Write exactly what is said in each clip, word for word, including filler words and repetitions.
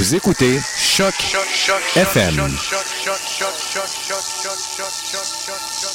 Vous écoutez Choc, Choc, Choc F M. Choc, Choc, Choc, Choc, Choc, Choc, Choc, Choc, Choc, Choc, Choc.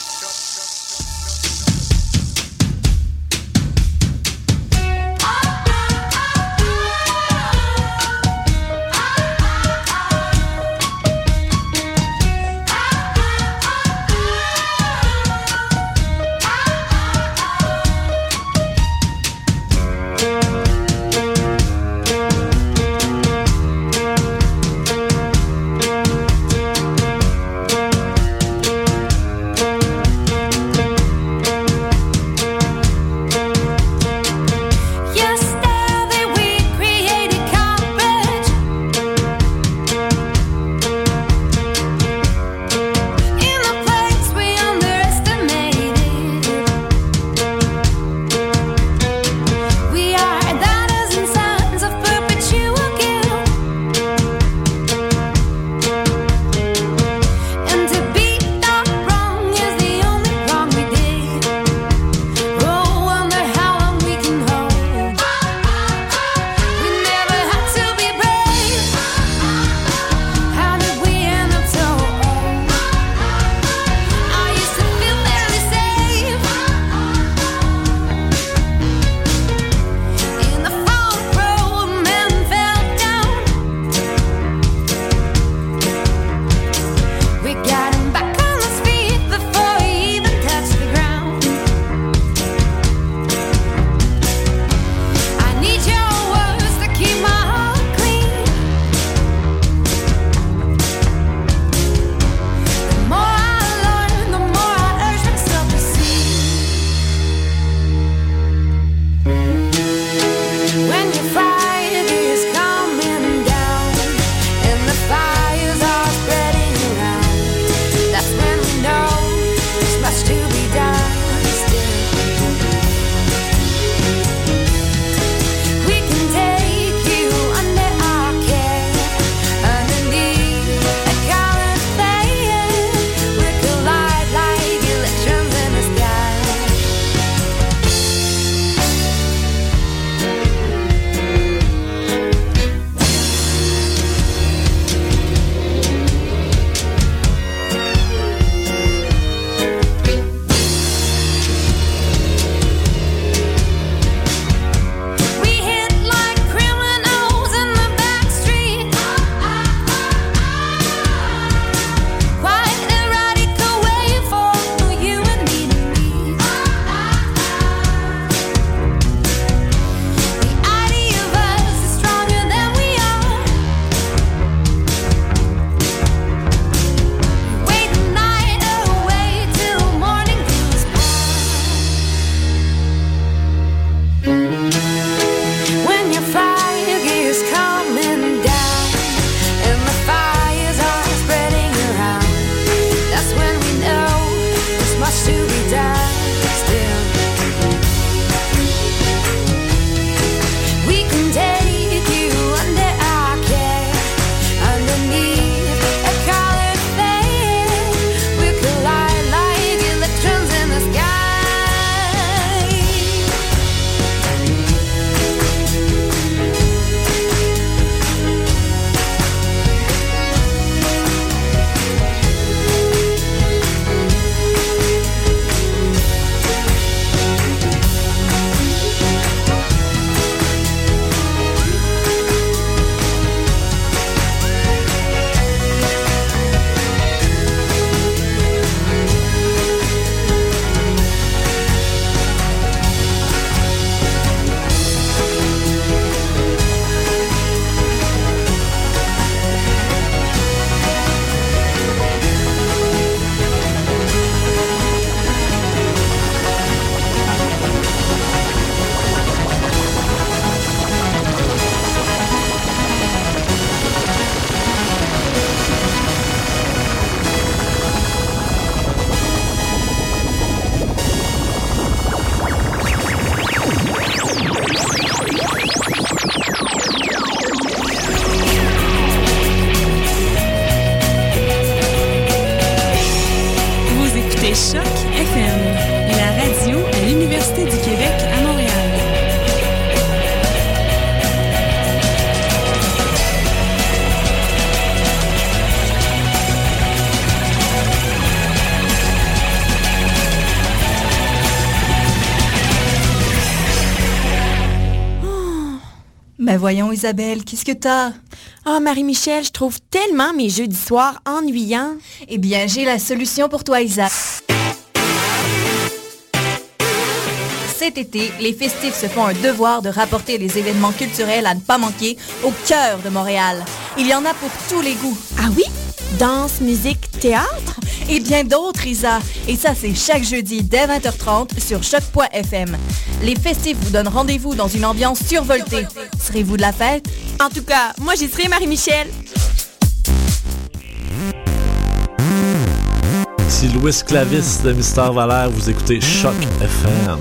Ben voyons Isabelle, qu'est-ce que t'as? Oh Marie-Michel, je trouve tellement mes jeudis soirs ennuyants. Eh bien, j'ai la solution pour toi Isa. Cet été, les festifs se font un devoir de rapporter les événements culturels à ne pas manquer au cœur de Montréal. Il y en a pour tous les goûts. Ah oui? Danse, musique, théâtre? Et bien d'autres, Isa. Et ça, c'est chaque jeudi dès vingt heures trente sur choc point f m. Les festifs vous donnent rendez-vous dans une ambiance survoltée. Serez-vous de la fête? En tout cas, moi j'y serai, Marie-Michel. Ici Louis Clavis de Mister Valère, vous écoutez Choc F M.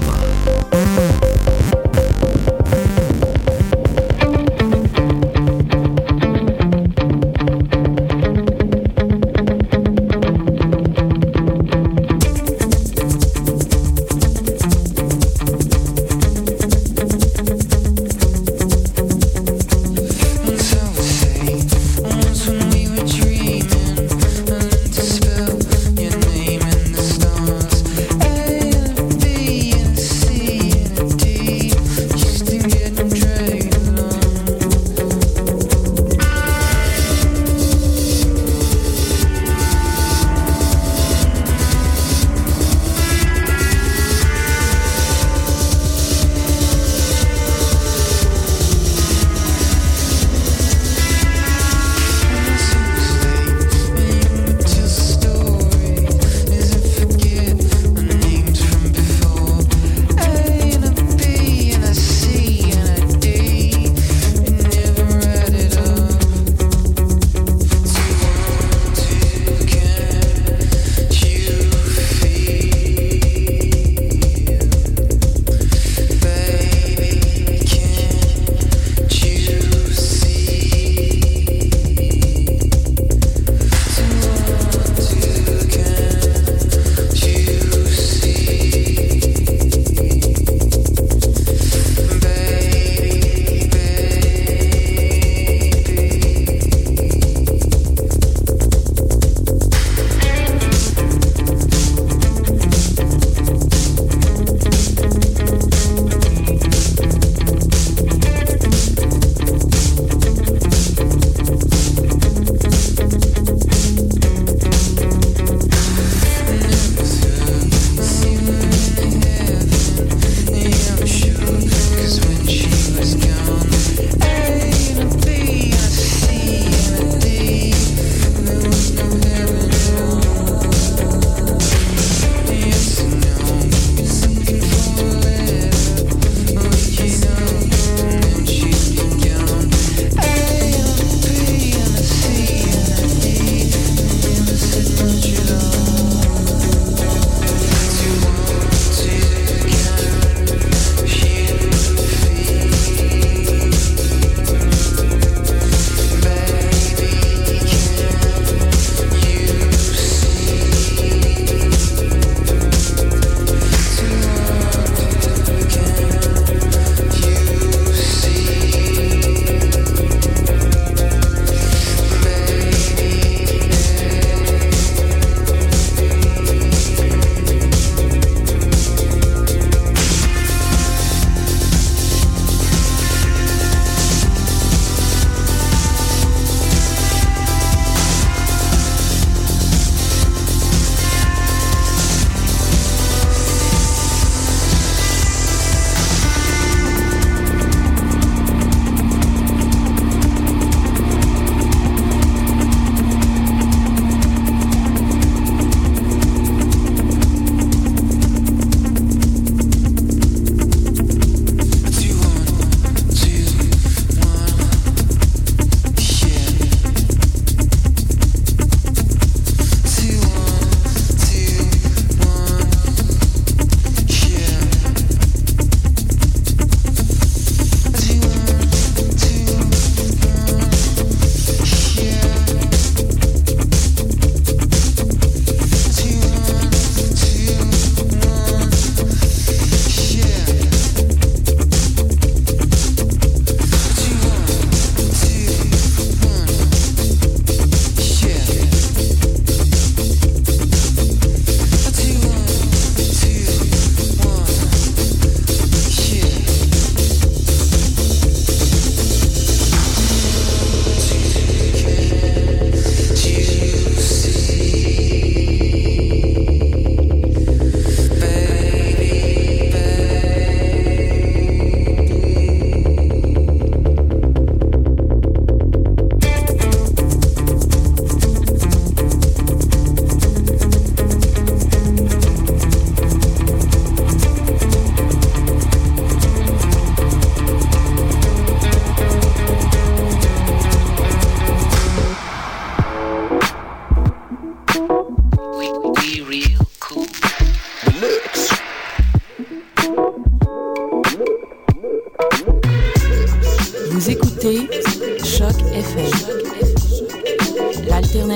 See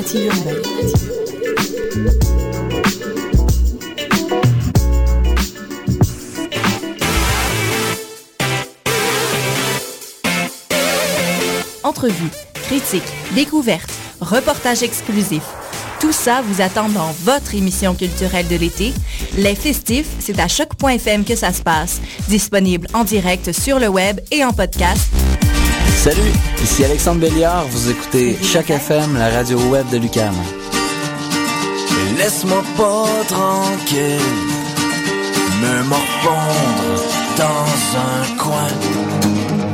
Alternative urbaine. Entrevues, critiques, découvertes, reportages exclusifs. Tout ça vous attend dans votre émission culturelle de l'été. Les Festifs, c'est à choc point f m que ça se passe. Disponible en direct sur le web et en podcast. Salut, ici Alexandre Béliard. Vous écoutez Choc F M, la radio web de l'U Q A M. Laisse-moi pas tranquille, me morfondre dans un coin.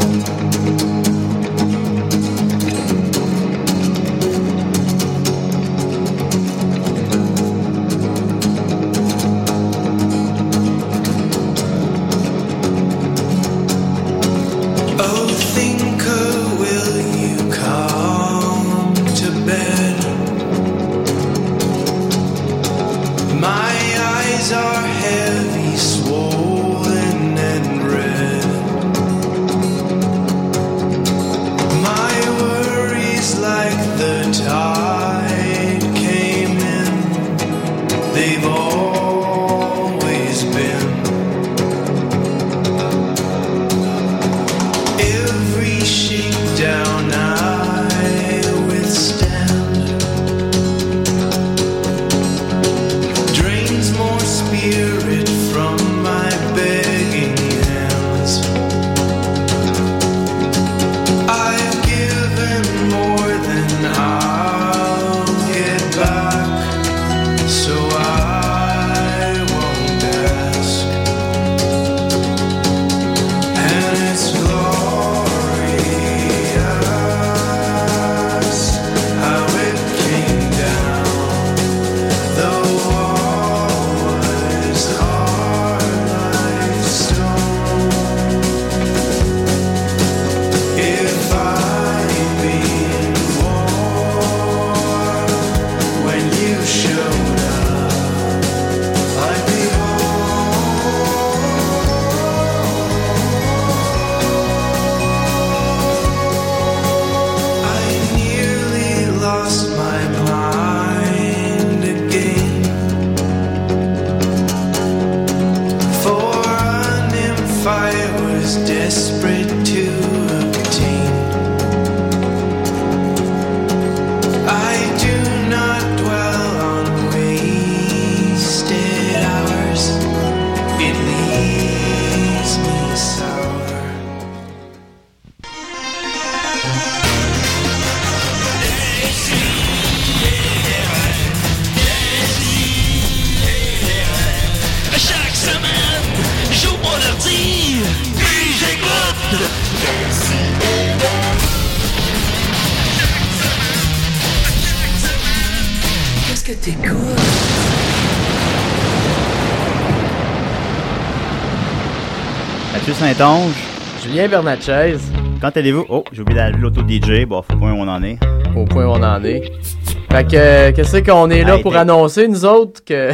Saint-Onge. Julien Bernatchez. Quand allez-vous? Oh, j'ai oublié d'aller l'auto-D J. Bon, au point où on en est. Au point où on en est. Fait que, euh, qu'est-ce qu'on est là hey, pour t'es... annoncer, nous autres, que...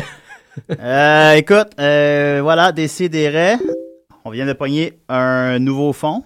euh, écoute, euh, voilà, Décidérez. On vient de pogner un nouveau fond.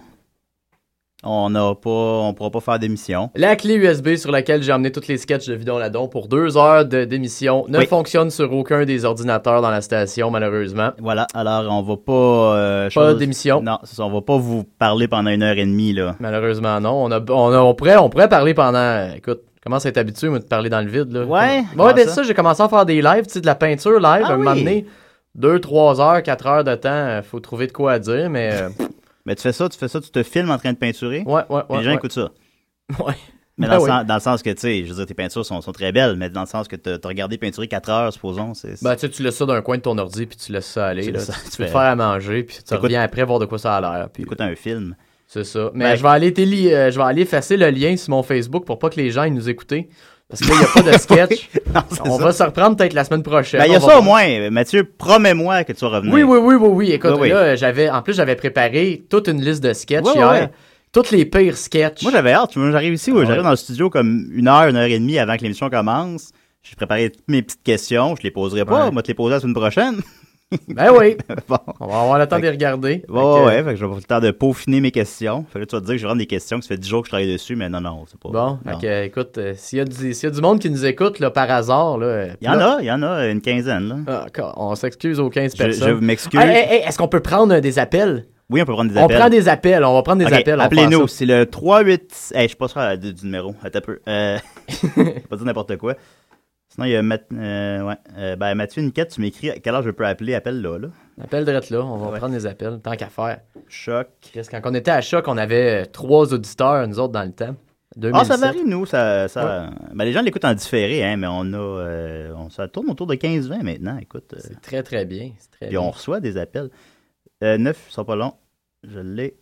On n'a pas, on pourra pas faire d'émission. La clé U S B sur laquelle j'ai emmené tous les sketchs de Vidon Ladon pour deux heures de, d'émission ne oui. fonctionne sur aucun des ordinateurs dans la station, malheureusement. Voilà, alors on va pas... Euh, pas chose... d'émission. Non, c'est ça, on va pas vous parler pendant une heure et demie, là. Malheureusement, non. On, a, on, a, on, pourrait, on pourrait parler pendant... Écoute, comment ça être habitué, moi, de parler dans le vide, là. Ouais. Ouais, ben ça? ça, j'ai commencé à faire des lives, tu sais, de la peinture live, ah, à un oui. moment donné. Deux, trois heures, quatre heures de temps, faut trouver de quoi à dire, mais... Euh... Mais tu fais ça, tu fais ça, tu te filmes en train de peinturer. Ouais, ouais, ouais. Les gens ouais. écoutent ça. Ouais. Mais ben dans, oui. le sens, dans le sens que, tu sais, je veux dire, tes peintures sont, sont très belles, mais dans le sens que tu as regardé peinturer quatre heures, supposons. C'est, c'est... Ben, tu sais, tu laisses ça d'un coin de ton ordi, puis tu laisses ça aller. Là. Ça, tu tu peux fais... faire à manger, puis tu Écoute... reviens après voir de quoi ça a l'air. Puis... Écoute un film. C'est ça. Mais ben... je vais aller télé... euh, je vais aller effacer le lien sur mon Facebook pour pas que les gens ils nous écoutent. Parce qu'il n'y a pas de sketch. non, on ça. va se reprendre peut-être la semaine prochaine. Ben, il y a ça va... au moins. Mathieu, promets-moi que tu vas revenir. Oui, oui, oui, oui, oui. Écoute, oui, là, oui. j'avais, en plus, j'avais préparé toute une liste de sketchs oui, hier. Oui. Toutes les pires sketchs. Moi, j'avais hâte. Moi, j'arrive ici, ouais. j'arrive dans le studio comme une heure, une heure et demie avant que l'émission commence. J'ai préparé toutes mes petites questions. Je les poserai pas. Ouais. Moi, te les poser la semaine prochaine. Ben oui. Bon. On va avoir le temps Fait de les regarder. Bon, Fait que- ouais, fait que je vais avoir le temps de peaufiner mes questions. Fait que là, tu vas te dire que je rentre des questions, que ça fait dix jours que je travaille dessus, mais non, non, c'est pas... Bon, non. fait que, écoute, euh, s'il y, a du- s'il y a du monde qui nous écoute là, par hasard, là, euh, Il y en là- a, il y en a une quinzaine, là. Ah, encore, on s'excuse aux quinze Je, personnes. je m'excuse. Hey, hey, hey, est-ce qu'on peut prendre euh, des appels? Oui, on peut prendre des On appels. prend des appels, on va prendre des Ok, appels. on appelez-nous, fait ça. c'est le trois huit... Hey, je suis pas sûr euh, du, du numéro, attends un peu. Euh... je vais pas dire n'importe quoi. Sinon, il y a Math... euh, ouais. Euh, ben, Mathieu Niquette, tu m'écris à quelle heure je peux appeler, appelle là, là. Appel direct là, on va Ouais. prendre des appels, tant qu'à faire. Choc. Chris, quand on était à Choc, on avait euh, trois auditeurs, nous autres, dans le temps. deux mille Ah, sept. ça varie, nous. Ça, ça... Ben, les gens l'écoutent en différé, hein, mais on a. Euh, on, ça tourne autour de quinze vingt maintenant, écoute. euh, C'est très, très bien. C'est très Puis bien. on reçoit des appels. Euh, neuf, ils sont pas longs. Je l'ai.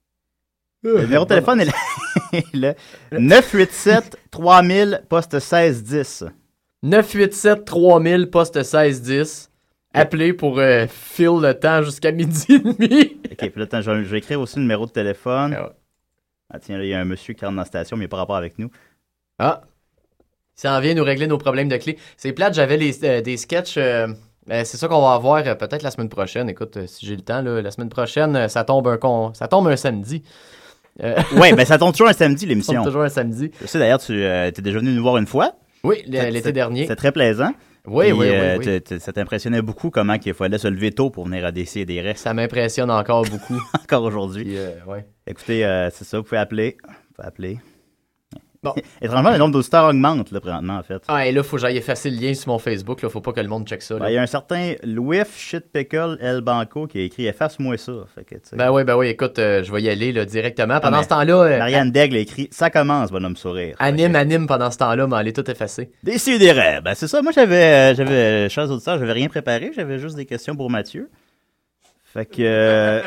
Le numéro de téléphone est là. le neuf huit sept trois mille poste seize dix. neuf huit sept trois mille poste seize dix. Appelez pour euh, fill le temps jusqu'à midi et demi. Ok, puis là, attends, je, vais, je vais écrire aussi le numéro de téléphone. Ah ouais. Ah, tiens, là, il y a un monsieur qui rentre dans la station, mais il n'a pas rapport avec nous. Ah. Ça en vient nous régler nos problèmes de clés. C'est plate, j'avais les, euh, des sketchs. euh, euh, c'est ça qu'on va avoir euh, peut-être la semaine prochaine. Écoute, euh, si j'ai le temps, là, la semaine prochaine, euh, ça tombe un con, ça tombe un samedi. Euh, Ouais, ben ça tombe toujours un samedi, ça tombe l'émission. toujours un samedi. Je sais d'ailleurs, tu euh, es déjà venu nous voir une fois. Oui, l- C'est- l'été c'est- dernier. C'est très plaisant. Oui, Puis, oui, oui, euh, oui. t- t- Ça t'impressionnait beaucoup comment il fallait se lever tôt pour venir à D C et des restes Ça m'impressionne encore beaucoup. encore aujourd'hui. Puis, euh, ouais. Écoutez, euh, c'est ça, vous pouvez appeler. Vous pouvez appeler. Bon. Étrangement, le nombre d'auditeurs augmente, là, présentement, en fait. Ah, et là, faut que j'aille effacer le lien sur mon Facebook. Là. Faut pas que le monde check ça. là. Ben, il y a un certain Louis Shit Pickle El Banco qui a écrit efface-moi ça. Fait que, tu sais. Ben oui, ben oui, écoute, euh, je vais y aller là, directement. Pendant mais ce temps-là, euh, Marianne Daigle a écrit ça commence, bonhomme sourire. anime, anime pendant ce temps-là, mais allez tout effacer. Décidérez. Ben, c'est ça. Moi, j'avais, euh, j'avais, euh, chers auditeurs, j'avais rien préparé. J'avais juste des questions pour Mathieu. Fait que. euh,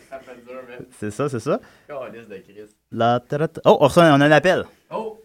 c'est ça, c'est ça. La traite- Oh, on, reçoit- on a un appel. Oh!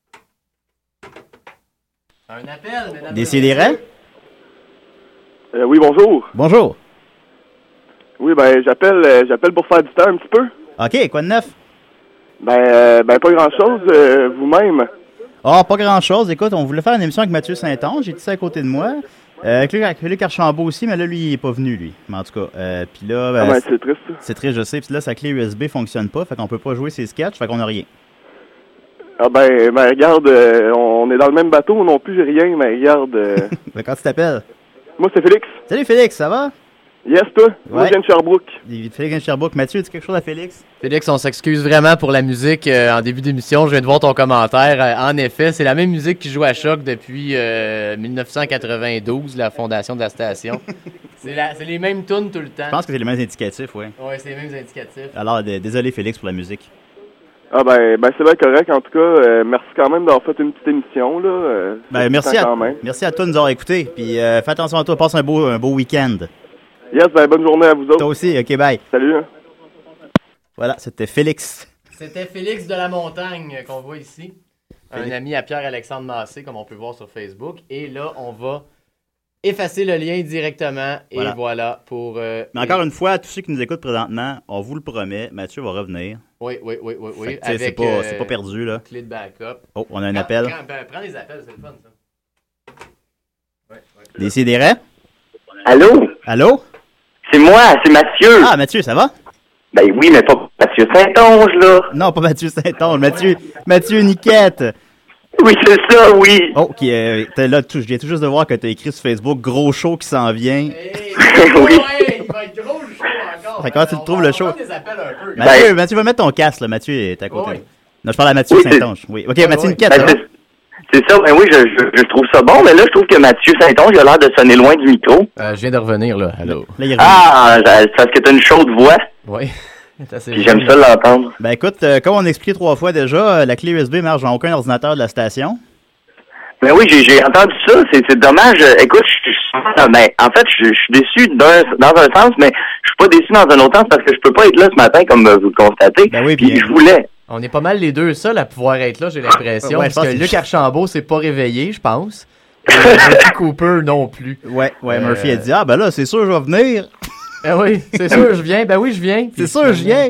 Un appel, mesdames et Décidérez. messieurs. Euh, oui, bonjour. Bonjour. Oui, ben j'appelle euh, j'appelle pour faire du temps un petit peu. OK, quoi de neuf? Ben, euh, ben pas grand-chose, euh, vous-même. Ah, pas grand-chose. Écoute, on voulait faire une émission avec Mathieu Saint-Onge. J'ai dit ça à côté de moi. Euh, avec Luc, avec Luc Archambault aussi, mais là, lui, il est pas venu, lui. Mais en tout cas, euh, puis là, ben, Ah ben, c'est- c'est triste, ça. c'est triste, je sais. Puis là, sa clé U S B fonctionne pas, fait qu'on peut pas jouer ses sketchs, fait qu'on a rien. Ah ben, ben regarde, euh, on est dans le même bateau, non plus, j'ai rien, mais regarde... euh, Fait quand tu t'appelles? moi, c'est Félix. Salut Félix, ça va? Yes, toi? Moi, Ouais. je viens de Sherbrooke. Félix de Sherbrooke. Mathieu, dis quelque chose à Félix? Félix, on s'excuse vraiment pour la musique euh, en début d'émission. Je viens de voir ton commentaire. Euh, en effet, c'est la même musique qui joue à Choc depuis euh, dix-neuf cent quatre-vingt-douze, la fondation de la station. c'est, la- c'est les mêmes tunes tout le temps. Je pense que c'est les mêmes indicatifs, oui. Ouais, c'est les mêmes indicatifs. Alors, d- désolé Félix pour la musique. Ah ben, ben c'est bien correct, en tout cas. Euh, merci quand même d'avoir fait une petite émission, là. Euh, Ben, c'est merci important à, quand même. merci à toi de nous avoir écoutés. Puis euh, fais attention à toi, passe un beau, un beau week-end. Yes, ben, bonne journée à vous autres. Toi aussi, ok, bye. Salut, hein. Voilà, c'était Félix. C'était Félix de la Montagne euh, qu'on voit ici. Un ami à Pierre-Alexandre Massé, comme on peut voir sur Facebook. Et là, on va effacer le lien directement. Et Voilà. voilà, pour... euh, Mais encore une fois, tous ceux qui nous écoutent présentement, on vous le promet, Mathieu va revenir. Oui, oui, oui, oui, oui. Fait que, tu sais, c'est avec, pas, euh, c'est pas perdu, là. clé de backup. Oh, on a un Prends- appel. Prends, ben, prends les appels, c'est le fun, ça. Décidérez. Allô? Allô? C'est moi, c'est Mathieu. Ah, Mathieu, ça va? Ben oui, mais pas Mathieu Saint-Onge, là. Non, pas Mathieu Saint-Onge, Mathieu, Mathieu Niquette. Oui, c'est ça, oui. Oh, qui, euh, t'es là, tout, je viens tout juste de voir que t'as écrit sur Facebook, gros show qui s'en vient. Oui. Ouais, il va être gros le show encore. Fait que comment tu le On trouves, va- le on show? va prendre des appels un peu. Mathieu, Mathieu va mettre ton casque, là. Mathieu est à côté. Oui. Non, je parle à Mathieu Oui, c'est- Saint-Onge. Oui. Ok, Ouais, Mathieu ouais. Niquette, Ben, ça va? c'est, c'est ça, ben oui, je, je, je trouve ça bon, mais là, je trouve que Mathieu Saint-Onge, il a l'air de sonner loin du micro. Euh, je viens de revenir, là. Allô? Là, il revient. Ah, c'est parce que t'as une chaude voix, Oui. C'est assez puis j'aime ça l'entendre. Ben écoute, euh, comme on a expliqué trois fois déjà, euh, la clé U S B marche dans aucun ordinateur de la station. Ben oui, j'ai, j'ai entendu ça, c'est, c'est dommage. Euh, Écoute, je, je- ben, en fait, je, je suis déçu d'un, dans un sens, mais je suis pas déçu dans un autre sens parce que je peux pas être là ce matin, comme euh, vous le constatez. Ben oui, puis bien. je voulais. On est pas mal les deux seuls à pouvoir être là, j'ai l'impression. Ouais, je parce que pense que- Luc Archambault s'est pas réveillé, je pense. Et Murphy Cooper non plus. Ouais, ouais, Euh, Murphy a dit, ah ben là, c'est sûr, je vais venir. Ben oui, c'est sûr, je viens. Ben oui, je viens. C'est sûr, je viens.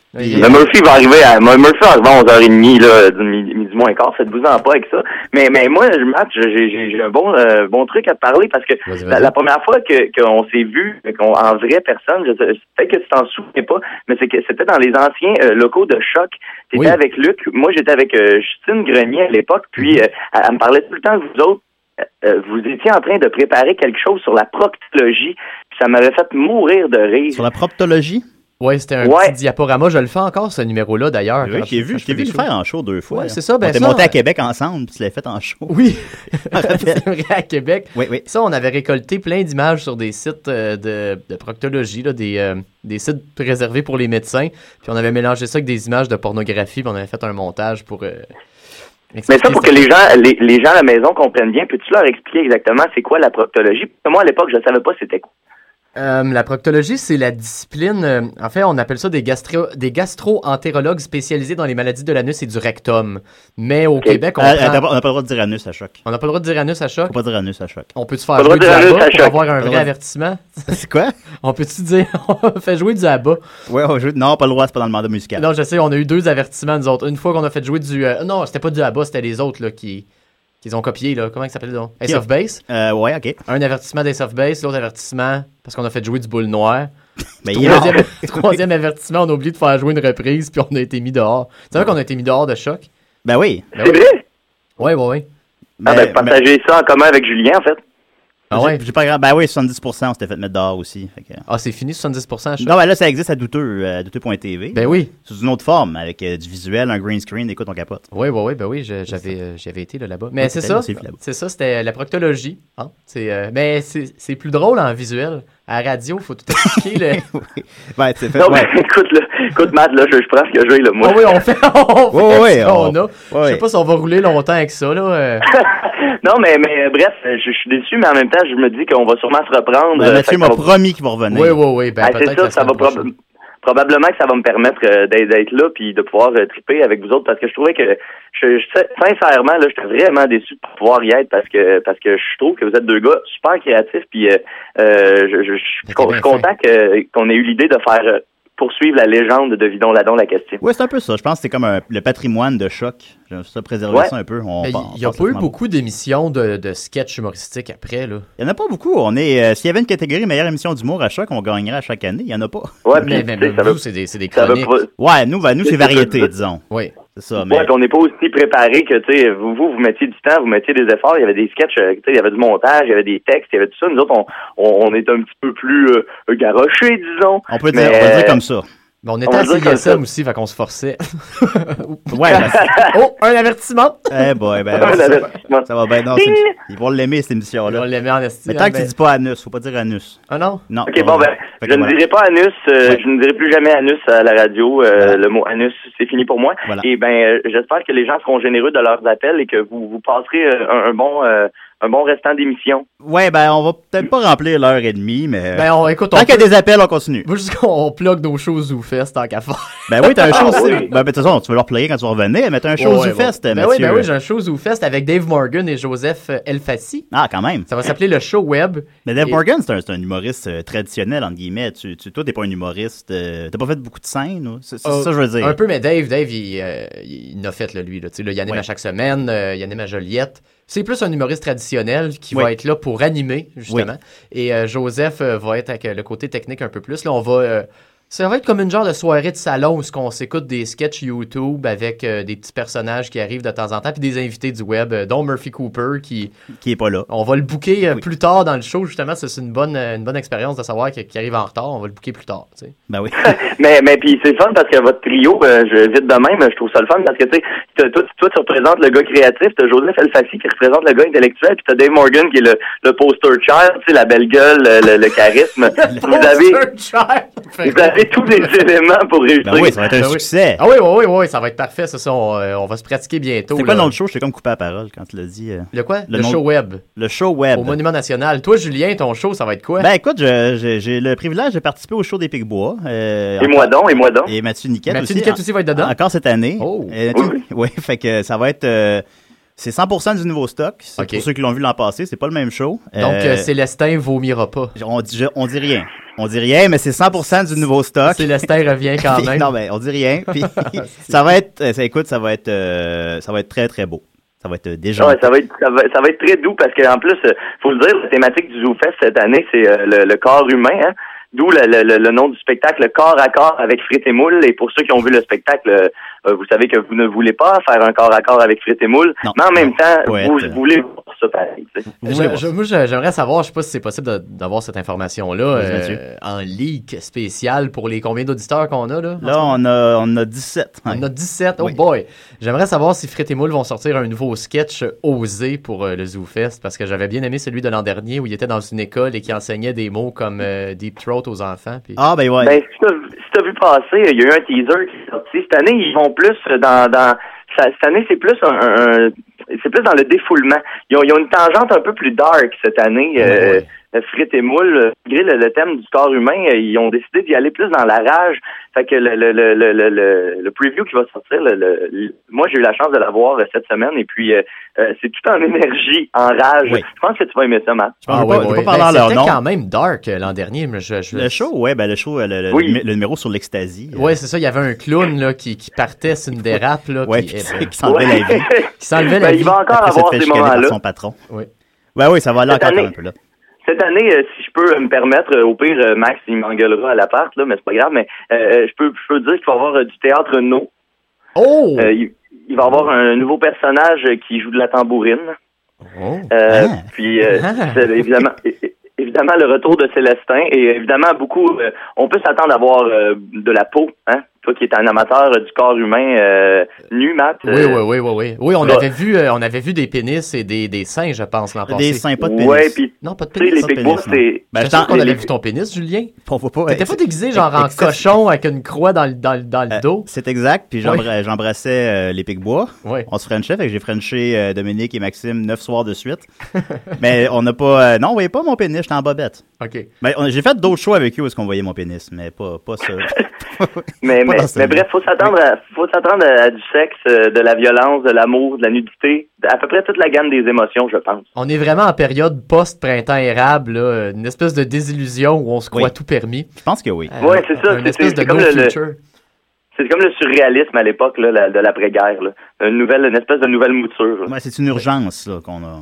Puis, le Murphy va arriver à, Murphy va arriver à onze heures trente, là, du midi, midi moins quart, faites-vous-en pas avec ça. Mais, mais moi, Matt, j'ai, j'ai, j'ai un bon, euh, bon truc à te parler parce que vas-y, vas-y. La, la première fois que, qu'on s'est vu, qu'on, en vraie personne, je sais, peut-être que tu t'en souviens pas, mais c'est que c'était dans les anciens euh, locaux de Choc. T'étais Oui. avec Luc, moi j'étais avec euh, Justine Grenier à l'époque, puis euh, elle, elle me parlait tout le temps de vous autres. Euh, vous étiez en train de préparer quelque chose sur la proctologie, puis ça m'avait fait mourir de rire. Sur la proctologie? Ouais, c'était un Ouais. petit diaporama. Je le fais encore, ce numéro-là, d'ailleurs. Oui, quand j'ai je- vu, quand je t'ai fais vu des le shows. faire en show deux fois. Ouais, là. c'est ça. Ben on t'est ça, monté euh, à Québec ensemble, puis tu l'as fait en show. Oui, Je me rappelle. c'est vrai, à Québec. Oui, oui. Ça, on avait récolté plein d'images sur des sites euh, de, de proctologie, là, des, euh, des sites réservés pour les médecins. Puis on avait mélangé ça avec des images de pornographie, puis on avait fait un montage pour... euh, Mais ça, pour que les gens, les, les gens à la maison comprennent bien, peux-tu leur expliquer exactement c'est quoi la proctologie? Parce que moi, à l'époque, je ne savais pas c'était quoi. Euh, la proctologie, c'est la discipline... euh, en fait, on appelle ça des, gastro, des gastro-entérologues spécialisés dans les maladies de l'anus et du rectum. Mais au Okay. Québec, on Euh, prend- attends, on n'a pas le droit de dire anus à choc. on n'a pas le droit de dire anus à choc. Faut pas dire anus à choc. On peut-tu Pas faire le droit jouer du de dire anus abat à pour choc. avoir un Pas le vrai droit de- avertissement? C'est quoi? On peut-tu dire... on fait jouer du abat? Ouais, on joue... Non, pas le droit, c'est pas dans le mandat musical. Non, je sais, on a eu deux avertissements, nous autres. Une fois qu'on a fait jouer du... euh, non, c'était pas du abat, c'était les autres là, qui... qu'ils ont copié. Là. Comment ça s'appelait donc? Ace Qui of Base. Euh, ouais, ok. Un avertissement d'Ace of Base, l'autre avertissement parce qu'on a fait jouer du boule noir. Mais il est mort. Troisième, troisième avertissement, on a oublié de faire jouer une reprise, puis on a été mis dehors. C'est vrai qu'on a été mis dehors de choc? Ben oui. Ben C'est oui. vrai? Ouais, ouais, ouais. Ah, ben, partagez ça en commun avec Julien, en fait. Ah ouais? J'ai, j'ai pas grand... Ben oui, soixante-dix pour cent on s'était fait mettre dehors aussi. Fait que... Ah, c'est fini, soixante-dix pour cent à choc? Non, ben là, ça existe à douteux, euh, douteux point t v. Ben oui. Sous une autre forme, avec euh, du visuel, un green screen, écoute, on capote. Oui, oui, oui, ben oui, je- j'avais, euh, j'avais été là, là-bas. Mais Oui, c'est peut-être, ça, aussi, là-bas. c'est ça, c'était la proctologie. Hein? C'est, euh, mais c'est, c'est plus drôle en visuel. À la radio, faut tout expliquer. le... Oui. Ben, c'est fait, Non, ouais. mais écoute, là, écoute, Matt, là, je, je prends ce que j'ai, là, moi. Ah oui, on fait, on fait Ouais, ouais, ce on- qu'on a. Je ouais. sais pas si on va rouler longtemps avec ça, là. euh. Non, mais, mais euh, bref, je, je suis déçu, mais en même temps, je me dis qu'on va sûrement se reprendre. Ben, euh, Mathieu fait m'a qu'on va- promis qu'il va revenir. Oui, oui, oui, ben Ah, peut-être c'est ça, la ça va semaine prob- prochaine. probablement que ça va me permettre euh, d'être, d'être là puis de pouvoir euh, triper avec vous autres parce que je trouvais que je, je- sincèrement là, j'étais vraiment déçu de pouvoir y être parce que parce que je trouve que vous êtes deux gars super créatifs puis euh, euh, je, je, je, suis T'es con- bien je suis content que, qu'on ait eu l'idée de faire euh, poursuivre la légende de Vidon Ladon la question. Oui, c'est un peu ça. Je pense que c'est comme un- le patrimoine de choc. J'aime ça préserver Ouais. ça un peu. On Mais part- il n'y a passe pas eu vraiment beaucoup d'émissions de, de sketchs humoristiques après, là. Il n'y en a pas beaucoup. On est, euh, s'il y avait une catégorie meilleure émission d'humour à choc, on gagnerait à chaque année. Il n'y en a pas. Ouais, Mais, puis, mais, tu sais, mais ça vous, veut- c'est des, c'est des ça veut chroniques. pas- Ouais, nous, ben, nous c'est variété, disons. Oui. C'est ça. Mais... Ouais, puis on n'est pas aussi préparé que, tu sais, vous, vous, vous mettiez du temps, vous mettiez des efforts, il y avait des sketchs, euh, tu sais, il y avait du montage, il y avait des textes, il y avait tout ça. Nous autres, on, on, on est un petit peu plus euh, garochés, disons. on peut Mais, dire, on peut euh, dire comme ça. Mais on On était va à dire comme ça. C I S M aussi, fait qu'on se forçait. Ouais, ben, c'est- Oh, un avertissement! eh boy, ben, Un ça, avertissement. ça va bien. Non, Ding! c'est- ils vont l'aimer, cette On émission-là. l'aimait en esti. Mais tant que tu dis pas anus, faut pas dire anus. Ah non? Non. OK, bon, ben, Fait je que ne voilà. dirai pas anus, euh, Ouais. je ne dirai plus jamais anus à la radio. Euh, Voilà. Le mot anus, c'est fini pour moi. Voilà. Et ben, euh, j'espère que les gens seront généreux de leurs appels et que vous, vous passerez euh, un, un bon euh, un bon restant d'émission. Ouais, ben, on va peut-être pas remplir l'heure et demie, mais. Ben, on, écoute, on Tant qu'il y a peut- des appels, on continue. Moi, juste qu'on plug nos shows ZooFest tant qu'à faire. Ben oui, t'as un show Ah, aussi. oui. Ben, de toute façon, tu veux leur player quand tu vas revenir, mais t'as un show Ouais, du Fest, bon. Ben Mathieu. oui, ben oui, j'ai un show ZooFest avec Dave Morgan et Joseph euh, Elfassi. Ah, quand même. Ça va s'appeler le show web. Mais Dave Et- Morgan, c'est un, c'est un humoriste euh, traditionnel, entre guillemets. Tu, tu, toi, t'es pas un humoriste. euh, t'as pas fait beaucoup de scènes, ou? C'est, c'est Euh, ça, je veux dire. Un peu, mais Dave, Dave, il, euh, il en a fait, là, lui. Là. Tu sais, là, il anime Ouais. à chaque semaine, euh, il anime à Joliette. C'est plus un humoriste traditionnel qui Oui. va être là pour animer, justement. Et euh, Joseph euh, va être avec euh, le côté technique un peu plus. Là, on va... euh, ça va être comme une genre de soirée de salon où on s'écoute des sketchs YouTube avec euh, des petits personnages qui arrivent de temps en temps, puis des invités du web, euh, dont Murphy Cooper, qui... Qui est pas là. On va le booker euh, Oui. plus tard dans le show, justement. Ça, c'est une bonne, euh, une bonne expérience de savoir qu'il qu'il arrive en retard. On va le booker plus tard, tu sais. Ben oui. mais mais puis c'est fun parce que votre trio, euh, je vite de même, je trouve ça le fun parce que tu sais, t'as- toi, toi tu représentes le gars créatif, t'as Joseph Elfassi qui représente le gars intellectuel, puis t'as Dave Morgan qui est le, le poster child, tu sais, la belle gueule, le, le, le charisme. vous avez vous avez tous les éléments pour réussir. Ben oui, ça va être un Ben oui. succès. Ah oui, oui, oui, oui, ça va être parfait, c'est ça. On, euh, on va se pratiquer bientôt. C'est quoi là. le nom du show? J'étais comme coupé à la parole quand tu l'as dit. euh. Le quoi? Le Le, nom- show web. Le show web. Au Monument National. Toi, Julien, ton show, ça va être quoi? Ben écoute, je- je- j'ai le privilège de participer au show des Picbois. Euh, Et moi donc, et moi donc. Et Mathieu Niquette Mathieu aussi. Niquette aussi va être dedans? Encore cette année. Oh. Euh, Mathieu- Oui. oui, fait que ça va être... euh, C'est cent pour cent du nouveau stock. C'est Ok. pour ceux qui l'ont vu l'an passé, c'est pas le même show. Donc, Euh, euh, Célestin vomira pas. on, dit, je- on dit rien. On dit rien, mais c'est cent pour cent du nouveau stock. Célestin revient quand Puis, même. non, mais on dit rien. Puis, ça va être, euh, ça, écoute, ça va être, euh, ça va être très, très beau. Ça va être euh, déjà. Ouais, ça va être ça va, ça va être très doux parce qu'en plus, euh, faut le dire, la thématique du ZooFest cette année, c'est euh, le, le corps humain, hein. D'où le, le, le nom du spectacle, le corps à corps avec frites et moules. Et pour ceux qui ont vu le spectacle, euh, vous savez que vous ne voulez pas faire un corps à corps avec frites et moules, Non. mais en même temps, Poète. vous voulez voir ça pareil. tu sais. Vous voulez Je- voir je- ça. moi, je- j'aimerais savoir, je sais pas si c'est possible de- d'avoir cette information-là Vas-y, Mathieu. euh, en leak spécial pour les combien d'auditeurs qu'on a, là? en ce Là, moment? on a, on a dix-sept. On Ouais. a dix-sept. Oh Oui. boy! J'aimerais savoir si Frites et Moules vont sortir un nouveau sketch osé pour euh, le ZooFest, parce que j'avais bien aimé celui de l'an dernier où il était dans une école et qui enseignait des mots comme euh, Deep Throat aux enfants. Puis... Ah, ben ouais. Ben, si t'as si t'as vu passer, il y a eu un teaser qui est sorti. Cette année, ils vont plus dans... dans ça- cette année, c'est plus un... un- c'est plus dans le défoulement. Ils ont, ils ont une tangente un peu plus dark cette année. Euh, ouais. Frites et moules, malgré le, le thème du corps humain, euh, ils ont décidé d'y aller plus dans la rage. Fait que le, le, le, le, le, le, le preview qui va sortir, le, le, le- moi j'ai eu la chance de la voir euh, cette semaine et puis euh, euh, c'est tout en énergie, en rage. Oui. Je pense que tu vas aimer ça, Matt. Je ne pas, je vais pas parler Ben, en leur c'était nom. quand même dark euh, l'an dernier. Mais je, je- Le show, ouais, ben le show, euh, le, le, Oui. le, le numéro sur l'ecstasy. euh, Ouais, c'est ça. Il y avait un clown là, qui, qui partait sur une dérape. Là, ouais, puis, qui, eh ben, qui s'enlevait la vie. qui s'enlevait Ben, la il vie. va encore Après s'être avoir fait ces chicaner par moments-là. son patron. Oui. Ouais, oui, ça va aller Cette encore année- un peu là. Cette année, euh, si je peux euh, me permettre, euh, au pire, euh, Max, il m'engueulera à l'appart, là, mais c'est pas grave, mais euh, je peux je peux dire qu'il va y avoir euh, du théâtre no. Oh! Euh, il, il va y avoir un nouveau personnage euh, qui joue de la tambourine. Oh. Euh, Ah. Puis, euh, Ah. c'est évidemment, é- é- évidemment, le retour de Célestin. Et évidemment, beaucoup, euh, on peut s'attendre à voir euh, de la peau, hein? Toi qui es un amateur euh, du corps humain euh, nu, Matt. Oui, euh, oui, oui, oui, oui. Oui, on là. avait vu, euh, on avait vu des pénis et des, des seins, je pense, l'an passé. Des seins, pas de pénis. Ouais, puis, Non, pas de tu sais, pénis. les pas de Pigbois, pénis, non. c'est... Ben, Je je sûr qu'on t'en- avait vu ton pénis, Julien. On voit pas. T'étais pas déguisé genre en Excess- cochon avec une croix dans le, dans le, dans le Euh, dos? C'est exact, puis j'embra- j'embrassais euh, les Picbois. Oui. On se frenchait, fait que j'ai frenché euh, Dominique et Maxime neuf soirs de suite. Mais on n'a pas... euh, non, on voyait pas mon pénis, j'étais en bobette. OK. Ben, on- j'ai fait d'autres shows avec eux où est-ce qu'on voyait mon pénis, mais pas, pas ça. Mais, Pas mais, dans ce mais livre. bref, faut s'attendre à, faut s'attendre à, à du sexe, euh, de la violence, de l'amour, de la nudité, à peu près toute la gamme des émotions, je pense. On est vraiment en période post-printemps érable, là, une espèce de désillusion où on se croit Oui. tout permis. Je pense que oui. Euh, Ouais, c'est ça, Une c'est- espèce c'est de comme no le- le- future. C'est comme le surréalisme à l'époque là, la- de l'après-guerre. Là. Une nouvelle, une espèce de nouvelle mouture. là. Ouais, c'est une urgence là, qu'on a.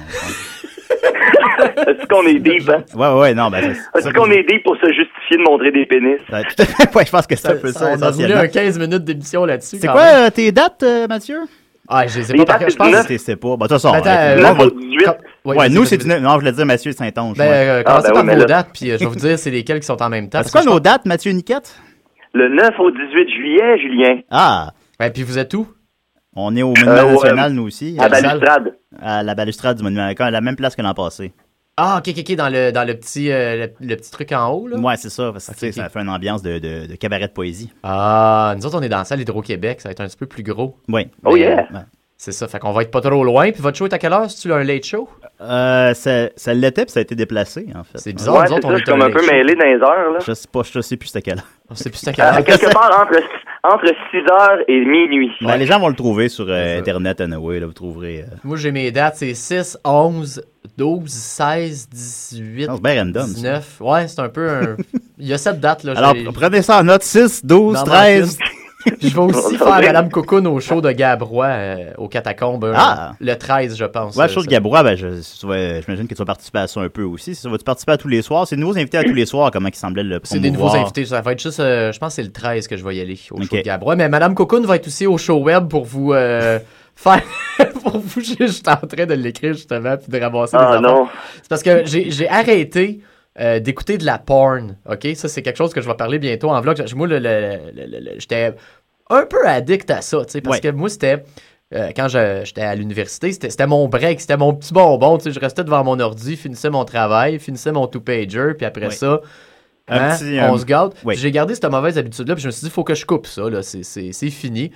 Est-ce qu'on est deep, hein? Ouais, ouais, ouais, non, ben c'est Est-ce qu'on est deep pour se justifier de montrer des pénis? Ouais, tout à fait. Ouais, je pense que c'est un peu ça, On a voulu essentiellement. un quinze minutes d'émission là-dessus. C'est quand quoi même. euh, tes dates, euh, Mathieu? Ah, je les ai Les pas par dates, cœur. Je c'est pense. dix-neuf. C'est c'est pas. Bah, de toute façon. Attends, ouais, euh, on neuf va- au dix-huit. Quand- Ouais, vas-y, nous, vas-y, c'est vas-y. dix-neuf. Non, je voulais dire Mathieu Saint-Onge. Ben, ouais. euh, Ah, commencez ben par oui, mais vos là- dates, puis euh, je vais vous dire c'est lesquelles qui sont en même temps. C'est quoi parce que nos je dates, Mathieu Niquette? Le neuf au dix-huit juillet, Julien, Ah, pense- Ouais, puis vous êtes où? on est au Monument Euh, ouais. National, nous aussi. à euh, Balustrade. à la balustrade du Monument National, à la même place que l'an passé. Ah, ok, ok, ok, dans le, dans le, petit, euh, le, le petit truc en haut, là. Ouais, c'est ça. Parce que, tu sais, ok. ça fait une ambiance de, de, de cabaret de poésie. Ah, nous autres, on est dans la salle Hydro-Québec, ça va être un petit peu plus gros. Oui. Oh Mais, yeah! Ouais. C'est ça, fait qu'on va être pas trop loin. Puis votre show est à quelle heure? C'est-tu un late show? Euh, ça, ça l'était, puis ça a été déplacé, en fait. C'est bizarre, Ouais, nous c'est autres, ça, on je est suis comme un late peu show. mêlé dans les heures. Là. Je sais pas, je sais plus c'était quelle heure. On sait plus c'est à quelle À heure. quelque part entre, entre six heures et minuit. Ben, les gens vont le trouver sur euh, C'est ça. Internet, anyway, là, vous trouverez. euh, Moi, j'ai mes dates, c'est six, onze, douze, seize, dix-huit, non, c'est bien random. ça. dix-neuf. Ouais, c'est un peu un... Il y a sept dates, là. Alors, j'ai- prenez ça en note six, douze, M'en treize. Je vais aussi faire Madame Cocoon au show de Gabrois euh, aux Catacombes euh, Ah! le treize, je pense. Ouais, euh, chose de ça. Gabrois, ben, je, tu vas- j'imagine que tu vas participer à ça un peu aussi. Ça va-tu participer à tous les soirs? C'est de nouveaux invités à tous les soirs, comment ils semblaient le C'est des nouveaux promouvoir. invités. Ça va être juste, euh, je pense que c'est le treize que je vais y aller au Ok. show de Gabrois. Mais Madame Cocoon va être aussi au show web pour vous euh, faire... pour vous, j'étais en train de l'écrire justement puis de ramasser des Ah affaires. non. C'est parce que j'ai j'ai arrêté euh, d'écouter de la porn, ok? Ça, c'est quelque chose que je vais parler bientôt en vlog. Moi, le, le- le- le- le- j'étais un peu addict à ça, tu sais, parce Ouais. que moi, c'était... euh, quand je- j'étais à l'université, c'était c'était mon break, c'était mon petit bonbon, tu sais, je restais devant mon ordi, finissais mon travail, finissais mon two-pager, puis après Ouais. ça... Un hein, petit, on euh, se gâte. oui. J'ai gardé cette mauvaise habitude-là, puis je me suis dit, il faut que je coupe ça, là, c'est- c'est c'est fini.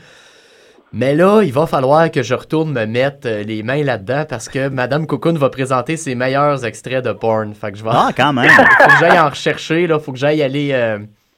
Mais là, il va falloir que je retourne me mettre euh, les mains là-dedans parce que Madame Cocoon va présenter ses meilleurs extraits de porn. Fait que je vais... Ah, quand même. faut que j'aille en rechercher, là. Faut que j'aille aller... euh,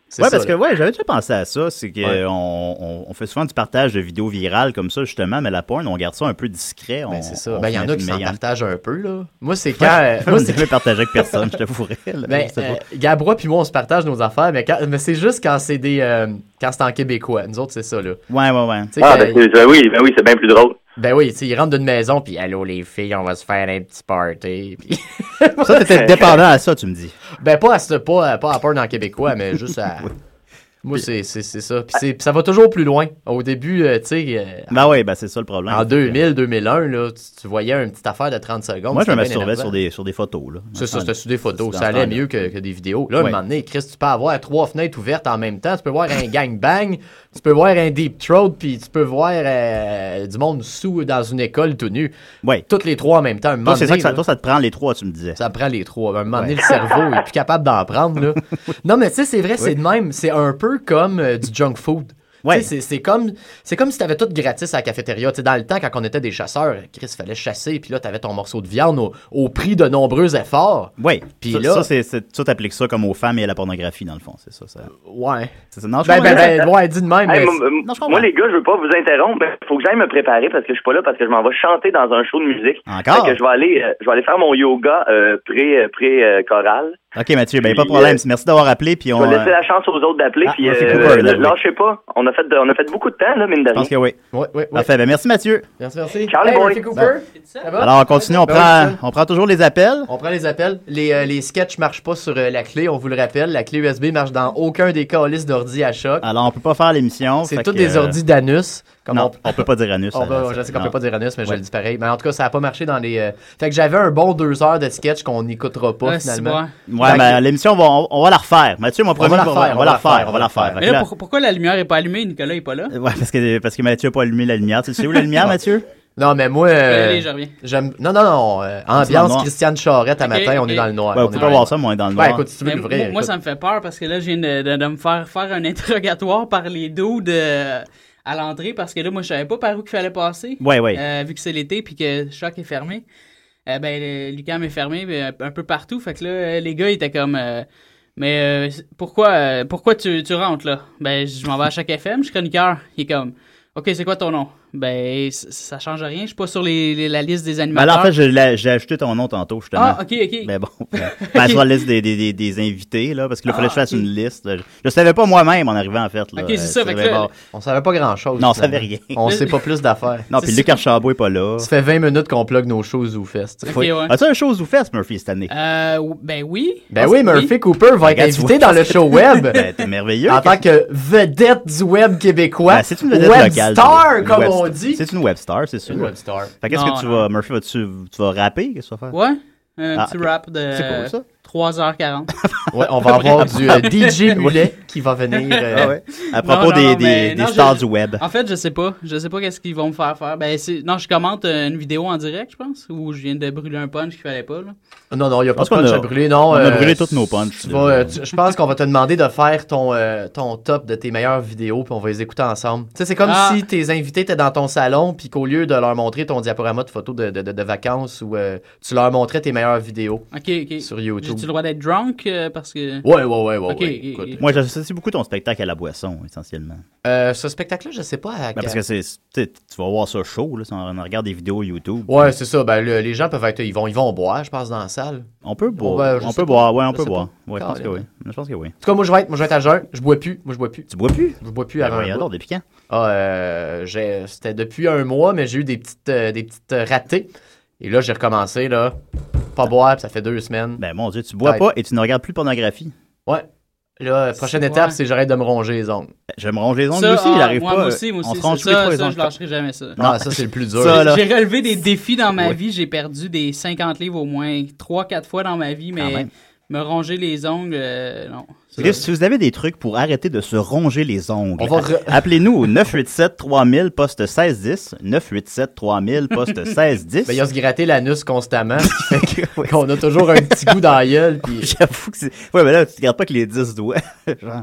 C'est ouais, ça, parce là. que ouais, j'avais déjà pensé à ça. C'est qu'on Ouais. on, on fait souvent du partage de vidéos virales comme ça, justement, mais la porn, on garde ça un peu discret. Ben, on, c'est ça. on Ben, il y en met- a qui mais s'en il y en- partagent un peu, là. Moi, c'est quand. Moi, euh, je moi, ne c'est jamais partager avec personne, je t'avouerais. là. Ben, Je sais pas. euh, Gabrois puis moi, on se partage nos affaires, mais, quand, mais c'est juste quand c'est des. euh, quand c'est en québécois. Nous autres, c'est ça, là. Ouais, ouais, ouais. Tu sais, Ah, quand- ben, c'est- ben oui, ben oui, c'est bien plus drôle. ben oui, tu sais, ils rentrent d'une maison, puis allô les filles, on va se faire un petit party. Puis... Ça, t'étais dépendant à ça, tu me dis. ben pas à ce, pas, pas à peur dans le québécois, mais juste à. Moi, c'est, c'est, c'est ça. Puis, c'est, puis ça va toujours plus loin. Au début, euh, tu sais. euh, Ben oui, ben c'est ça le problème. en deux mille, deux mille un, là, tu, tu voyais une petite affaire de trente secondes. Moi, je me c'était bien masturbais énervant. sur des, sur des photos. Là. C'est ça, c'était sur des photos. Dans Ça ce allait temps-là. mieux que, que des vidéos. Là, à un Ouais. moment donné, Chris, tu peux avoir trois fenêtres ouvertes en même temps. Tu peux voir un gangbang, tu peux voir un deep throat, puis tu peux voir euh, du monde sous dans une école tout nu. Ouais. Toutes les trois en même temps. Un moment Toi, c'est ça donné, que ça, là, toi, ça te prend les trois, tu me disais. ça prend les trois. À un moment donné, le cerveau est plus capable d'en prendre. Là. Non, mais tu sais, c'est vrai, c'est de même. C'est un peu comme euh, du junk food. Ouais. Tu sais, C'est, c'est, comme, c'est comme si tu avais tout gratis à la cafétéria. Tu sais, dans le temps, quand on était des chasseurs, Chris, il fallait chasser, puis là, tu avais ton morceau de viande au, au prix de nombreux efforts. Oui. Puis ça, là- ça, c'est, c'est, ça, t'appliques ça comme aux femmes et à la pornographie, dans le fond. C'est ça. ça. Ouais. C'est ça. Non, je Ben, comprends. ben, ben, ouais, dis de même. Hey, mais moi, c'est- euh, Non, je comprends. moi, les gars, je veux pas vous interrompre, mais faut que j'aille me préparer parce que je suis pas là parce que je m'en vais chanter dans un show de musique. Encore? Fait que je vais aller, euh, je vais aller faire mon yoga euh, pré, euh, pré euh, choral. OK, Mathieu, ben Puis, pas de problème. euh, Merci d'avoir appelé. Puis Je on. vais laisser euh, la chance aux autres d'appeler. Ah, puis Murphy euh, Cooper, là, oui. lâchez pas. On a fait, de- on a fait beaucoup de temps là, mine de Je pense que rien. oui. Ouais, ouais, ouais. Parfait. Ben merci, Mathieu. Merci, merci. Ciao, les Hey, boys. Murphy Cooper. Ça va? Alors, on continue. On Ben prend, oui, ça. on prend toujours les appels. On prend les appels. Les, euh, les sketchs marchent pas sur euh, la clé, on vous le rappelle. La clé U S B marche dans aucun des calices d'ordi à choc. Alors, on peut pas faire l'émission. C'est fait tous que, des euh, ordis d'anus. Comme Non, on- on peut pas dire anus. On ça- va- ça- je sais qu'on non. peut pas dire anus, mais je Ouais. le dis pareil. Mais en tout cas, ça a pas marché dans les. euh, Fait que j'avais un bon deux heures de sketch qu'on n'écoutera pas Ouais, c'est finalement. bon. Ouais, mais l'émission, on va, on, on va la refaire. Mathieu, mon premier, va la on va, refaire, on va la refaire. On va la refaire. Fait Mais que là, là- pour- pourquoi la lumière est pas allumée? Nicolas est pas là? Ouais, parce que, parce que Mathieu a pas allumé la lumière. Tu sais où la lumière, Mathieu? Non, mais moi. euh, Allez, je reviens. j'aime... Non, non, non. euh, dans le ambiance noir. Christiane Charrette à Ok, matin, on ok. est dans le noir. Ouais, on vous est pouvez dans pas le voir ça, moi, on est dans le noir. noir. Ouais, écoute, si tu veux Mais l'ouvrir. moi, moi, écoute. ça me fait peur parce que là, je viens de, de- de me faire faire un interrogatoire par les dudes euh, à l'entrée parce que là, moi, je savais pas par où il fallait passer. Ouais, ouais. Euh, vu que c'est l'été puis que Choc est fermé. Euh, ben, le- l'U Q A M est fermé ben, un peu partout. Fait que là, euh, les gars, ils étaient comme... euh, mais euh, pourquoi euh, pourquoi tu, tu rentres, là? Ben, je m'en vais à Choc F M, je suis chroniqueur. Il est comme... OK, c'est quoi ton nom? Ben, c- ça change rien. Je suis pas sur les, les- la liste des Ben animateurs. là, en fait, je l'ai- j'ai ajouté ton nom tantôt, justement. Ah, OK, OK. Mais bon. Ben, sur la liste des, des, des, des invités, là, parce qu'il Ah, fallait que je fasse ok. une liste. Je, je savais pas moi-même en arrivant, en fait. Là. Ok, c'est ça, Euh, fait que savais là, pas- On savait pas grand-chose. Non, on finalement. savait rien. On sait pas plus d'affaires. Non, C'est puis ça. Luc Archambault est pas là. Ça fait vingt minutes qu'on plug nos shows au Fest. Ok, Faut- ouais. As-tu un show ou fest, Murphy, cette année? Euh, ou- ben oui. Ben Parce oui, que Murphy Cooper va être Regarde, tu invité vois. dans le show web. Ben, t'es merveilleux. En tant que vedette du web québécooi. Ben, c'est une vedette web locale. star, Une comme web- on dit. C'est une web star, c'est sûr. Une web star. Fait qu'est-ce Non, que tu non. vas, Murphy, vas-tu, tu vas rapper? Qu'est-ce que tu vas faire? Ouais. Un Ah, petit ok. rap de C'est cool, ça. trois heures quarante. Ouais, on va avoir du euh, D J Moulet qui va venir. euh, Ah ouais. À propos Non, non, des, non, des, mais des non, stars je- du web. En fait, je sais pas. Je sais pas qu'est-ce qu'ils vont me faire faire. Ben, c'est... Non, je commente euh, une vidéo en direct, je pense, où je viens de brûler un punch qu'il fallait pas, là. Non, non, il n'y a pas de Parce qu'on punch a- à brûler, non. on a euh, brûlé tous nos punchs, tu là. vas, euh, tu- Je pense qu'on va te demander de faire ton, euh, ton top de tes meilleures vidéos, puis on va les écouter ensemble. Tu sais, c'est comme Ah. si tes invités étaient dans ton salon, puis qu'au lieu de leur montrer ton diaporama de photos de, de, de, de vacances, ou euh, tu leur montrais tes meilleures vidéos Ok, ok. sur YouTube. J'ai-tu le droit d'être drunk euh, parce que. Ouais, ouais, ouais, ouais. Ok, ouais. ok, Écoute. ok. Moi, j'associe beaucoup ton spectacle à la boisson, essentiellement. Euh, ce spectacle-là, je sais pas à Ben, parce que c'est, tu sais, tu vas voir ça chaud, là, si on on regarde des vidéos YouTube. Ouais, c'est ça. Ben, le- les gens peuvent être. Ils vont, ils vont boire, je pense, dans la salle. On peut boire. ben, je on sais peut pas. boire, ouais, on Je peut sais boire. pas. Ouais, je pense que Carrément. oui. Je pense que oui. En tout cas, moi, je vais être, moi, je vais être à jeun. Je bois plus. Moi, je bois plus. Tu bois plus? Je bois plus Ben, avant. un voyons bout. donc, depuis quand? Ah, euh, j'ai- c'était depuis un mois, mais j'ai eu des petites, euh, des petites euh, ratées. Et là, j'ai recommencé, là. Pas boire, puis ça fait deux semaines. Ben, mon Dieu, tu bois Ouais. pas et tu ne regardes plus de pornographie. Ouais. Là, la prochaine C'est étape, ouais. c'est j'arrête de me ronger les ongles. Ben, je vais me ronge les ongles Ça, aussi, il ah, arrive moi, pas. moi aussi, moi on aussi. se ronge ça, plus trop les ça, ongles. je lâcherai jamais ça. Non, ça, c'est le plus dur. Ça, là. J'ai relevé des défis dans ma Ouais. vie. J'ai perdu des cinquante livres au moins trois quatre fois dans ma vie, Quand mais même. me ronger les ongles, euh, non. Ça, Chris, si vous avez des trucs pour arrêter de se ronger les ongles, On va re- appelez-nous au neuf huit sept trois mille poste seize dix. neuf huit sept trois mille poste seize dix. Ben, il y a se gratter l'anus constamment, ce qui fait Ouais. qu'on a toujours un petit goût dans la gueule. Puis, J'avoue que c'est. Ouais, mais là, tu te gardes pas que les dix doigts. Genre,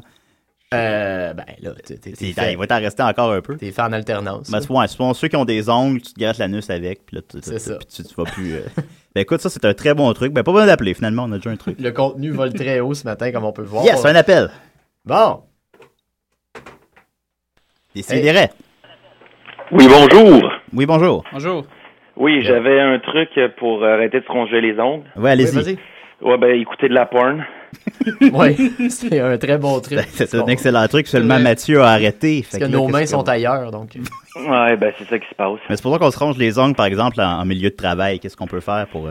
euh, ben là, t'es, t'es, t'es il fait, va t'en rester encore un peu. t'es fait en alternance. Ben, c'est ouais, c'est pour ceux qui ont des ongles, tu te grattes l'anus avec, puis là, tu, C'est tu- ça. puis tu, tu vas plus. euh. Ben, écoute, ça, c'est un très bon truc. Ben, pas besoin d'appeler, finalement, on a déjà un truc. Le contenu vole très haut ce matin, comme on peut le voir. Yes, un appel. Bon. Décidérez. Oui, bonjour. Oui, bonjour. Bonjour. Oui, j'avais un truc pour arrêter de se ronger les ongles. Ouais, allez-y. Oui, vas-y. Ouais, ben, écouter de la porn. Oui, c'est un très bon truc. C'est un excellent truc, seulement Mathieu a arrêté. Parce que nos mains sont ailleurs, donc. Ouais, ben, c'est ça qui se passe. Mais c'est pour ça qu'on se ronge les ongles, par exemple, en, en milieu de travail. Qu'est-ce qu'on peut faire pour... Euh...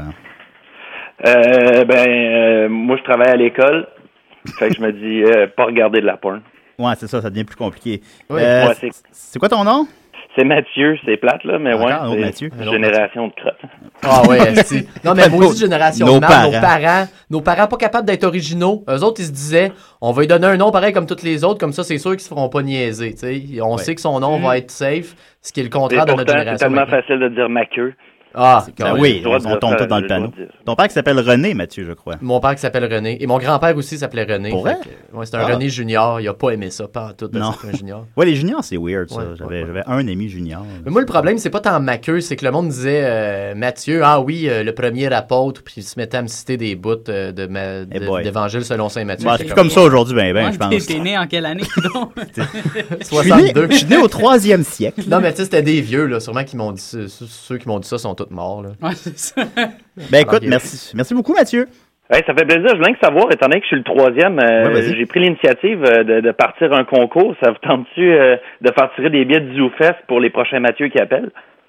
Euh, ben, euh, moi, je travaille à l'école. Fait que je me dis, euh, pas regarder de la porn. Ouais, c'est ça, ça devient plus compliqué. Oui. Euh, Ouais, c'est... c'est quoi ton nom? C'est Mathieu, c'est plate, là, mais Encore ouais, un autre c'est Mathieu. une génération de crottes. Ah ouais, c'est... Non, mais moi aussi, génération Nos de marde, nos parents. parents, nos parents pas capables d'être originaux. Eux autres, ils se disaient, on va lui donner un nom pareil comme tous les autres, comme ça, c'est sûr qu'ils se feront pas niaiser, tu sais. On Ouais. sait que son nom Mm. va être safe, ce qui est le Et contraire de notre pourtant, génération. c'est tellement maintenant. facile de dire ma queue. Ah, Ben quand oui, J'ai le droit on, de on dire tombe ça, tout dans j'ai le le droit panneau. de dire. Ton père qui s'appelle René, Mathieu, je crois. Mon père qui s'appelle René. Et mon grand-père aussi s'appelait René. Pour Fait vrai? que, ouais, c'est un Ah. René junior. Il a pas aimé ça, pas en tout, de Non. s'appeler un junior. Ouais, les juniors, c'est weird, ça. Ouais, j'avais, ouais, ouais. j'avais un ami junior. Mais moi, le problème, c'est pas tant ma queue, c'est que le monde disait euh, Mathieu, ah oui, euh, le premier apôtre, puis il se mettait à me citer des bouts euh, de ma, de- boy. d'évangile selon saint Matthieu. Bon, c'est plus comme ça aujourd'hui, ben, ben, Ouais, je pense. t'es, t'es né en quelle année, donc? Je suis né- soixante-deux. Je suis né au troisième siècle. Non, mais tu sais, c'était des vieux, là. Sûrement qui m'ont dit ça. Ceux- Ceux qui m'ont dit ça sont tous morts, là. Ouais, c'est ça. Ben écoute, Alors, merci. Merci beaucoup, Mathieu. Hey, ça fait plaisir. Je voulais que savoir, étant donné que je suis le troisième, euh, Ouais, vas-y. j'ai pris l'initiative euh, de, de partir un concours. Ça vous tente-tu euh, de faire tirer des billets du ZooFest pour les prochains Mathieu qui appellent?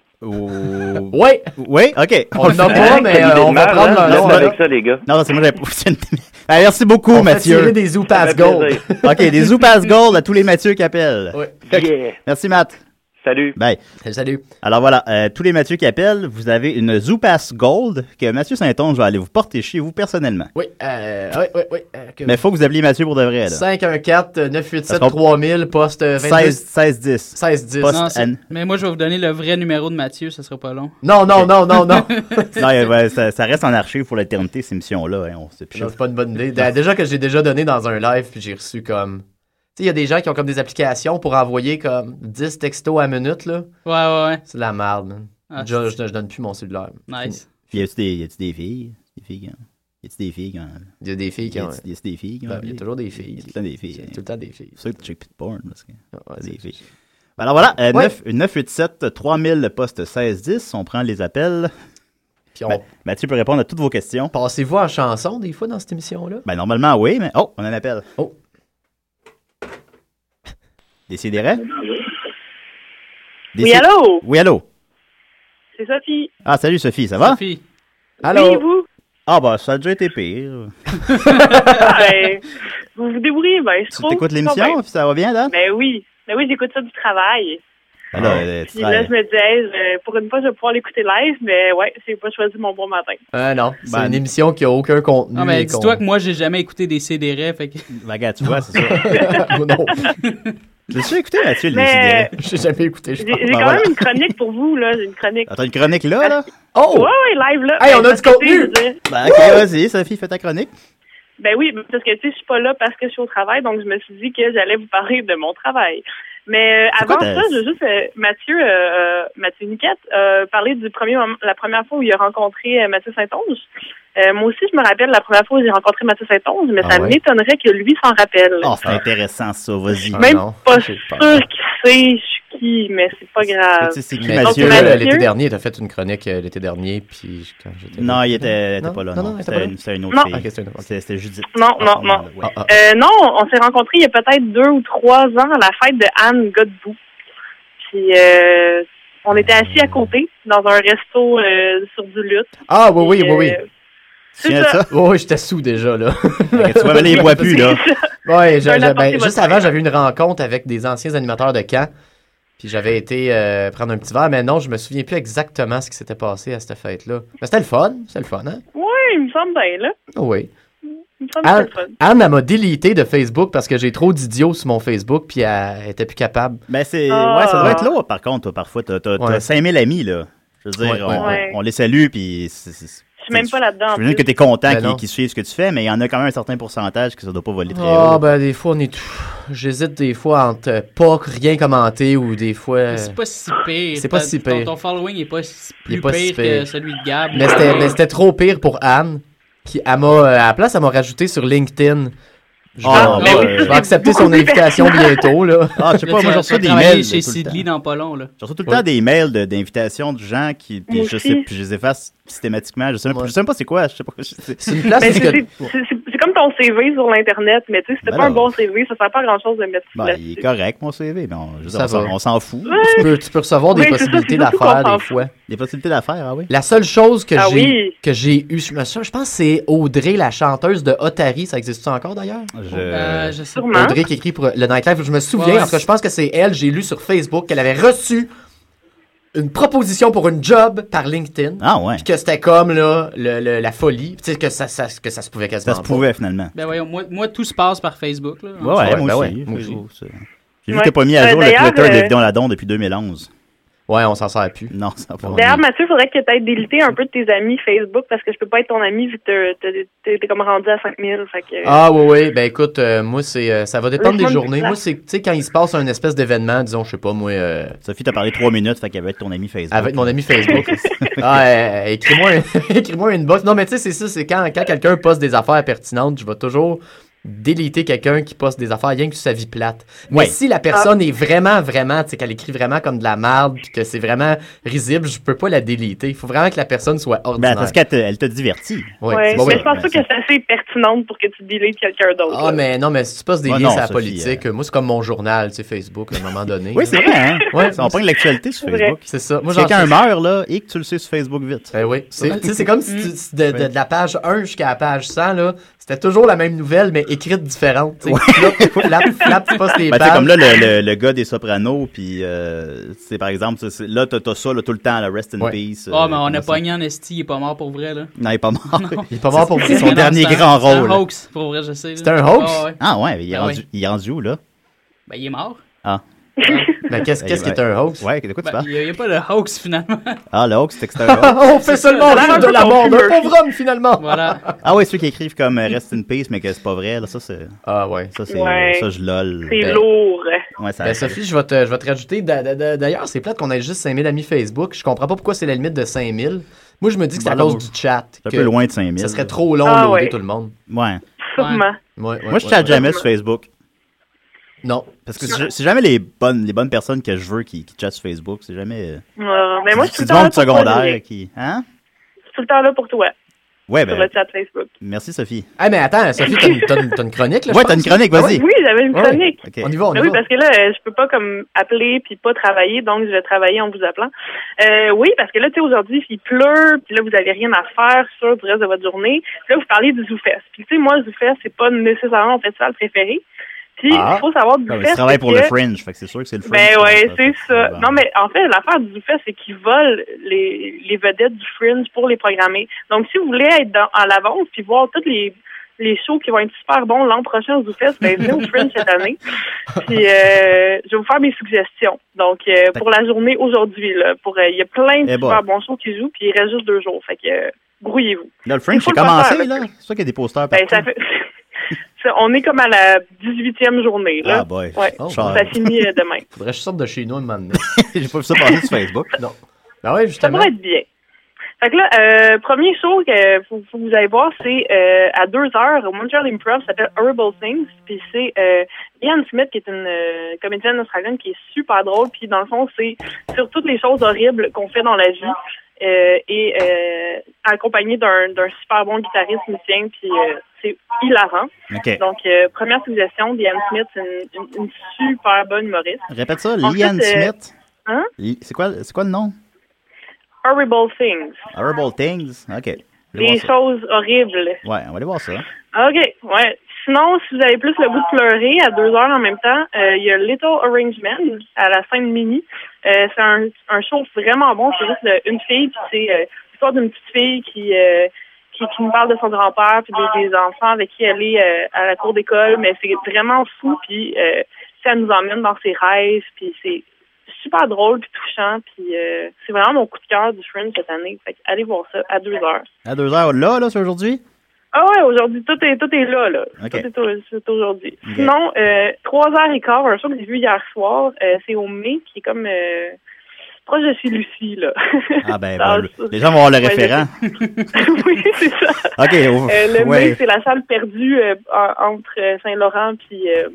Oui! Oui, ok. On en a pas, mais Comme euh, idée on de va mal, prendre hein? un nom. Laisse avec ça, les gars. Non, c'est moi, j'avais poussé une... Ben, merci beaucoup, On fait Mathieu. tirer des Zoo Ça Pass fait Gold. plaisir. Ok, des Zoo Pass Gold à tous les Mathieu qui appellent. Ouais. Yeah. Merci, Matt. Salut. Bye. Salut, salut. Alors voilà, euh, tous les Mathieu qui appellent, vous avez une Zoo Pass Gold que Mathieu Saint-Onge va aller vous porter chez vous personnellement. Oui, euh, oui, oui, oui. euh, que- Mais il faut que vous appeliez Mathieu pour de vrai, là. cinq un quatre neuf huit sept Parce qu'on- trois mille, poste vingt-deux seize, seize dix. seize dix. Poste Non, c'est- N. Mais moi, je vais vous donner le vrai numéro de Mathieu, ça sera pas long. Non, non, non, non, non. Non, euh, ouais, ça, ça reste en archive pour l'éternité, ces émissions-là. Hein, on sait plus. Non, c'est pas une bonne idée. D- Déjà que j'ai déjà donné dans un live, puis j'ai reçu comme... Tu sais, il y a des gens qui ont comme des applications pour envoyer comme dix textos à minute, là. Ouais, ouais, ouais. C'est de la merde, man. Ah, Déjà, je, je donne plus mon cellulaire. Nice. Puis y a-tu des, y a-tu des filles? Des filles, hein? Y a-tu des filles quand... Il y a des filles qui Y ont... a-tu y a-tu des filles qui ont Ben, il y a appelé? toujours des filles. Il y a tout le temps des filles. Il y a tout le temps des filles. C'est sûr que tu checkes plus de porn, parce que Ah, ouais, c'est des c'est- filles. Alors voilà, euh, Ouais. neuf neuf huit sept trois mille poste seize dix, on prend les appels. Puis on... Ben, Mathieu peut répondre à toutes vos questions. Passez-vous en chanson, des fois, dans cette émission-là? Ben normalement oui, mais... Oh, on a un appel. Oh. Décidérez. Oui, Déci- allô? Oui, allô? C'est Sophie. Ah, salut Sophie, ça va? Sophie. Allô? Oui, vous? Ah bah, ça a déjà été pire. Ah, ben, vous vous débrouillez, ben, je Tu trouve. t'écoutes Non, l'émission, ben, puis ça va bien, là? ben oui. Ben oui, j'écoute ça du travail. Ben là, euh, tu Puis là, travailles. je me disais, je- pour une fois, je vais pouvoir l'écouter live, mais ouais, j'ai pas choisi mon bon matin. Ah non, c'est Ben- une émission qui a aucun contenu. Non, mais et dis-toi qu'on- que moi, j'ai jamais écouté des C D R, fait que... Ben, regarde, tu vois, c'est ça. Moi non. L'as-tu écouté, Mathieu, le Mais- Décidérez? J'ai jamais écouté, je J'ai pense. j'ai Ben quand voilà. même une chronique pour vous, là. J'ai une chronique. Attends, une chronique là, là? Oh! Ouais, ouais, live, là. Hey, on a parce du que, contenu! tu sais, je veux dire, Ben, ok, vas-y, Sophie, fais ta chronique. Ben oui, parce que, tu sais, je suis pas là parce que je suis au travail, donc je me suis dit que j'allais vous parler de mon travail. Mais euh, C'est avant quoi ta- ça, je veux juste, euh, Mathieu, euh, Mathieu Niquette, euh, parler du premier moment, la première fois où il a rencontré euh, Mathieu Saint-Onge. Euh, moi aussi, je me rappelle la première fois où j'ai rencontré Mathieu Saint-Onge, mais Ah ça ouais? m'étonnerait que lui s'en rappelle. Oh, c'est intéressant, ça, vas-y. Ah, Même non, pas j'ai sûr pas. qu'il sait je suis qui, mais c'est pas grave. Tu sais, c'est qui, Mais Mathieu? donc, Mathieu- là, l'été dernier, t'as fait une chronique euh, l'été dernier, puis quand j'étais Non, là- il était, était Non? pas là, Non, non. non, il était C'était pas là? une, c'était une autre Non. fille. Ok, c'était une autre. C'était c'était Judith. Non, non, Ah, non. ouais. Ah, ah. Euh, non, on s'est rencontrés il y a peut-être deux ou trois ans à la fête de Anne Godbout. Puis, euh, on était assis à côté dans un resto euh, sur du lutte. Ah, oui, oui, Puis, oui, oui. euh, Tu te souviens de ça? Oh, oui, j'étais sous déjà, là. Ok, tu vois, mais là, il boit plus, là. Ouais, j'ai- Un j'ai- apporter ben, votre juste avant, j'avais une rencontre avec des anciens animateurs de camp. Puis j'avais été euh, prendre un petit verre, mais non, je me souviens plus exactement ce qui s'était passé à cette fête-là. Mais c'était le fun, c'était le fun, hein? Oui, il me semble bien, là. Oh, oui. Il me semble que Anne, c'est le fun. Anne, elle m'a délité de Facebook parce que j'ai trop d'idiots sur mon Facebook, puis elle était plus capable. Ben, c'est. Ah. Ouais, ça doit être lourd, par contre, toi, parfois. T'as, t'as, t'as Ouais. cinq mille amis, là. Je veux dire, Ouais, on, ouais. Ouais. on les salue, puis. c'est- c'est- Je suis même pas là-dedans. en J'imagine plus. que t'es content Ben qu'ils, non. qu'ils suivent ce que tu fais, mais il y en a quand même un certain pourcentage que ça doit pas voler très Ah, haut. ben des fois, on est tout. J'hésite des fois entre euh, pas rien commenter ou des fois. euh, Mais c'est pas si pire. c'est pas Ta- si ton- pire. Ton following est pas si- Il est plus pas pire, si que pire. celui de Gab. Mais c'était, mais c'était trop pire pour Anne. Qui, elle m'a, euh, à la place, elle m'a rajouté sur LinkedIn. Je vais, ah, ben oui. je vais accepter son invitation bientôt, là. Ah, je sais pas, moi, j'ai reçu des mails. emails. Chez Sidley dans pas long, là. J'ai reçu tout le oui. temps des mails de, d'invitation de gens qui, puis je sais, puis je les efface systématiquement. Je sais même, ouais. je sais même pas c'est quoi. Je sais pas. C'est, c'est une place ben, c'est, que... c'est, c'est, c'est comme ton C V sur l'Internet, mais tu sais, si t'as ben pas là. un bon C V, ça sert pas à grand-chose de mettre ben, là-dessus. Il est correct, mon C V, mais on, je ça dire, on, on s'en fout. Ouais. Tu, peux, tu peux recevoir des oui, possibilités ça, d'affaires des fois. Des possibilités d'affaires, ah oui. La seule chose que ah, j'ai oui. que j'ai eu, je pense que c'est Audrey, la chanteuse de Otari. Ça existe-tu encore d'ailleurs? Je, euh, je sais pas. Audrey qui écrit pour le Nightlife. Je me souviens, ouais. parce que je pense que c'est elle, j'ai lu sur Facebook qu'elle avait reçu une proposition pour une job par LinkedIn. Ah ouais. Puis que c'était comme là, le, le, la folie. Tu sais, que ça, ça, que ça se pouvait quasiment Ça se pouvait finalement. Ben voyons, moi, moi tout se passe par Facebook. Là, ouais, ouais, moi, ben aussi, ouais, moi aussi. aussi. J'ai vu ouais. que t'as pas mis à jour euh, le Twitter euh... de Vidon Ladon depuis deux mille onze. Ouais, on s'en sert plus. Non, ça va pas. D'ailleurs, Mathieu, il faudrait que tu aies délité un peu de tes amis Facebook parce que je peux pas être ton ami vu que t'es, t'es, t'es comme rendu à cinq mille. Fait que... Ah oui, oui. Ben écoute, euh, moi, c'est euh, ça va dépendre des journées. Moi, c'est, tu sais, quand il se passe un espèce d'événement, disons, je sais pas, moi... Euh... Sophie t'a parlé trois minutes, fait qu'elle va être ton ami Facebook. Avec mon ami Facebook. ah, euh, écris-moi, un, écris-moi une box. Non, mais tu sais, c'est ça, c'est quand, quand quelqu'un poste des affaires pertinentes, je vais toujours... déliter quelqu'un qui poste des affaires rien que sur sa vie plate. Mais ouais. si la personne ah. est vraiment, vraiment, tu sais, qu'elle écrit vraiment comme de la merde puis que c'est vraiment risible, je peux pas la déliter. Il faut vraiment que la personne soit ordinaire. Ben, parce qu'elle te, elle te divertit. Ouais, ouais. Bon, mais ouais. je pense pas que c'est assez pertinente pour que tu délites quelqu'un d'autre. Ah, là. mais non, mais si tu postes des ouais, liens sur la politique, euh... moi, c'est comme mon journal, tu sais, Facebook, à un moment donné. oui, c'est vrai, hein? Ouais, on prend l'actualité sur Facebook. C'est ça. Moi, si quelqu'un meurt, là, et que tu le sais sur Facebook vite. Ben oui. C'est, c'est comme si tu, de, de, de la page un jusqu'à la page cent, là, c'était toujours la même nouvelle, mais écrite différente. Ouais. Là, là, tu passes les ben, pages. Comme là, le, le, le gars des Sopranos, puis euh, c'est par exemple, c'est, là, t'as, t'as ça là, tout le temps, là, Rest in ouais. Peace. Ah, euh, mais on a pogné en esti, il est pas mort pour vrai, là. Non, il est pas mort. Non. Il est pas mort pour vrai. C'est son dernier non, c'est grand un, rôle. C'est un hoax, pour vrai, je sais. Là. C'était un hoax? Ah ouais, ah, ouais il, est ah, rendu, ouais. il est rendu où, là? Ben, il est mort. Ah. Mais qu'est-ce, qu'est-ce qui est un hoax? Ouais, de quoi tu ben, parles? Il n'y a, a pas de hoax, finalement. Ah, le hoax, c'était que c'était un hoax. On fait seulement rire de la mort d'un pauvre homme, finalement. Voilà. Ah ouais, ceux qui écrivent comme Rest in Peace, mais que c'est pas vrai, là, ça, c'est... Ah ouais. Ça, c'est... Ouais. Ça, je lol. C'est ben, lourd. Ouais, ça ben, Sophie, je vais, te, je vais te rajouter... D'ailleurs, c'est plate qu'on ait juste cinq mille amis Facebook. Je comprends pas pourquoi c'est la limite de cinq mille. Moi, je me dis que c'est à cause du chat. C'est un peu loin de cinq mille. Ça serait trop long ah, de loader ouais. tout le monde. Ouais. Sûrement. Ouais, ouais, Moi, je ouais, chatte ouais, jamais ouais. sur Facebook. Non. Parce que c'est, c'est jamais les bonnes, les bonnes personnes que je veux qui, qui chattent sur Facebook. C'est jamais... Euh, mais moi, je suis tout le monde secondaire qui... Hein? Je suis tout le temps là pour toi. Ouais, ben... Sur le chat Facebook. Merci, Sophie. Ah, hey, mais attends, Sophie, t'as une, t'as une, t'as une chronique, là, ouais, t'as une chronique, vas-y. Oui, j'avais une chronique. Ouais. Okay. On y va, on y mais va. Oui, parce que là, je peux pas comme appeler puis pas travailler, donc je vais travailler en vous appelant. Euh, oui, parce que là, tu sais, aujourd'hui, il pleut, puis là, vous avez rien à faire sur le reste de votre journée. Puis là, vous parlez du ZooFest. Puis tu sais, moi, le ZooFest, c'est pas nécessairement mon festival préféré. Puis, il ah. faut savoir du ZooFest. Tu travailles pour que... le Fringe, fait que c'est sûr que c'est le Fringe. Ben ouais, c'est ça. ça. Non, mais en fait, l'affaire du ZooFest, c'est qu'ils volent les, les vedettes du Fringe pour les programmer. Donc, si vous voulez être dans, en l'avance puis voir toutes les, les shows qui vont être super bons l'an prochain au ZooFest, ben venez au Fringe cette année. Puis, euh, je vais vous faire mes suggestions. Donc, euh, pour la journée aujourd'hui, là, pour il euh, y a plein de hey super boy. bons shows qui jouent, puis il reste juste deux jours. Fait que, euh, grouillez-vous. Là, le Fringe, c'est commencé, là. C'est sûr qu'il y a des posters partout. Ben, ça fait... On est comme à la dix-huitième journée. Là. Ah, boy. Ouais. Oh, ça finit euh, demain. Faudrait que je sorte de chez nous un moment donné. J'ai pas vu ça passer sur Facebook. Non. Ben ouais, justement. Ça pourrait être bien. Fait que là, euh, premier show que faut, faut que vous allez voir, c'est euh, à deux heures au Montreal Improv, ça s'appelle Horrible Things. Puis c'est euh, Ian Smith, qui est une euh, comédienne australienne qui est super drôle. Puis dans le fond, c'est sur toutes les choses horribles qu'on fait dans la vie. Euh, et euh, accompagné d'un, d'un super bon guitariste musicien, puis euh, c'est hilarant. Okay. Donc, euh, première suggestion, Ian Smith, c'est une, une, une super bonne humoriste. Répète ça, Ian Smith. Euh, hein? C'est quoi, c'est quoi le nom? Horrible Things. Horrible Things, OK. Des choses horribles. Ouais, on va aller voir ça. OK, ouais. Sinon, si vous avez plus le goût de pleurer à deux heures en même temps, il euh, y a Little Orange Man à la scène mini. Euh, c'est un, un show vraiment bon. C'est juste euh, une fille, puis c'est euh, l'histoire d'une petite fille qui, euh, qui qui nous parle de son grand-père puis des, des enfants avec qui elle est euh, à la cour d'école. Mais c'est vraiment fou, puis euh, ça nous emmène dans ses rêves, puis c'est super drôle puis touchant, puis euh, c'est vraiment mon coup de cœur du Fringe cette année. Fait allez voir ça à deux heures. À deux heures, là, là, c'est aujourd'hui? Ah ouais, aujourd'hui, tout est tout est là, là. Okay. Tout est, c'est aujourd'hui. Okay. Sinon, euh, trois heures et quart, un show que j'ai vu hier soir, euh, c'est au Mai, qui est comme euh, proche de chez Lucie, là. Ah ben, ben le, les gens vont avoir le Ouais, référent. je- oui, c'est ça. OK. ouf, Euh, le ouais. mec, c'est la salle perdue euh, en- entre euh, Saint-Laurent puis euh,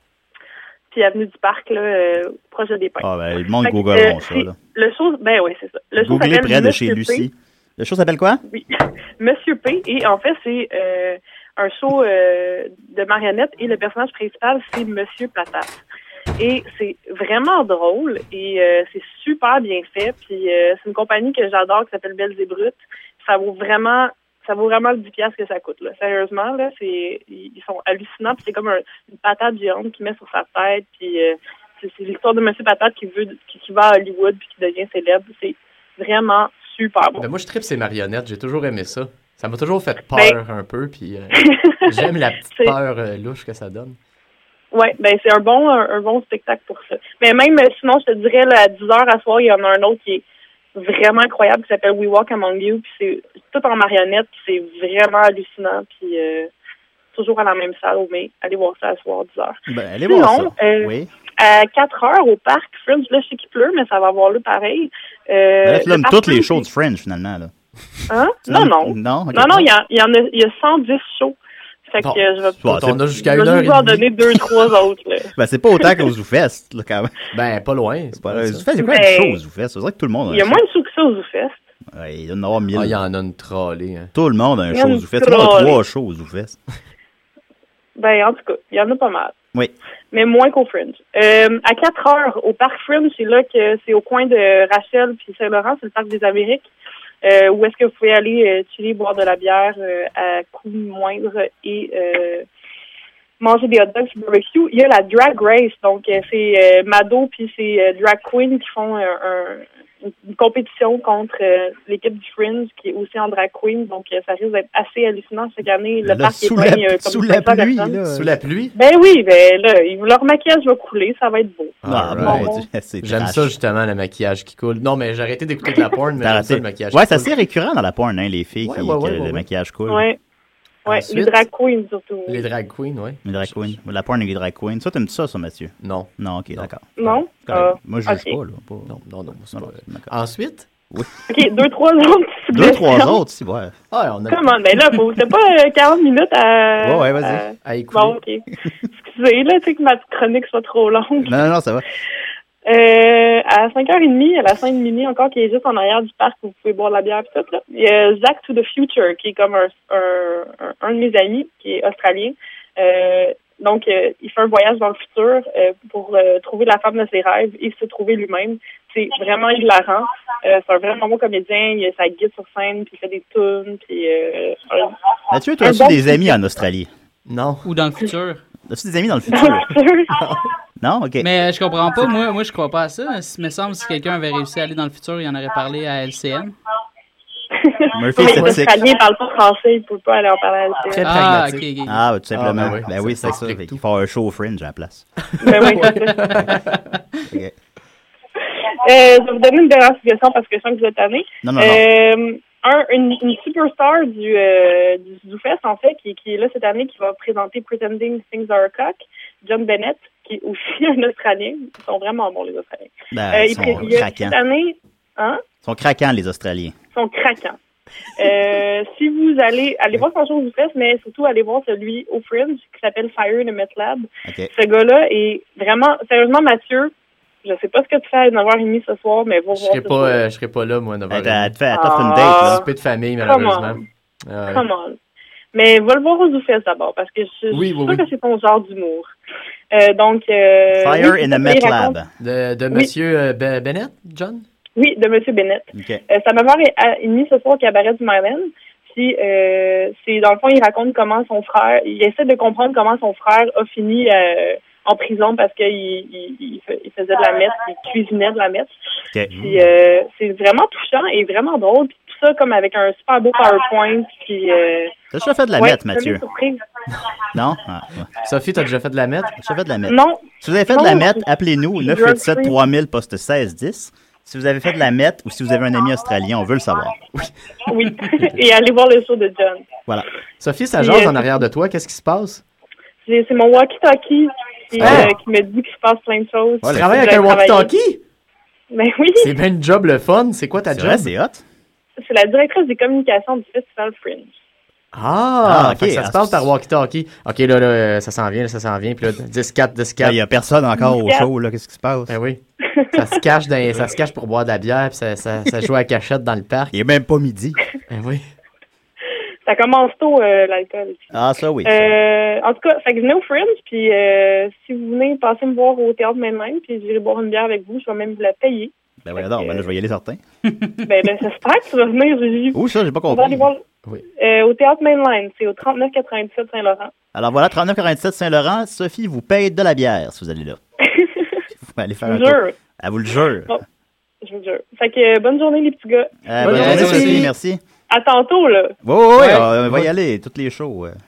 puis Avenue du Parc, là, euh, proche de des Pins. Ah ben, le monde Fait que, googleront euh, ça, c'est- là. Le show, ben oui, c'est ça. Le show Googlez s'appelle près de chez Monsieur Lucie. P. Le show s'appelle quoi? Oui. Monsieur P. Et en fait, c'est euh, un show euh, de marionnettes et le personnage principal, c'est Monsieur Patate. Et c'est vraiment drôle et euh, c'est super bien fait. Puis euh, c'est une compagnie que j'adore qui s'appelle Belles et Brutes. Ça vaut vraiment, ça vaut vraiment le dix piastres que ça coûte. Là. Sérieusement, là, c'est ils sont hallucinants. Puis c'est comme un, une patate géante qui met sur sa tête. Puis euh, c'est, c'est l'histoire de Monsieur Patate qui veut, qui, qui va à Hollywood puis qui devient célèbre. C'est vraiment super bon. Ben, moi, je tripe ces marionnettes. J'ai toujours aimé ça. Ça m'a toujours fait peur Ben- un peu. Puis euh, j'aime la petite C'est- peur euh, louche que ça donne. Ouais, ben c'est un bon un, un bon spectacle pour ça. Mais même euh, sinon, je te dirais là, à dix heures à soir, il y en a un autre qui est vraiment incroyable qui s'appelle We Walk Among You, puis c'est tout en marionnette, puis c'est vraiment hallucinant, puis euh, toujours à la même salle, mais allez voir ça à soir dix heures. Ben, allez voir Sinon, ça. euh, Oui. À quatre heures au parc Fringe, là, je sais qu'il pleut, mais ça va avoir lieu pareil. Euh, Ben là, tu le nommes parc toutes les Fringe, shows du Fringe, finalement, là. Hein? Tu Non, nommes- non. Non, ok. Non, non, il y, a- il y en a, il y a cent dix shows. Fait Bon. que euh, je vais, Bon, c'est- On a jusqu'à je une vais heure juste et en demie. donner deux, trois autres, là. Ben, c'est pas autant qu'au ZooFest, là, quand même. Ben, pas loin. C'est pas pas ça. ZooFest, il y a quoi de Ben, shows au ZooFest? C'est vrai que tout le monde a un Il y a show. moins de shows que ça au ZooFest. Ouais, il doit en avoir mille. Ah, il y en a une trollée. Hein. Tout le monde a un Il y en show a au une ZooFest. Tout le monde a trollée. trois shows au ZooFest. Ben, en tout cas, il y en a pas mal. Oui. Mais moins qu'au Fringe. Euh, à quatre heures, au parc Fringe, c'est là que c'est au coin de Rachel puis Saint-Laurent, c'est le parc des Amériques, euh, où est-ce que vous pouvez aller euh, chiller, boire de la bière euh, à coût moindre et euh, manger des hot dogs sur barbecue. Il y a la Drag Race, donc euh, c'est euh, Mado puis c'est euh, Drag Queen qui font euh, un, une compétition contre euh, l'équipe du Fringe qui est aussi en Drag Queen, donc euh, ça risque d'être assez hallucinant chaque année. Le Là, parc sous est la, plein, euh, comme sous la cinq cents pluie, personnes. là. Sous la pluie? Ben oui, ben là, il- leur maquillage va couler, ça va être beau. Ah, Alright. bon, c'est J'aime trash. ça, justement, le maquillage qui coule. Non, mais j'ai arrêté d'écouter de la porn, mais T'as j'aime ça, raté. le maquillage Ouais, qui c'est coule. assez récurrent dans la porn, hein, les filles Ouais, qui, ouais, ouais, que ouais, le ouais. maquillage cool. Ouais. Ouais, Ensuite- les drag queens surtout. Les drag queens, oui. Les drag queens. La porn avec les drag queens. Ça, t'aimes ça, ça, Mathieu? Non. Non, ok, d'accord. Non? C'est correct. Ah, Moi, je juge ok. pas, là. Pas- Non, non, non. c'est Non, pas- non, d'accord. Ensuite? Oui. OK, deux, trois autres. Deux, trois autres, si, ouais. Ah, on a... Comment? Ben là, faut, t'as pas euh, quarante minutes à... Ouais, ouais, vas-y. à- à écouter. Bon, OK. Excusez, là, tu sais que ma petite chronique soit trop longue. Non, non, non, ça va. Euh, à cinq heures trente, à la scène mini encore, qui est juste en arrière du parc où vous pouvez boire de la bière et tout, là. Il y a Zach to the Future, qui est comme un, un, un, un de mes amis, qui est australien. Euh, donc, euh, il fait un voyage dans le futur euh, pour euh, trouver la femme de ses rêves et se trouver lui-même. C'est vraiment hilarant. Euh, c'est un vraiment bon comédien. Il a sa guide sur scène, puis il fait des tunes, puis... Euh, un- Mathieu, tu as un aussi bon des petit- amis en Australie? Non. Ou dans le futur. As-tu des amis dans le dans futur? le futur. Non? OK. Mais euh, je comprends pas. Moi, moi je crois pas à ça. Il me semble que si quelqu'un avait réussi à aller dans le futur, il en aurait parlé à L C M. Murphy, Mais c'est les sceptique. Australiens ne parlent pas français, ils ne peuvent pas aller en parler à L C M. Très Ah, ok, pragmatique. ok. Ah, tout simplement. Ah, ben oui, ben ça- oui, ça c'est ça. explique Fait tout. qu'il faut un show au Fringe à la place. Ben oui, c'est ça. OK. Euh, je vais vous donner une dernière suggestion parce que je sens que vous êtes tannés. Non, non, non. Euh, un, une, une superstar du, euh, du ZooFest, en fait, qui, qui est là cette année, qui va présenter Pretending Things Are a Cock, John Bennett, qui est aussi un Australien. Ils sont vraiment bons, les Australiens. Ben, Euh, ils il sont pré- il y a craquants. cette année, hein? Ils sont craquants, les Australiens. Ils sont craquants. Euh, si vous allez, allez voir son show au ZooFest, mais surtout allez voir celui au Fringe, qui s'appelle Fire in the Met Lab. OK. Ce gars-là est vraiment, sérieusement, Mathieu, je sais pas ce que tu fais à neuf heures trente ce soir, mais va Je voir serai ce pas, soir. euh, je serai pas là, moi, neuf heures Elle trente. t'a- elle te fait- elle t'offre une Ah. date, là. Souper de famille, Come malheureusement. on. Ah, ouais. Come on. Mais va le voir au ZooFest d'abord, parce que je, je Oui, suis oui, sûre oui. que c'est ton genre d'humour. Euh, donc, euh, Fire oui, in a il Met raconte- Lab. De, de Oui. Monsieur euh, Ben- Bennett, John? Oui, de M. Bennett. OK. Euh, sa maman est à- est mise ce soir au cabaret du Myland. Puis, euh, c'est dans le fond, il raconte comment son frère, il essaie de comprendre comment son frère a fini euh, en prison parce qu'il il, il, fa- il faisait de la meth, il cuisinait de la meth. OK. Puis, euh, c'est vraiment touchant et vraiment drôle. Puis tout ça comme avec un super beau PowerPoint. Puis, euh, T'as déjà fait de la ouais, meth, c'est Mathieu? une surprise. Non? Ah, ouais. Sophie, t'as déjà fait de la meth? J'ai fait de la meth. Non. Si vous avez fait de la Non. meth, appelez-nous neuf huit sept trois mille poste seize dix. Si vous avez fait de la meth ou si vous avez un ami australien, on veut le savoir. Oui. Et allez voir le show de John. Voilà. Sophie, ça Puis, jase euh, en arrière de toi. Qu'est-ce qui se passe? C'est c'est mon walkie-talkie qui, Ah. euh, qui me dit qu'il se passe plein de choses. Tu travailles avec un walkie-talkie? Ben oui. C'est bien une job le fun. C'est quoi ta C'est job? vrai, c'est hot. C'est la directrice des communications du Festival Fringe. Ah, Ah, ok, ok. ça se passe par walkie-talkie. Ok, là, là, ça s'en vient, là, ça s'en vient. Puis là, dix quatre, dix quatre. Il n'y a personne encore au dix quatre. show, là. Qu'est-ce qui se passe? Ben oui. Ça se cache dans, ça se cache pour boire de la bière, puis ça, ça, ça joue à cachette dans le parc. Il est même pas midi. Ben oui. Ça commence tôt, euh, l'alcool. Ah, ça, oui. Euh, en tout cas, fait que venez au Fringe, puis euh, si vous venez passer me voir au Théâtre Mainline, puis j'irai boire une bière avec vous, je vais même vous la payer. Ben voyons donc, ben là, je vais y aller certain. Ben, ben j'espère que tu vas venir, Gigi. Où ça, j'ai pas On va compris. aller voir Oui. euh, au Théâtre Mainline, c'est au trente-neuf quatre-vingt-dix-sept Saint-Laurent. Alors voilà, trente-neuf quatre-vingt-dix-sept Saint-Laurent. Sophie vous paye de la bière si vous allez là. Vous pouvez aller faire Je un vous tour. jure. Elle vous le jure. Bon, je vous jure. Fait que euh, bonne journée, les petits gars. Euh, Bonne bonne journée, journée, Sophie, Sophie. merci. À tantôt, là. Oui, oui, oui, Ouais. on va y aller, toutes les shows. ouais.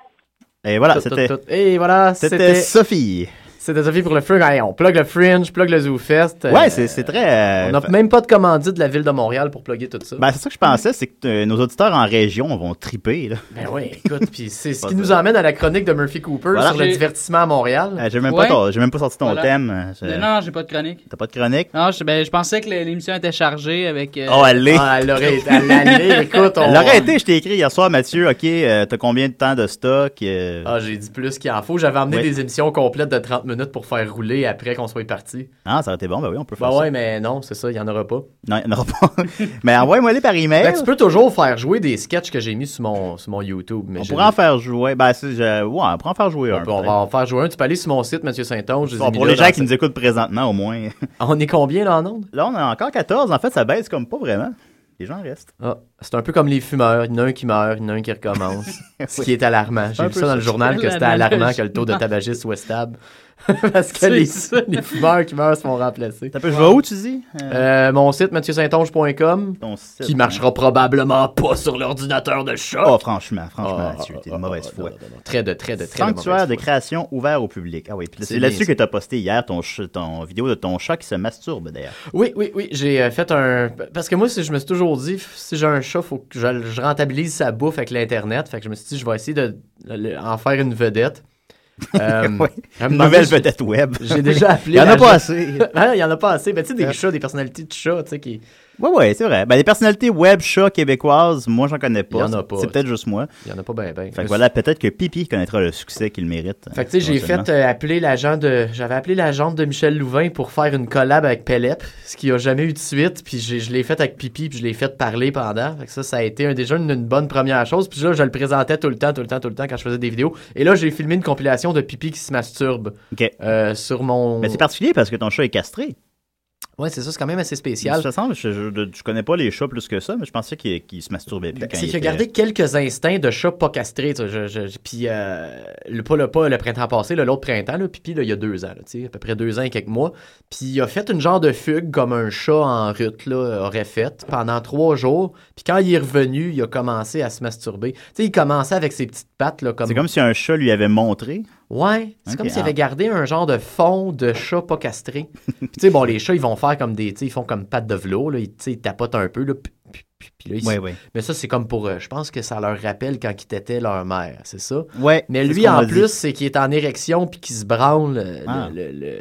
Et voilà, Tout, c'était tout, tout. Et voilà, c'était c'était Sophie. c'était Sophie pour le Fringe. Allez, on plug le Fringe, plug le Zoo Fest. Ouais, Euh, c'est c'est très... euh, On n'a même pas de commandite de la ville de Montréal pour plugger tout ça. Ben, c'est ça que je pensais, c'est que euh, nos auditeurs en région vont triper, là. Ben oui, écoute, puis c'est ce Pas qui ça. nous emmène à la chronique de Murphy Cooper Voilà. sur le J'ai- divertissement à Montréal. Euh, j'ai même, Ouais. pas ton- j'ai même pas sorti ton Voilà. thème. euh, je- Euh, Non, j'ai pas de chronique. T'as pas de chronique? Non, je, ben, je pensais que l'émission était chargée avec... euh, Oh, elle l'est. Ah, elle aurait été, elle l'allait, écoute, on... Elle aurait été, je t'ai écrit hier soir, Mathieu, OK, euh, t'as combien de temps de stock? euh? Ah, j'ai dit plus qu'il en faut. J'avais emmené Oui. des émissions complètes de trente minutes pour faire rouler après qu'on soit parti. Ah, ça aurait été bon, ben oui, on peut faire Bah ça. ouais, mais non, c'est ça, il y en aura pas. Non, il n'y en aura pas. Mais envoie-moi les par email. Ben, tu peux toujours faire jouer des sketchs que j'ai mis sur mon, sur mon YouTube. Mais On j'ai- pourrait en faire jouer. Ben, c'est, je- ouais, on pourrait en faire jouer un. on, peut- on va en faire jouer un. Tu peux aller sur mon site, Mathieu Saint-Onge. je les ai Bon, mis pour là les gens dans qui ce- nous écoutent présentement, au moins. On est combien là en ondes? Là, on a encore quatorze. En fait, ça baisse comme pas vraiment. Les gens restent. Ah, c'est un peu comme les fumeurs. Il y en a un qui meurt, il y en a un qui recommence. Ce qui est alarmant. J'ai Un vu peu ça dans ça. le journal que Quelle c'était alarmant analogie. que le taux de tabagisme soit stable. Parce que C'est les, ça. les fumeurs qui meurent se font remplacer. T'as peu, je vais où, tu dis? Euh, Euh, mon site, mathieu saint onge point com, ton site. qui marchera probablement pas sur l'ordinateur de chat. Oh, franchement, franchement, Ah, Mathieu, t'es ah, de mauvaise ah, foi. non, non, non. Très de, très de, très de Sanctuaire mauvaise de foi. création ouvert au public. Ah oui, puis là, C'est c'est là-dessus bien que t'as posté hier ton, ch- ton vidéo de ton chat qui se masturbe, d'ailleurs. Oui, oui, oui. J'ai euh, fait un. Parce que moi, si je me suis toujours dit, si j'ai un chat, faut que je, je rentabilise sa bouffe avec l'Internet. Fait que je me suis dit, je vais essayer de, de- en faire une vedette. Euh, Oui, à un une moment nouvelle donné, vedette web. J'ai déjà appelé. Il y en a la pas gens- assez. Ah, il y en a pas assez. Ben, tu sais, des Euh. chats, des personnalités de chats, tu sais, qui. Ouais, ouais, c'est vrai. Ben, les personnalités web chat québécoises, moi, j'en connais pas. Il y en a pas. C'est peut-être juste moi. Il y en a pas bien, bien. Fait que voilà, peut-être que Pipi connaîtra le succès qu'il mérite. Fait que tu sais, j'ai éventuellement. fait euh, appeler l'agent de. J'avais appelé l'agent de Michel Louvain pour faire une collab avec Pellep, ce qui a jamais eu de suite. Puis j'ai- je l'ai fait avec Pipi, puis je l'ai fait parler pendant. Fait que ça, ça a été un, déjà une, une bonne première chose. Puis là, je le présentais tout le temps, tout le temps, tout le temps quand je faisais des vidéos. Et là, j'ai filmé une compilation de Pipi qui se masturbe OK. euh, sur mon. Mais c'est particulier parce que ton chat est castré. Ouais, c'est ça, c'est quand même assez De spécial. toute façon, je, je, je connais pas les chats plus que ça, mais je pensais qu'il qu'il se masturbait plus. Ben, quand c'est il qu'il a était- gardé quelques instincts de chat pas castré. tu sais, Je, je, je- puis, euh, le, pas, le, pas le printemps passé, là, l'autre printemps, là, Pipi, là, il y a deux ans, là, tu sais, à peu près deux ans et quelques mois. Puis il a fait une genre de fugue comme un chat en rut là, aurait fait pendant trois jours. Puis quand il est revenu, il a commencé à se masturber. Tu sais, il commençait avec ses petites pattes. Là, comme... C'est comme si un chat lui avait montré. Ouais, c'est Ok, comme s'il ah. avait gardé un genre de fond de chat pas castré. Puis tu sais, bon, les chats, ils vont faire comme des, tu sais, ils font comme pattes de velours, là, ils, tu sais, ils tapotent un peu, là, puis, puis- puis- puis là, ils Ouais, se- ouais. Mais ça, c'est comme pour, euh, je pense que ça leur rappelle quand ils tétaient leur mère, c'est ça? Ouais. Mais c'est lui, ce qu'on en m'a dit. plus, c'est qu'il est en érection puis qu'il se branle, le- Ah. le, le-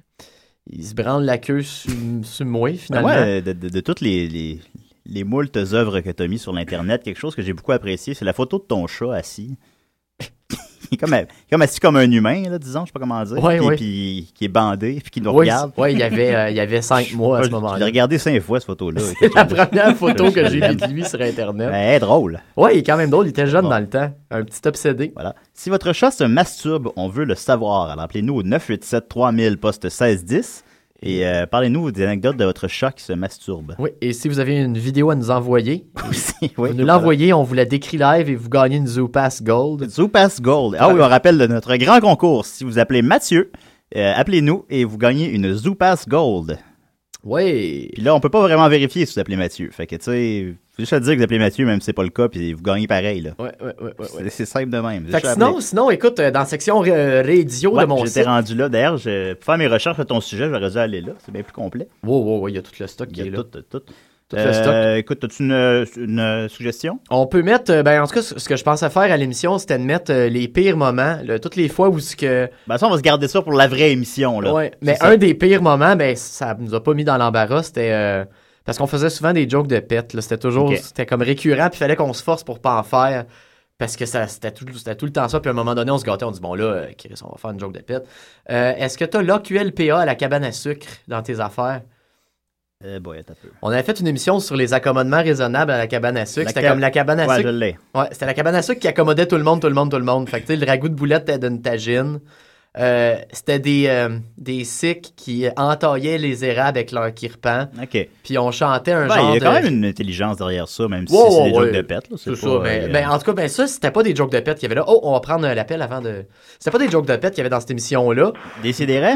il se branle la queue sur, sur moi, Ben, finalement. moi, de, de- de toutes les, les, les moultes œuvres que tu as mis sur l'Internet, quelque chose que j'ai beaucoup apprécié, c'est la photo de ton chat assis. Il est comme, il est comme assis comme un humain, là, disons, je sais pas comment dire. Ouais, puis, ouais. puis qui est bandé, puis qui nous Oui, regarde. ouais, il y avait, euh, il y avait cinq mois à ce Je l'ai moment-là. regardé cinq fois, cette photo-là. C'est la première photo que j'ai vue de lui sur Internet. Ben, elle est drôle. Ouais, il est quand même drôle, il était jeune Bon. dans le temps. Un petit obsédé. Voilà. Si votre chat se masturbe, on veut le savoir. Alors appelez-nous au neuf huit sept trois mille poste seize dix et euh, parlez-nous des anecdotes de votre chat qui se masturbe. Oui, et si vous avez une vidéo à nous envoyer, Aussi, vous oui. nous l'envoyez, on vous la décrit live et vous gagnez une Zoo Pass Gold. Zoo Pass Gold. Ah oui, on rappelle de notre grand concours. Si vous appelez Mathieu, euh, appelez-nous et vous gagnez une Zoo Pass Gold. Oui. Puis là, on peut pas vraiment vérifier si vous appelez Mathieu. Fait que, tu sais, faut juste dire que vous appelez Mathieu, même si c'est pas le cas, puis vous gagnez pareil, là. Ouais, ouais, ouais, ouais. C'est- ouais. C'est simple de même. Fait que Juste sinon, appeler. sinon, écoute, euh, dans la section euh, radio Ouais, de mon j'étais site. rendu là. D'ailleurs, je, pour faire mes recherches sur ton sujet, j'aurais dû aller là. C'est bien plus complet. Wow, wow, wow, il y a tout le stock Il qui y a est là. tout, tout. Tout le stock. Euh, écoute, as-tu une, une, une suggestion? On peut mettre, euh, ben en tout cas, ce que je pensais faire à l'émission, c'était de mettre euh, les pires moments, là, toutes les fois où ce que... Ben ça, on va se garder ça pour la vraie émission, là. Ouais, mais C'est un ça. des pires moments, ben ça nous a pas mis dans l'embarras, c'était... euh, parce qu'on faisait souvent des jokes de pète, là, c'était toujours... Ok. C'était comme récurrent, puis il fallait qu'on se force pour pas en faire, parce que ça, c'était, tout, c'était tout le temps ça, puis à un moment donné, on se gâtait, on dit, bon là, euh, Chris, on va faire une joke de pète. Euh, est-ce que t'as l'A Q L P A à la cabane à sucre dans tes affaires? Eh boy, attends un peu. On avait fait une émission sur les accommodements raisonnables à la cabane à sucre. La C'était ca- comme la cabane à Ouais, sucre. je l'ai. Ouais, c'était la cabane à sucre qui accommodait tout le monde, tout le monde, tout le monde. Fait que tu sais, le ragoût de boulette était d'une tagine. Euh, c'était des, euh, des sikhs qui entaillaient les érables avec leur kirpan. OK. Puis on chantait un Ben, genre il y a de... quand même une intelligence derrière ça, même si Wow, c'est des ouais. jokes de pète. Là, C'est, c'est ça. pas, Mais, euh, ben, en tout cas, ben, ça, c'était pas des jokes de pète qu'il y avait là. Oh, on va prendre euh, l'appel avant de... C'était pas des jokes de pète qu'il y avait dans cette émission-là. Décidérez?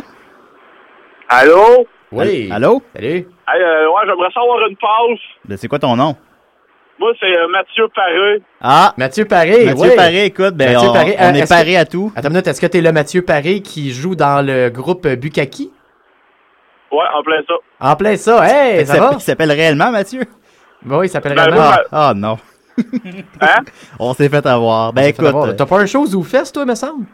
Allô? Oui. Allô? Salut. Hey, euh, ouais, j'aimerais savoir une pause. Ben, c'est quoi ton nom? Moi, c'est euh, Mathieu Paré. Ah! Mathieu Paré, Mathieu oui. Paré, écoute, ben, Mathieu on, Paré, on euh, est est-ce paré que- à tout. Attends une minute, est-ce que t'es le Mathieu Paré qui joue dans le groupe euh, Bukaki? Ouais, en plein ça. En plein ça, hey, Il ça s'appelle- va? il s'appelle réellement Mathieu? Ben oui, il s'appelle Ben, vraiment. moi, Ah, ah, non. Hein? On s'est fait avoir. Ben Ça fait écoute, d'abord, T'as pas un show ZooFest, toi, me semble?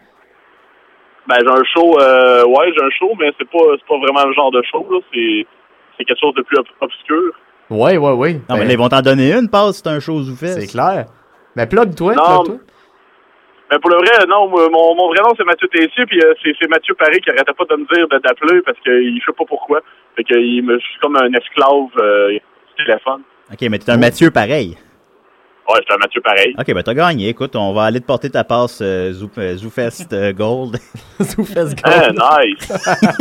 Ben, j'ai un show, euh, ouais, j'ai un show, mais c'est pas, c'est pas vraiment le genre de show, là. C'est, c'est quelque chose de plus ob- obscur. Ouais, ouais, ouais. non, Ben, mais là, ils vont t'en donner une passe si t'as un show aux fesses. c'est clair. Mais plug-toi, Non, plug-toi. Mais pour le vrai, non, moi, mon, mon vrai nom, c'est Mathieu Tessier, puis euh, c'est, c'est Mathieu Paré qui arrêtait pas de me dire de, d'appeler parce qu'il je sais pas pourquoi. Fait que il me, je suis comme un esclave euh, du téléphone. OK, mais t'es un Mathieu pareil. Ouais, j'étais un Mathieu pareil. OK, ben t'as gagné. Écoute, on va aller te porter ta passe euh, Zoo, euh, ZooFest euh, Gold. ZooFest Ah, Gold. nice.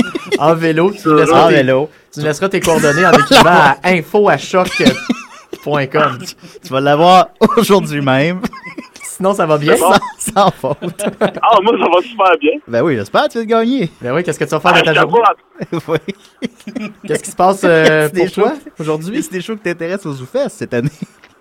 En vélo, tu nous laisseras, En tes, vélo. tu nous laisseras tes coordonnées en écrivant à info à choc point com. Tu vas l'avoir aujourd'hui même. Sinon, ça va bien. C'est bon. sans, sans faute. Ah, moi, ça va super bien. Ben oui, j'espère que tu vas te gagner. Ben oui, qu'est-ce que tu vas faire Ah, de ta je journée? capote. Oui. Qu'est-ce qui se passe euh, C'est des pour toi choses- aujourd'hui? C'est des shows qui t'intéressent aux ZooFest cette année.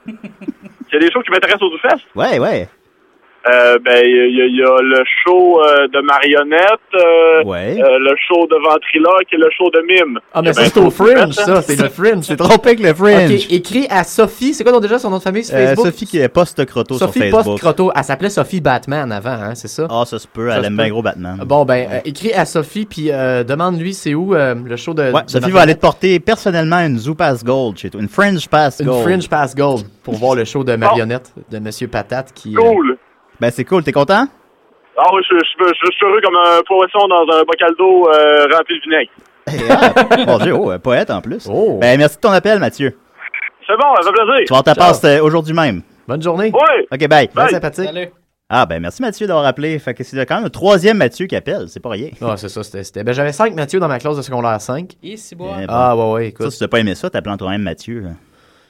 Il y a des shows qui m'intéressent aux ZooFest. Ouais, ouais. Euh, ben, il y, a- il y a le show euh, de marionnettes, euh, Ouais. euh, le show de ventriloque et le show de mime. Ah, mais Eh ça, ben, c'est au faut Fringe, faire ça. C'est le Fringe. C'est trompé avec le Fringe. OK, écrit à Sophie. C'est quoi donc déjà son nom de famille sur Euh, Facebook? Sophie qui est post-croto sur Sophie Facebook. Post-Croto. Elle s'appelait Sophie Batman avant, hein, c'est ça? Ah, ça se peut. Ça Elle se aime peut. bien gros Batman. Bon, ben, euh, écris à Sophie, puis euh, demande-lui c'est où euh, le show de... Ouais, de Sophie Marionette. va aller te porter personnellement une Zoo Pass Gold chez toi. Une Fringe Pass Une Gold. Fringe Pass Gold pour voir le show de marionnette de Monsieur Patate qui... euh, Cool. Ben, c'est cool. T'es content? Ah oui, je, je, je, je suis heureux comme un poisson dans un bocal d'eau euh, rempli de vinaigre. Ah, mon Dieu, oh, un poète en plus. Oh. Ben, merci de ton appel, Mathieu. C'est bon, ça fait plaisir. Tu vas avoir ta Ciao. passe euh, aujourd'hui même. Bonne journée. Oui. OK, bye. Bien Bye. sympathique. Salut. Ah, ben, merci Mathieu d'avoir appelé. Fait que c'est quand même le troisième Mathieu qui appelle. C'est pas rien. Ah, c'est ça, c'était... c'était- Ben, j'avais cinq Mathieu dans ma classe de secondaire cinq. Et c'est bon. Eh ben, Ah, ouais, ouais, ça, écoute. si tu n'as pas aimé ça, t'appelles toi-même Mathieu. là.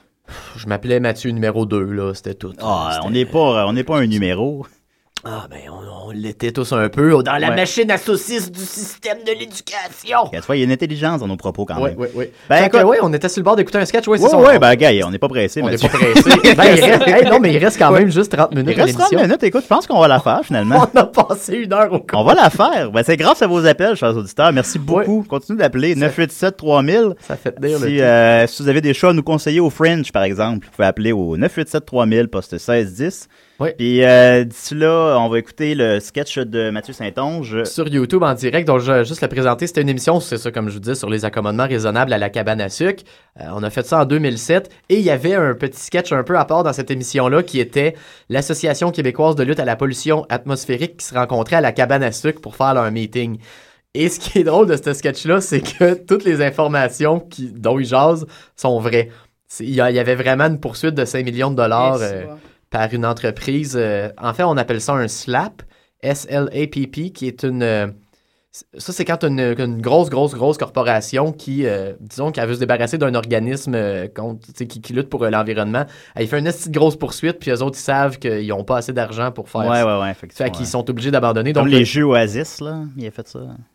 Je m'appelais Mathieu numéro deux, là, c'était tout. Ah, C'était- on n'est pas, on n'est pas un numéro. Ah, ben, on, on l'était tous un peu dans la Ouais. machine à saucisses du système de l'éducation. Tu vois, il y a une intelligence dans nos propos quand Oui, même. oui, oui. Ben, Fait que, écoute- ouais, on était sur le bord d'écouter un sketch, ouais, c'est Ouais, ça. ouais, on- ben, gars, on n'est pas pressé, on n'est Mathieu. pas pressé. Ben, il reste, hey, non, mais il reste quand même juste trente minutes Il à reste trente l'émission. minutes, écoute, je pense qu'on va la faire finalement. On a passé une heure au On va la faire. Ben, c'est grâce à vos appels, chers auditeurs. Merci beaucoup. Continuez d'appeler neuf huit sept trois mille. Ça fait dire Si, le euh, si vous avez des choix à nous conseiller au Fringe, par exemple, vous pouvez appeler au neuf huit sept trois mille, poste seize dix. Oui. Puis euh, d'ici là, on va écouter le sketch de Mathieu Saint-Onge. sur YouTube en direct. Donc, je vais juste le présenter. C'était une émission, c'est ça, comme je vous disais, sur les accommodements raisonnables à la cabane à sucre. Euh, on a fait ça en deux mille sept. Et il y avait un petit sketch un peu à part dans cette émission-là qui était l'Association québécoise de lutte à la pollution atmosphérique qui se rencontrait à la cabane à sucre pour faire leur meeting. Et ce qui est drôle de ce sketch-là, c'est que toutes les informations qui, dont ils jasent sont vraies. C'est- Il y, a- il y avait vraiment une poursuite de cinq millions de dollars Et c'est euh, bon. par une entreprise. euh, en fait, on appelle ça un SLAP, S L A P P, qui est une... euh, ça, c'est quand une, une grosse, grosse, grosse corporation qui, euh, disons, qui a veut se débarrasser d'un organisme euh, contre, tu sais, qui, qui lutte pour euh, l'environnement. Elle fait une petite grosse poursuite, puis eux autres, ils savent qu'ils n'ont pas assez d'argent pour faire Ouais, ça. ouais, ouais, effectivement. Fait qu'ils sont obligés d'abandonner. Comme Donc, les le- jeux Oasis, là, il a fait ça.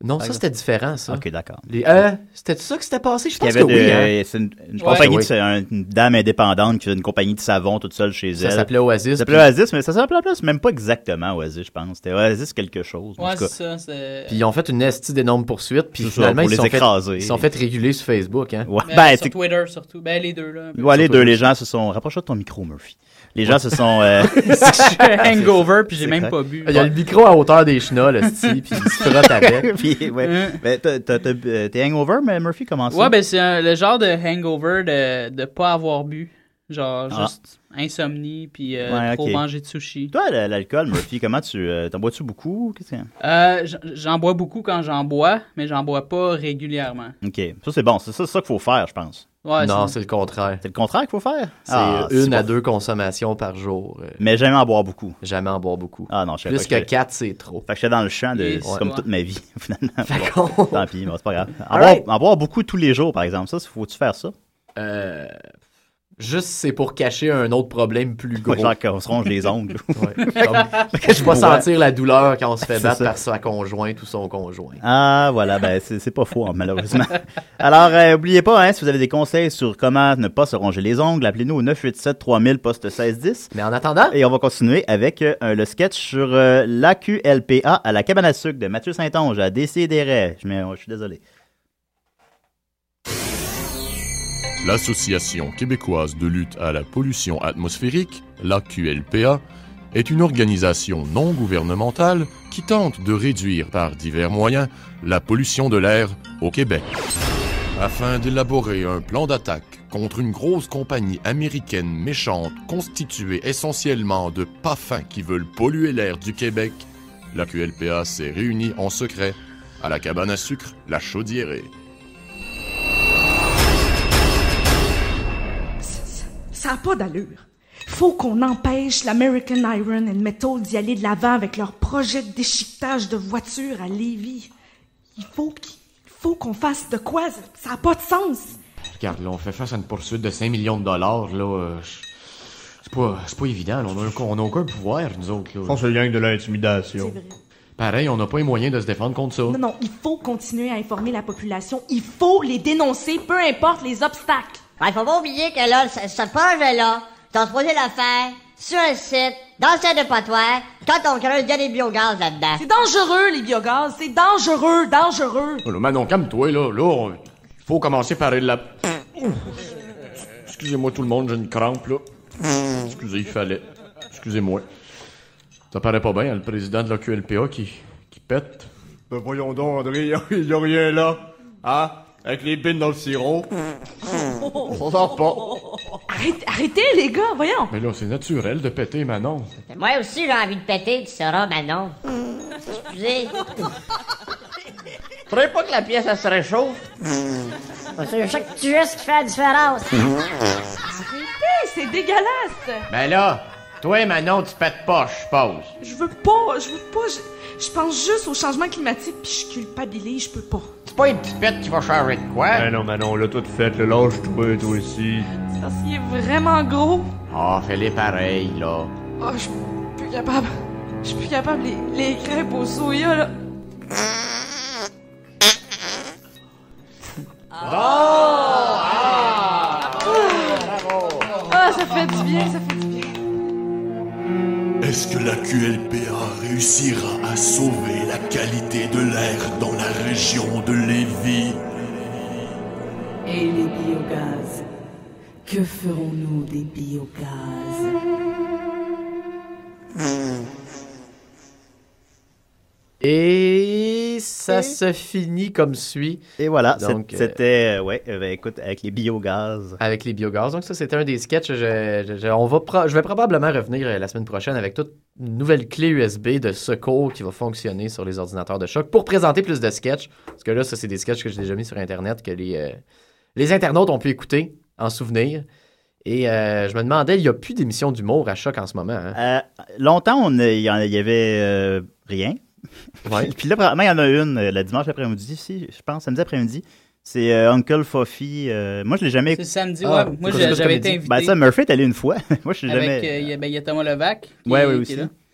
Non, ça, c'était différent, ça. OK, d'accord. Les, euh, c'était ça qui s'était passé? Je pense Il y avait que oui. de, Hein? C'est une, une Ouais. compagnie, Oui. c'est un- une dame indépendante qui faisait une compagnie de savon toute seule chez Ça elle. s'appelait Oasis, Ça s'appelait puis- Oasis, mais ça s'appelait plus, même pas exactement Oasis, je pense. C'était Oasis quelque chose. en Ouais, tout cas. c'est ça. C'est... Puis ils ont fait une estie d'énormes poursuites, puis C'est ça, finalement, pour ils les se sont fait, écraser. ils se sont fait réguler sur Facebook. Hein? Ouais. Ben, Ben, sur c'est- Twitter, surtout. Ben, les deux, là. un peu. Ouais, les Sur deux, Twitter. les gens se sont... Rapproche-toi de ton micro, Murphy. Les gens se sont... euh, Je suis hangover, puis j'ai C'est même correct. pas bu. Il y a le micro à hauteur des chenolles, le style, puis il se frotte avec. Puis, ouais. Ben, t'as- t'as- t'as- euh, T'es hangover, mais Murphy, comment ça? Ouais, ben c'est un- le genre de hangover de de pas avoir bu. Genre, Ah. juste insomnie, puis euh, Ouais, trop ok. manger de sushi. Toi, l- l'alcool, Murphy, comment tu... euh, T'en bois-tu beaucoup? Qu'est-ce que c'est? Euh, j- j'en bois beaucoup quand j'en bois, mais j'en bois pas régulièrement. OK. Ça, c'est bon. C'est ça, c'est ça qu'il faut faire, je pense. Ouais, non, c'est- c'est le contraire. C'est le contraire qu'il faut faire? C'est Ah, une c'est à bon. deux consommations par jour. euh, Mais jamais en boire beaucoup. Jamais en boire beaucoup. Ah non, je sais Plus pas que j'étais- quatre, c'est trop. Fait que j'étais dans le champ de... Et C'est ouais. comme toute ma vie, finalement. Fait Bon, qu'on- tant pis, bon, c'est pas grave. En, All boire, right. en boire beaucoup tous les jours, par exemple. Ça, faut-tu faire ça? Euh, juste, c'est pour cacher un autre problème plus gros. Ouais, genre qu'on se ronge les ongles. Ouais. Comme, que je pas Ouais. sentir la douleur quand on se fait C'est battre ça. par sa conjointe ou son conjoint. Ah, voilà, ben c'est c'est pas faux, hein, malheureusement. Alors, euh, oubliez pas, hein, si vous avez des conseils sur comment ne pas se ronger les ongles, appelez-nous au neuf huit sept trois mille poste seize dix. Mais en attendant... Et on va continuer avec euh, le sketch sur euh, l'A Q L P A à la cabane à sucre de Mathieu Saint-Onge à Décideret. Je, me- je suis désolé. L'Association québécoise de lutte à la pollution atmosphérique, l'A Q L P A, est une organisation non gouvernementale qui tente de réduire par divers moyens la pollution de l'air au Québec. Afin d'élaborer un plan d'attaque contre une grosse compagnie américaine méchante constituée essentiellement de pas fins qui veulent polluer l'air du Québec, l'A Q L P A s'est réunie en secret à la cabane à sucre La Chaudiérée. Ça n'a pas d'allure. Faut qu'on empêche l'American Iron and Metal d'y aller de l'avant avec leur projet de déchiquetage de voitures à Lévis. Il faut qu'il faut qu'on fasse de quoi? Ça n'a pas de sens. Regarde, là, on fait face à une poursuite de cinq millions de dollars, là. euh, je- c'est pas, c'est pas évident, là. On a, on a aucun pouvoir, nous autres, là. Je pense que c'est rien que de l'intimidation. C'est vrai. Pareil, on n'a pas les moyens de se défendre contre ça. Non, non, il faut continuer à informer la population. Il faut les dénoncer, peu importe les obstacles. Il faut pas oublier que là, ce, ce projet-là, ils sont supposés le faire sur un site, dans le centre de Potoir, quand on creuse, il y a des biogaz là-dedans. C'est dangereux, les biogaz. C'est dangereux, dangereux. Oh, là, Manon, calme-toi, là. Là, on- il faut commencer par la... Ouf. Excusez-moi tout le monde, j'ai une crampe, là. Excusez, il fallait. Excusez-moi. Ça paraît pas bien, hein, le président de la Q L P A qui, qui pète. Ben voyons donc, André, il y a rien là. Hein? Avec les bines dans le sirop. On sort pas. Arrête- arrêtez, les gars, voyons. Mais là, c'est naturel de péter, Manon. Moi aussi, j'ai envie de péter, tu sauras, Manon. Excusez. Faudrait pas que la pièce, elle se réchauffe. C'est chaque petit geste qui fait la différence. Arrêtez, c'est dégueulasse. Ben là, toi, Manon, tu pètes pas, je suppose. Je veux pas, je veux pas, je, je pense juste au changement climatique puis je culpabilise, je peux pas. C'est pas une petite pète qui va changer de quoi? Ben non, Manon, là, tout fait, le lâche-toi, toi aussi. C'est parce qu'il est vraiment gros. Ah, fais-les pareil, là. Oh, je suis plus capable. Je suis plus capable, les, les crêpes au soya, là. Ah, ça fait du bien, ça fait du bien. Est-ce que la Q L P A réussira à sauver la qualité de l'air dans la région de Lévis? Et les biogaz? Que ferons-nous des biogaz? Et ça se finit comme suit. Et voilà, Donc, c'est- c'était, euh, ouais, euh, ben, écoute, avec les biogaz. Avec les biogaz. Donc ça, c'était un des sketchs. Je, je- je- on va pro- je vais probablement revenir euh, la semaine prochaine avec toute une nouvelle clé U S B de secours qui va fonctionner sur les ordinateurs de choc pour présenter plus de sketchs. Parce que là, ça, c'est des sketchs que j'ai déjà mis sur Internet que les, euh, les internautes ont pu écouter en souvenir. Et euh, je me demandais, il n'y a plus d'émissions d'humour à choc en ce moment. Hein? Euh, longtemps, on a- il y, en- il y avait euh, rien. Ouais. Puis là, probablement, il y en a une euh, le dimanche après-midi, si, je pense, samedi après-midi. C'est euh, Uncle Fofi. euh, moi, je l'ai jamais C'est samedi, Ah, ouais. Moi, c'est j'ai- quoi, j'avais comédie? été invité. Ben, ça, Murphy est allé une fois. Moi, je suis Avec, jamais. euh, il y a- ben, il y a Thomas Levac qui, Ouais, est- ouais, qui aussi. est là.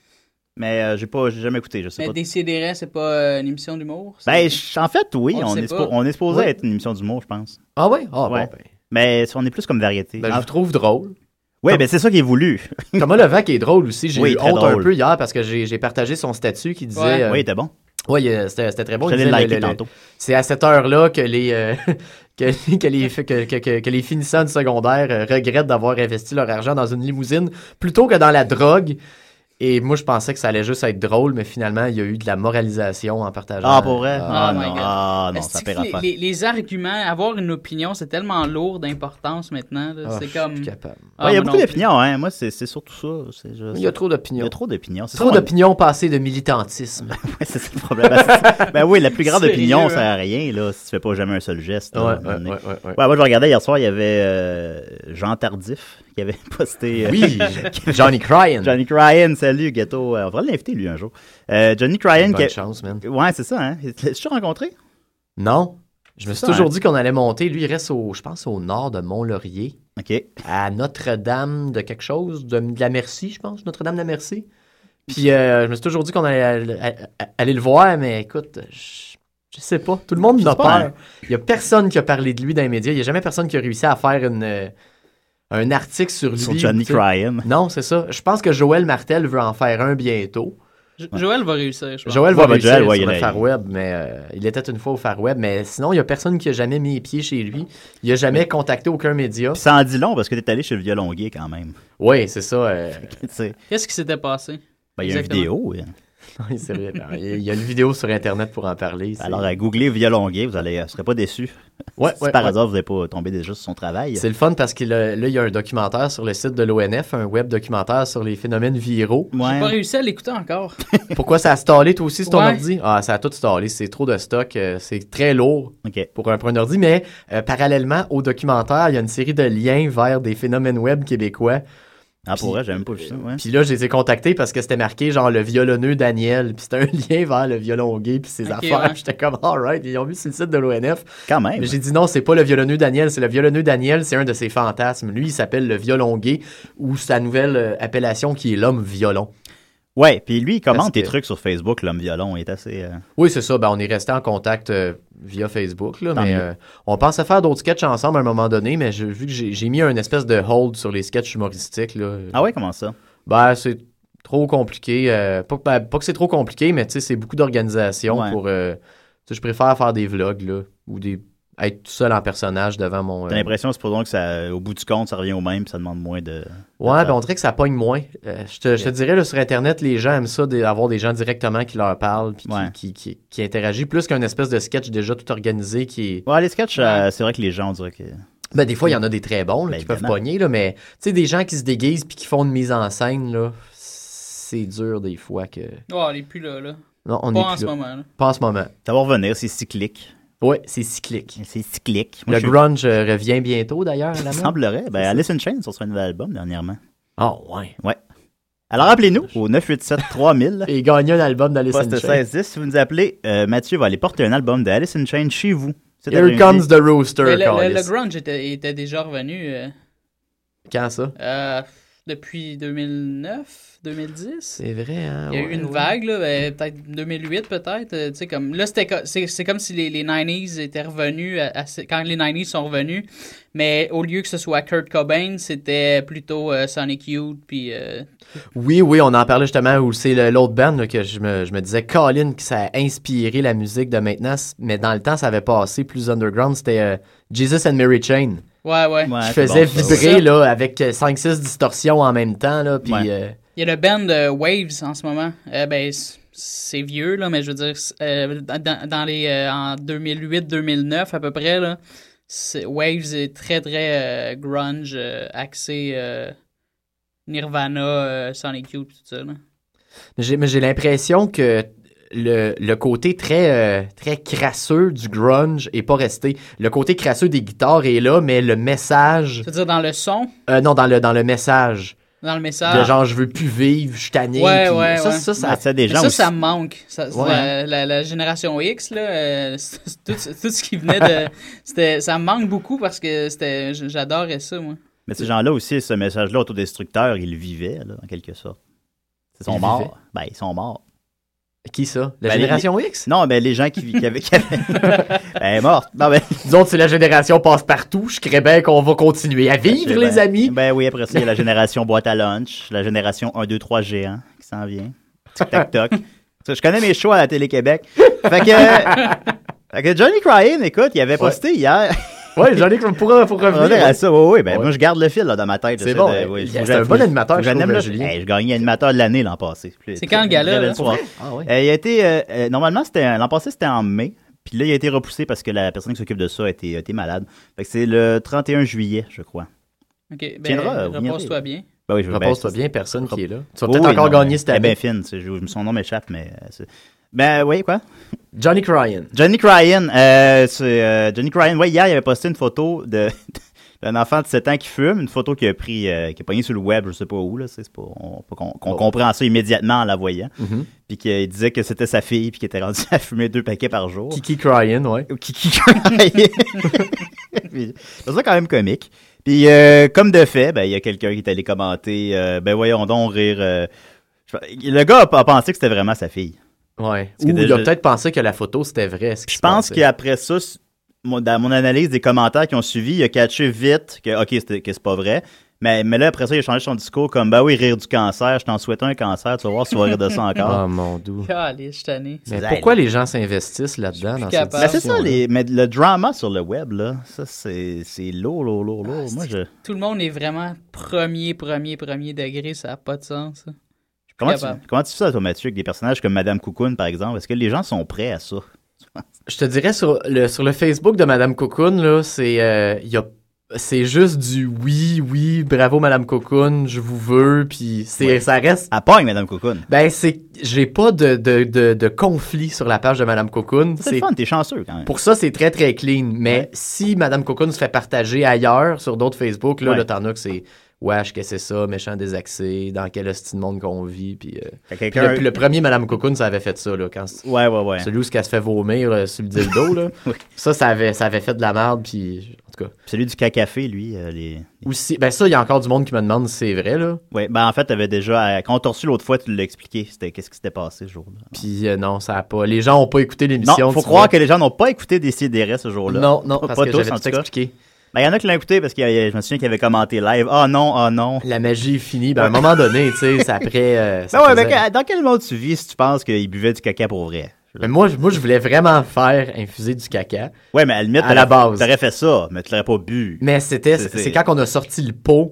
Mais euh, j'ai pas, j'ai jamais écouté, je sais Mais pas. Décidérez, c'est pas euh, une émission d'humour? c'est- Ben, je- en fait, oui, On on, le est, sait spo- pas. on est supposé Oui. être une émission d'humour, je pense. Ah oui? Ah bon, Ouais. ben. Mais on est plus comme variété. Ben, je Ah. vous trouve drôle. Oui, ben c'est ça qui est voulu. Thomas Levac est drôle aussi. J'ai Oui, eu très honte un drôle. peu hier parce que j'ai j'ai partagé son statut qui disait... Ouais. euh, Oui, il était bon. Oui, euh, c'était c'était très bon. Je Il l'ai disait, liké le- le- tantôt. C'est à cette heure-là que les, euh, que, que les, que, que, que, que les finissants du secondaire euh, regrettent d'avoir investi leur argent dans une limousine plutôt que dans la drogue. Et moi, je pensais que ça allait juste être drôle, mais finalement, il y a eu de la moralisation en partageant. Ah, pour vrai? Ah, Ah, my non, God. ah, non, Est-ce ça que paiera les, pas. les, les arguments, avoir une opinion, c'est tellement lourd d'importance maintenant. là. Ah, c'est je suis comme. plus capable. Ah, Ouais, il y a moi beaucoup non plus. d'opinions, hein. Moi, c'est c'est surtout ça. C'est juste- Il y a trop Il d'opinions. y a trop d'opinions. C'est Trop ça, moi- d'opinions passées de militantisme. Ouais, c'est ça le problème. Ben, c'est- ben oui, la plus grande Sérieux, opinion, hein? ça sert à rien, là, si tu fais pas jamais un seul geste. là, Ouais, à un moment ouais, donné. ouais, ouais, ouais. Ouais, moi, je regardais hier soir, il y avait euh, Jean Tardif qui avait posté. euh, Oui, Johnny Cryan. Johnny Cryan, salut, ghetto. Euh, On va l'inviter, lui, un jour. Euh, Johnny Cryan. Bonne qui... chance, man. Ouais, c'est ça, hein. L'as-tu rencontré? Non. Je me suis ça, toujours hein? dit qu'on allait monter. Lui, il reste au, je pense, au nord de Mont-Laurier. OK. À Notre-Dame de quelque chose, de, de la Merci, je pense. Notre-Dame de la Merci. Puis euh, je me suis toujours dit qu'on allait aller, aller le voir, mais écoute, je, je sais pas. Tout le monde n'a sais pas, peur. hein. Il y a personne qui a parlé de lui dans les médias. Il n'y a jamais personne qui a réussi à faire une, euh, un article sur lui. Sur Johnny tu sais. Cryan. Non, c'est ça. Je pense que Joël Martel veut en faire un bientôt. Jo- Joël va réussir, je pense. Joël Ouais, va ben, réussir Joël, ouais, sur il le a- Far Web, mais euh, il était une fois au Far Web. Mais sinon, il n'y a personne qui a jamais mis les pieds chez lui. Il n'a jamais contacté aucun média. Puis ça en dit long parce que t'es allé chez le violon gay quand même. Oui, c'est ça. euh, Tu sais, Qu'est-ce qui s'était passé? ben, il y a une Exactement. vidéo. hein. oui, c'est vrai. Ben, Il y a une vidéo sur Internet pour en parler. c'est- Alors, à googler violon gay, vous allez, vous serez pas déçus. Ouais, si ouais, par ouais. hasard, vous n'avez pas tombé déjà sur son travail. C'est le fun parce que là, là, il y a un documentaire sur le site de l'O N F, un web documentaire sur les phénomènes viraux. J'ai Ouais. pas réussi à l'écouter encore. Pourquoi ça a stallé toi aussi sur ton Ouais. ordi? Ah, ça a tout stallé. C'est trop de stock. euh, c'est très lourd OK. pour un, pour un ordi. Mais euh, parallèlement au documentaire, il y a une série de liens vers des phénomènes web québécois. Ah, pour vrai, j'ai même pas vu ça. Ouais. Puis là, je les ai contactés parce que c'était marqué genre le violonneux Daniel. Puis c'était un lien vers le violon gay puis ses Ok, affaires. ouais. J'étais comme, alright, ils ont vu sur le site de l'O N F. Quand même. Mais j'ai dit non, c'est pas le violonneux Daniel, c'est le violonneux Daniel, c'est un de ses fantasmes. Lui, il s'appelle le violon gay ou sa nouvelle euh, appellation qui est l'homme violon. Ouais, puis lui, il commente Parce tes que- trucs sur Facebook, l'homme violon. Il est assez. euh, Oui, c'est ça. Ben, on est resté en contact euh, via Facebook. Là, Tant mais mieux. euh, on pensait faire d'autres sketchs ensemble à un moment donné, mais je- vu que j'ai j'ai mis un espèce de hold sur les sketchs humoristiques. Là, Ah ouais, comment ça? Ben, c'est trop compliqué. euh, pas, ben, pas que c'est trop compliqué, mais tu sais, c'est beaucoup d'organisation Ouais. pour. euh, tu sais, je préfère faire des vlogs là, ou des être tout seul en personnage devant mon. T'as euh, l'impression, c'est pour donc que ça, au bout du compte, ça revient au même, puis ça demande moins de. Ouais, ben on dirait que ça pogne moins. Euh, je, te, je te dirais, là, sur Internet, les gens aiment ça, d'avoir des gens directement qui leur parlent puis qui, Ouais. qui, qui, qui interagissent, plus qu'un espèce de sketch déjà tout organisé qui est... Ouais, les sketchs, euh, c'est vrai que les gens, on dirait que. Ben, des fois, il y en a des très bons là, Ben, qui peuvent évidemment. pogner, là, mais tu sais, des gens qui se déguisent puis qui font une mise en scène, là, c'est dur des fois que... Oh, elle est plus là, là. Non, on Pas est en plus ce là. moment, là. Pas en ce moment. Ça va revenir, c'est cyclique. Ouais, c'est cyclique. C'est cyclique. Moi, Le je suis- grunge euh, revient bientôt, d'ailleurs, à la Il mode. semblerait. Ben, C'est ça. Alice in Chains sur son nouvel album dernièrement. Ah, ouais. Ouais. Alors, appelez-nous au neuf huit sept trois mille. Et gagner un album d'Alice in Poste Chains. seize dix. Si vous nous appelez, euh, Mathieu va aller porter un album de Alice in Chains chez vous. cet Here après-midi. comes the rooster, Mais le, le- Carlis. le grunge était, était déjà revenu euh, Quand ça? euh, depuis deux mille neuf, deux mille dix. C'est vrai, hein? Il y a eu ouais, une ouais. vague, là, ben, peut-être deux mille huit, peut-être. euh, tu sais, comme, là, c'était, co- c'est, c'est comme si les, les nineties étaient revenus, à- à ce- quand les nineties sont revenus, mais au lieu que ce soit Kurt Cobain, c'était plutôt euh, Sonic Youth, puis... euh, Oui, oui, on en parlait justement où c'est le- l'autre band là, que je me, je me disais, Colin, que ça a inspiré la musique de maintenant, c- mais dans le temps, ça avait passé plus underground. C'était euh, Jesus and Mary Chain. Ouais, ouais. Ouais, Qui c'est faisait bon, ça. vibrer C'est ça. là, avec cinq six distorsions en même temps. Là, puis, Ouais. euh, Il y a le band euh, Waves en ce moment. Euh, ben, c- c'est vieux, là, mais je veux dire, c- euh, dans, dans les, euh, en deux mille huit deux mille neuf à peu près, là, c'est- Waves est très, très euh, grunge, euh, axé euh, Nirvana, euh, Sonic Youth, tout ça. Là. j'ai, mais j'ai l'impression que le, le côté très, euh, très crasseux du grunge est pas resté. Le côté crasseux des guitares est là, mais le message... C'est-à-dire dans le son, Euh, non, dans le, dans le message. dans le message. De genre, je veux plus vivre, je suis tanné. Ouais, puis ouais, ça, ouais. ça, ça, Ben, c'est des Mais gens ça, aussi. ça me manque. Ça, Ouais. la, la- la génération X, là, euh, c'est- c'est tout, tout ce qui venait de... C'était, ça me manque beaucoup parce que c'était, j'adorais ça, moi. Mais ces gens-là aussi, ce message-là autodestructeur, ils le vivaient, là, en quelque sorte. Ils sont Ils morts. vivaient. Ben, ils sont morts. Qui ça? La Ben, génération les- X? Non, ben les gens qui, qui avaient... Qui avaient... ben, morte. Non, ben... Disons que si la génération passe partout, je crée bien qu'on va continuer à vivre, Ben, les amis. Ben oui, après ça, il y a la génération boîte à lunch, la génération un, deux, trois géants qui s'en vient. Tic-tac-toc. Ça, je connais mes shows à la Télé-Québec. Fait que... fait que Johnny Cryan, écoute, il avait posté hier... Ouais, Johnny Cryan, pour, pour revenir. revenir à ça, oui, oui. Ben, Ouais. moi, je garde le fil là, dans ma tête. C'est J'essaie bon, de- euh, oui, il- faut c'est un que bon je- animateur, faut que je j'anime trouve, le- Julien. Hey, je gagnais animateur de l'année l'an passé. C'est quand le gala, là? Très belle soirée. Ah ouais. Euh, il a été, euh, euh, normalement, c'était l'an passé, c'était en mai. Puis là, il a été repoussé parce que la personne qui s'occupe de ça a été, a été malade. Fait que c'est le trente et un juillet, je crois. OK, ben, Tiendra, vous repose-toi viendrez. bien. Ben oui, je Repose-toi ben, bien, c'est- personne qui est là. Tu vas Oui, peut-être oui, encore non, gagner cette elle est année. bien fine. c'est- je- Son nom m'échappe, mais... euh, c'est- Ben oui, quoi? Johnny Cryan. Johnny Cryan. Euh, c'est, euh, Johnny Cryan, ouais, hier, il avait posté une photo de... d'un enfant de sept ans qui fume, une photo qu'il a pris, euh, qui a pogné sur le web, je sais pas où, là, c'est c'est pas, on, pas qu'on qu'on Oh. comprend ça immédiatement en la voyant. Mhm. Puis qu'il disait que c'était sa fille, puis qu'il était rendu à fumer deux paquets par jour. Kiki Cryan, ouais. Ou Kiki Cryan. Puis, c'est ça quand même comique. Puis euh, comme de fait, ben il y a quelqu'un qui est allé commenter, euh, ben voyons donc rire. euh, je- le gars a, a pensé que c'était vraiment sa fille. Ouais. Parce que Ou il déjà- a peut-être pensé que la photo, c'était vrai. ce qui Je se pense passait. qu'après ça, s- moi, dans mon analyse des commentaires qui ont suivi, il a catché vite que, OK, c'était- que c'est pas vrai. Mais, mais là, après ça, il a changé son discours comme, bah oui, rire du cancer, je t'en souhaite un cancer, tu vas voir si tu vas rire de ça encore. Oh mon doux. Caliste, je suis tanné. Mais pourquoi les gens s'investissent là-dedans dans cette Ben, c'est ça, discussion-là? les, mais le drama sur le web, là, ça, c'est c'est lourd, lourd, lourd, lourd. Moi, je... Tout le monde est vraiment premier, premier, premier degré, ça n'a pas de sens. ça. Je suis plus Comment tu, capable. comment tu fais ça, toi, Mathieu, avec des personnages comme Madame Cocoon, par exemple? Est-ce que les gens sont prêts à ça? Je te dirais, sur le, sur le Facebook de Madame Cocoon, là, c'est, euh, y a, c'est juste du oui, oui, bravo Madame Cocoon, je vous veux, puis c'est, Ouais. ça reste... À part avec Madame Cocoon. Ben, c'est, j'ai pas de, de, de, de conflit sur la page de Madame Cocoon. C'est le fun, t'es chanceux quand même. Pour ça, c'est très, très clean. Mais si Madame Cocoon se fait partager ailleurs, sur d'autres Facebook, là, Ouais. là t'en as que c'est wesh, qu'est-ce que c'est ça, méchant désaxé, dans quel hostie de monde qu'on vit. Puis, euh, Fait puis quelqu'un- le, puis le premier Madame Cocoon, ça avait fait ça. Là, quand, Ouais, ouais, ouais. Celui où elle se fait vomir là, sur le dildo. Là. Oui. Ça, ça avait, ça avait fait de la merde. Puis, en tout cas. Celui du cacafé, lui, euh, les... Aussi, ben ça, il y a encore du monde qui me demande si c'est vrai. Là. Oui, ben en fait, t'avais déjà... euh, Quand on t'a reçu l'autre fois, tu l'as expliqué. C'était qu'est-ce qui s'était passé ce jour-là. Puis euh, non, ça a pas. Les gens ont pas écouté Non, l'émission. faut tu croire vois. que les gens n'ont pas écouté des C D R S ce jour-là. Non, non, Pas- parce pas que tous, j'avais en tout tout cas. expliqué. Ben, il y en a qui l'ont écouté parce que euh, je me souviens qu'il avait commenté live. Ah non, ah non. La magie est finie. Ben, à un moment donné, tu sais, c'est après. euh, ça Ben ouais, faisait- mais que- dans quel monde tu vis si tu penses qu'il buvait du caca pour vrai? Mais moi, je- moi, je voulais vraiment faire infuser du caca. Ouais, mais à la limite, à la t'aurais- base. t'aurais fait ça, mais tu l'aurais pas bu. Mais c'était, C'est- c'est, c'est- quand on a sorti le pot,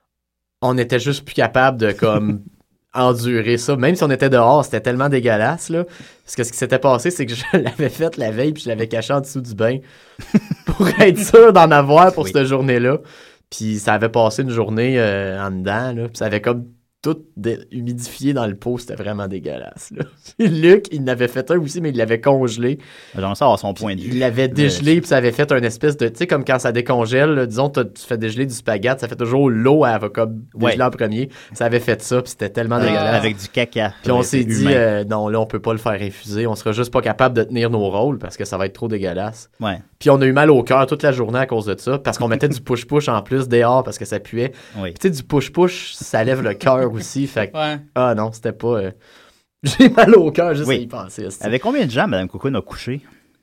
on était juste plus capable de comme endurer ça. Même si on était dehors, c'était tellement dégueulasse là. Parce que ce qui s'était passé, c'est que je l'avais fait la veille puis je l'avais caché en dessous du bain pour être sûr d'en avoir pour Oui. cette journée-là. Puis ça avait passé une journée euh, en dedans là. Puis ça avait comme tout dé- humidifié dans le pot. C'était vraiment dégueulasse là. Puis Luc, il en avait fait un aussi, mais il l'avait congelé. J'aimerais ça avoir son point de vue. Il l'avait dégelé, puis ça avait fait un espèce de... Tu sais, comme quand ça décongèle, là, disons, t'as- tu fais dégeler du spaghetti, ça fait toujours l'eau, elle va comme dégeler Ouais. en premier. Ça avait fait ça, puis c'était tellement Avec, dégueulasse. avec du caca. Puis on C'est s'est dit, humain. euh, non, là, on peut pas le faire infuser. On sera juste pas capable de tenir nos rôles parce que ça va être trop dégueulasse. Ouais. Puis on a eu mal au cœur toute la journée à cause de ça, parce qu'on mettait du push-push en plus dehors parce que ça puait. Oui. Puis tu sais, du push-push, ça lève le cœur aussi. Fait que, Ouais. ah non, c'était pas... euh, J'ai mal au cœur juste Oui. à y penser. hostie. Avec combien de gens Mme Cocoon a couché?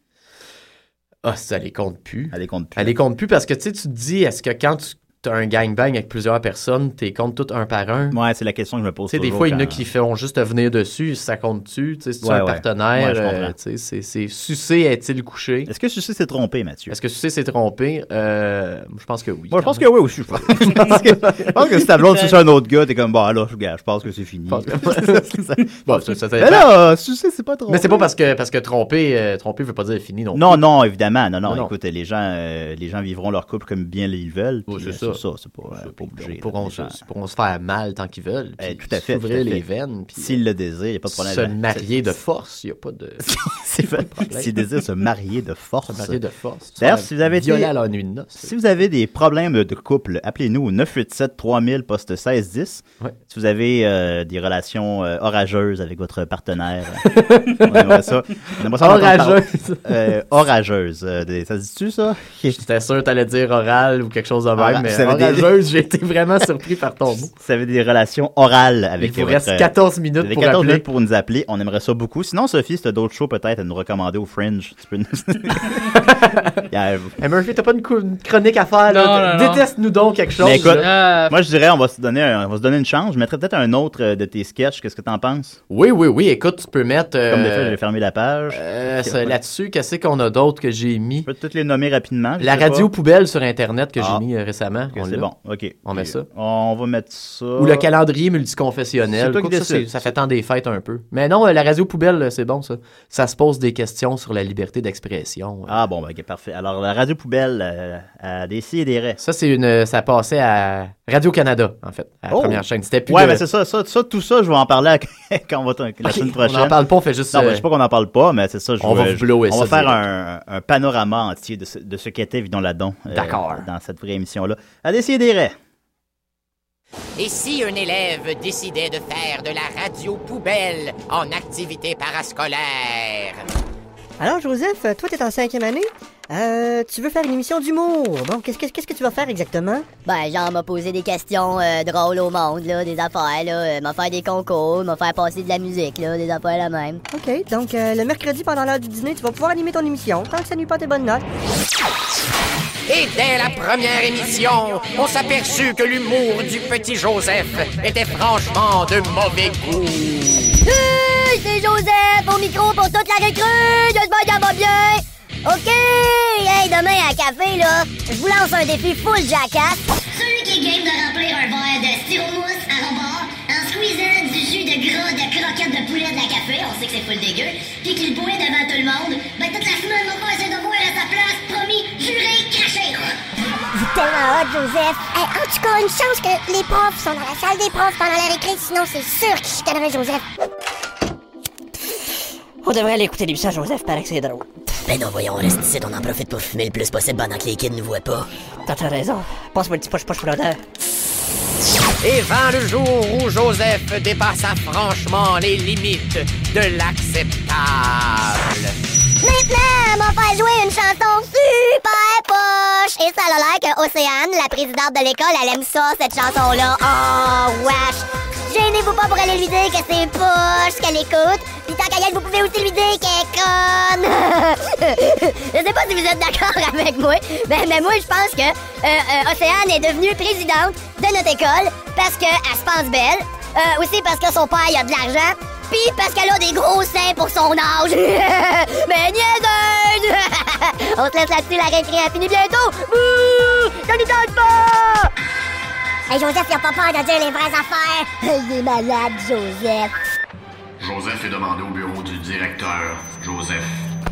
Ah, ça les compte plus. Elle les compte plus. Elle les compte plus parce que tu sais, tu te dis, est-ce que quand tu as un gangbang avec plusieurs personnes, t'es comptes tout un par un? Ouais, c'est la question que je me pose Tu sais, des toujours fois, il y en a quand- qui font juste venir dessus, ça compte-tu? Tu sais, si tu Ouais, as un ouais. partenaire, Ouais, je euh, comprends. tu sais, c'est, c'est sucé, est-il couché? Est-ce que Sucé s'est trompé, Mathieu? Est-ce que sucé s'est trompé? Euh, je pense que oui. Moi, je quand pense même. que oui aussi. Je pense, je pense que, je pense que si ta blonde suce un autre gars, t'es comme, bah là, je, gars, je pense que c'est fini. Bon, ça, ça, ça Mais là, Sucé, c'est pas trop. Mais c'est pas parce que, parce que tromper, euh, tromper veut pas dire fini non plus. Non, non, évidemment. Non, non. Non, non. Écoute, les gens, euh, les gens vivront leur couple comme bien ils veulent. Ouais, puis, c'est euh, ça. C'est pas, euh, pas obligé. Ils pourront, là, se, les gens. ils pourront se faire mal tant qu'ils veulent. Eh, puis tout à fait. s'ouvrir tout à les fait. veines. Puis S'ils le désirent, il n'y a pas de problème. se C'est- marier de force, il n'y a pas de... c'est fait. problème. S'ils désirent se marier de force. Se marier de force. D'ailleurs, Se si vous avez été- violer à la nuit de noces. Si vous avez des problèmes de couple, appelez-nous au neuf huit sept trois mille poste seize dix. Ouais. Si vous avez euh, des relations euh, orageuses avec votre partenaire, euh, on aimerait ça. On aimerait ça en entendre parler. Orageuses. Euh, orageuses. euh, des- ça se dit-tu, ça? J'étais sûr que t'allais dire oral ou quelque chose de même, Ora- mais... c'est avez des- Orageuse, j'ai été vraiment surpris par ton mot. Si vous avez des relations orales avec Il vous votre- reste quatorze minutes vous avez pour quatorze appeler. minutes pour nous appeler. On aimerait ça beaucoup. Sinon, Sophie, si tu as d'autres shows peut-être à nous recommander au Fringe, tu peux nous... Yeah. Hey Murphy, t'as pas une, cou- une chronique à faire, là? Non, non, non. Déteste-nous donc quelque chose. Mais écoute, là. moi je dirais on va se donner un, on va se donner une chance. Je mettrais peut-être un autre euh, de tes sketchs. Qu'est-ce que t'en penses? Oui, oui, oui. Écoute, tu peux mettre... euh, Comme des fois, j'ai fermé la page. euh, Ok, c'est ouais. Là-dessus, qu'est-ce qu'on a d'autre que j'ai mis? Je peux toutes les nommer rapidement. je La sais radio pas. poubelle sur Internet que Ah. j'ai mis euh, récemment. Ok, on c'est l'a. bon, ok. On met ça. On va mettre ça. Ou le calendrier multiconfessionnel. C'est toi qui Quoique ça, décides. c'est- ça fait tant des fêtes un peu. Mais non, euh, la radio poubelle, euh, c'est bon ça. Ça se pose des questions sur la liberté d'expression. Ah bon, ben, ok, parfait. Alors, la radio poubelle euh, à des si et des raies. Ça, c'est une, ça passait à Radio-Canada, en fait, à la Oh! première chaîne. C'était plus Ouais, de- mais c'est ça, ça, ça, tout ça, je vais en parler à- quand on va t- la Ok, semaine on prochaine. en parle pas, on fait juste, Non, ben, euh, je sais pas qu'on en parle pas, mais c'est ça. Je on va je- vous blower On va ça faire direct. un, un panorama entier de ce, de ce qu'était Vidon Ladon. euh, D'accord. Dans cette vraie émission-là. À des si et des raies. Et si un élève décidait de faire de la radio poubelle en activité parascolaire? Alors, Joseph, toi, t'es en cinquième année. Euh, tu veux faire une émission d'humour. Bon, qu'est-ce que qu'est-ce que tu vas faire exactement? Ben, genre, m'a posé des questions euh, drôles au monde, là, des affaires, là, euh, m'a faire des concours, m'a faire passer de la musique, là, des affaires la même. OK, donc euh, le mercredi, pendant l'heure du dîner, tu vas pouvoir animer ton émission, tant que ça nuit pas tes bonnes notes. Et dès la première émission, on s'aperçut que l'humour du petit Joseph était franchement de mauvais goût. Hey, c'est Joseph au micro pour toute la recrue! J'espère que ça va bien! OK! Hey, demain à café, là, je vous lance un défi full jackass. Celui qui est game de remplir un verre de styromousse à rebord en squeezant du jus de gras de croquettes de poulet de la café, on sait que c'est full dégueu, puis qu'il le boit devant tout le monde, ben toute la semaine, on va essayer de boire à sa place, promis, juré, caché! C'est tellement hot, Joseph. Hey, en tout cas, une chance que les profs sont dans la salle des profs pendant la récré, sinon c'est sûr qu'ils chicaneraient Joseph. On devrait aller écouter l'émission à Joseph, paraît que c'est drôle. Ben non, voyons, on reste ici, on en profite pour fumer le plus possible pendant que les kids ne nous voient pas. T'as t'as raison. Passe-moi le petit poche-poche flotteur. Et vint le jour où Joseph dépassa franchement les limites de l'acceptable. Maintenant, on va faire jouer une chanson super poche. Et ça a l'air que Océane, la présidente de l'école, elle aime ça, cette chanson-là. Oh, wesh. Gênez-vous pas pour aller lui dire que c'est poche, qu'elle écoute. Puis tant qu'à y être, vous pouvez aussi lui dire qu'elle est conne. Je sais pas si vous êtes d'accord avec moi, mais, mais moi, je pense que euh, euh, Océane est devenue présidente de notre école parce qu'elle se pense belle. Euh, aussi parce que son père, il a de l'argent. Puis parce qu'elle a des gros seins pour son âge. Mais niaiseuse! On se laisse là-dessus, la récré a fini bientôt. Bouh! Ça nous tente pas! Hey, Joseph, il a pas peur de dire les vraies affaires. Il est malade, Joseph. Joseph est demandé au bureau du directeur. Joseph.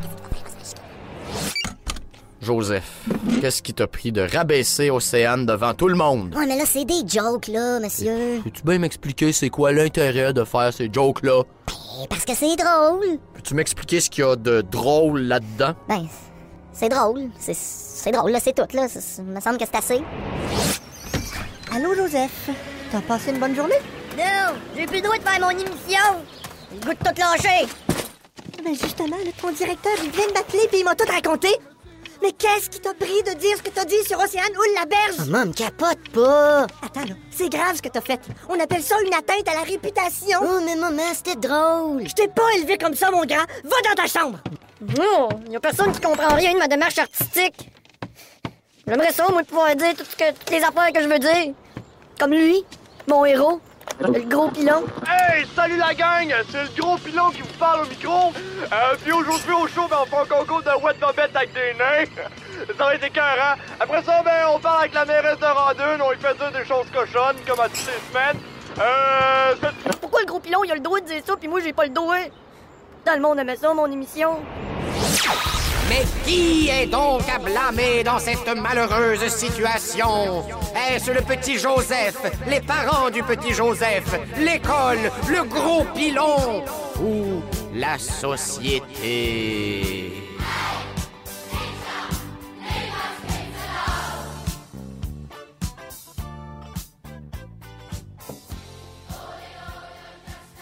Joseph, qu'est-ce qui t'a pris de rabaisser Océane devant tout le monde? Ouais, mais là, c'est des jokes, là, monsieur. Peux-tu bien m'expliquer c'est quoi l'intérêt de faire ces jokes-là? Parce que c'est drôle. Peux-tu m'expliquer ce qu'il y a de drôle là-dedans? Ben, c'est drôle. C'est, c'est drôle, là, c'est tout, là. Ça, ça me semble que c'est assez. Allô, Joseph. T'as passé une bonne journée? Non, j'ai plus le droit de faire mon émission. J'ai le goût de tout lâcher. Ben justement, là, ton directeur, il vient de m'appeler puis il m'a tout raconté. Mais qu'est-ce qui t'a pris de dire ce que t'as dit sur Océane ou la berge? Maman, me capote pas. Attends, là, c'est grave ce que t'as fait. On appelle ça une atteinte à la réputation. Oh, mais maman, c'était drôle. Je t'ai pas élevé comme ça, mon grand. Va dans ta chambre. Non, y a personne qui comprend rien de ma démarche artistique. J'aimerais ça, moi, pouvoir dire tout ce que, toutes les affaires que je veux dire. Comme lui, mon héros, le gros pilon. Hey, salut la gang! C'est le gros pilon qui vous parle au micro. Euh, puis aujourd'hui au show, ben, on fait un concours de What Bobette avec des nains. Ça va être écœurant. Après ça, ben, on parle avec la mairesse de Radun. On lui fait dire des choses cochonnes, comme à toutes les semaines. Euh... c'est- Pourquoi le gros pilon, il a le droit de dire ça, puis moi, j'ai pas le droit? Dans le monde aimait ça, mon émission. Mais qui est donc à blâmer dans cette malheureuse situation? Est-ce le petit Joseph, les parents du petit Joseph, l'école, le gros pilon ou la société?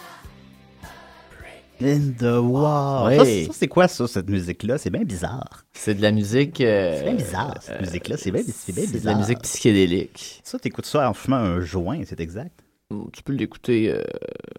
In the wall. Oui. Ça, ça, c'est quoi ça, cette musique-là? C'est bien bizarre. C'est de la musique... Euh, c'est bien bizarre, cette euh, musique-là. C'est bien, c'est bien bizarre. C'est de la musique psychédélique. Ça, t'écoutes ça en fumant un joint, c'est exact? Tu peux l'écouter euh,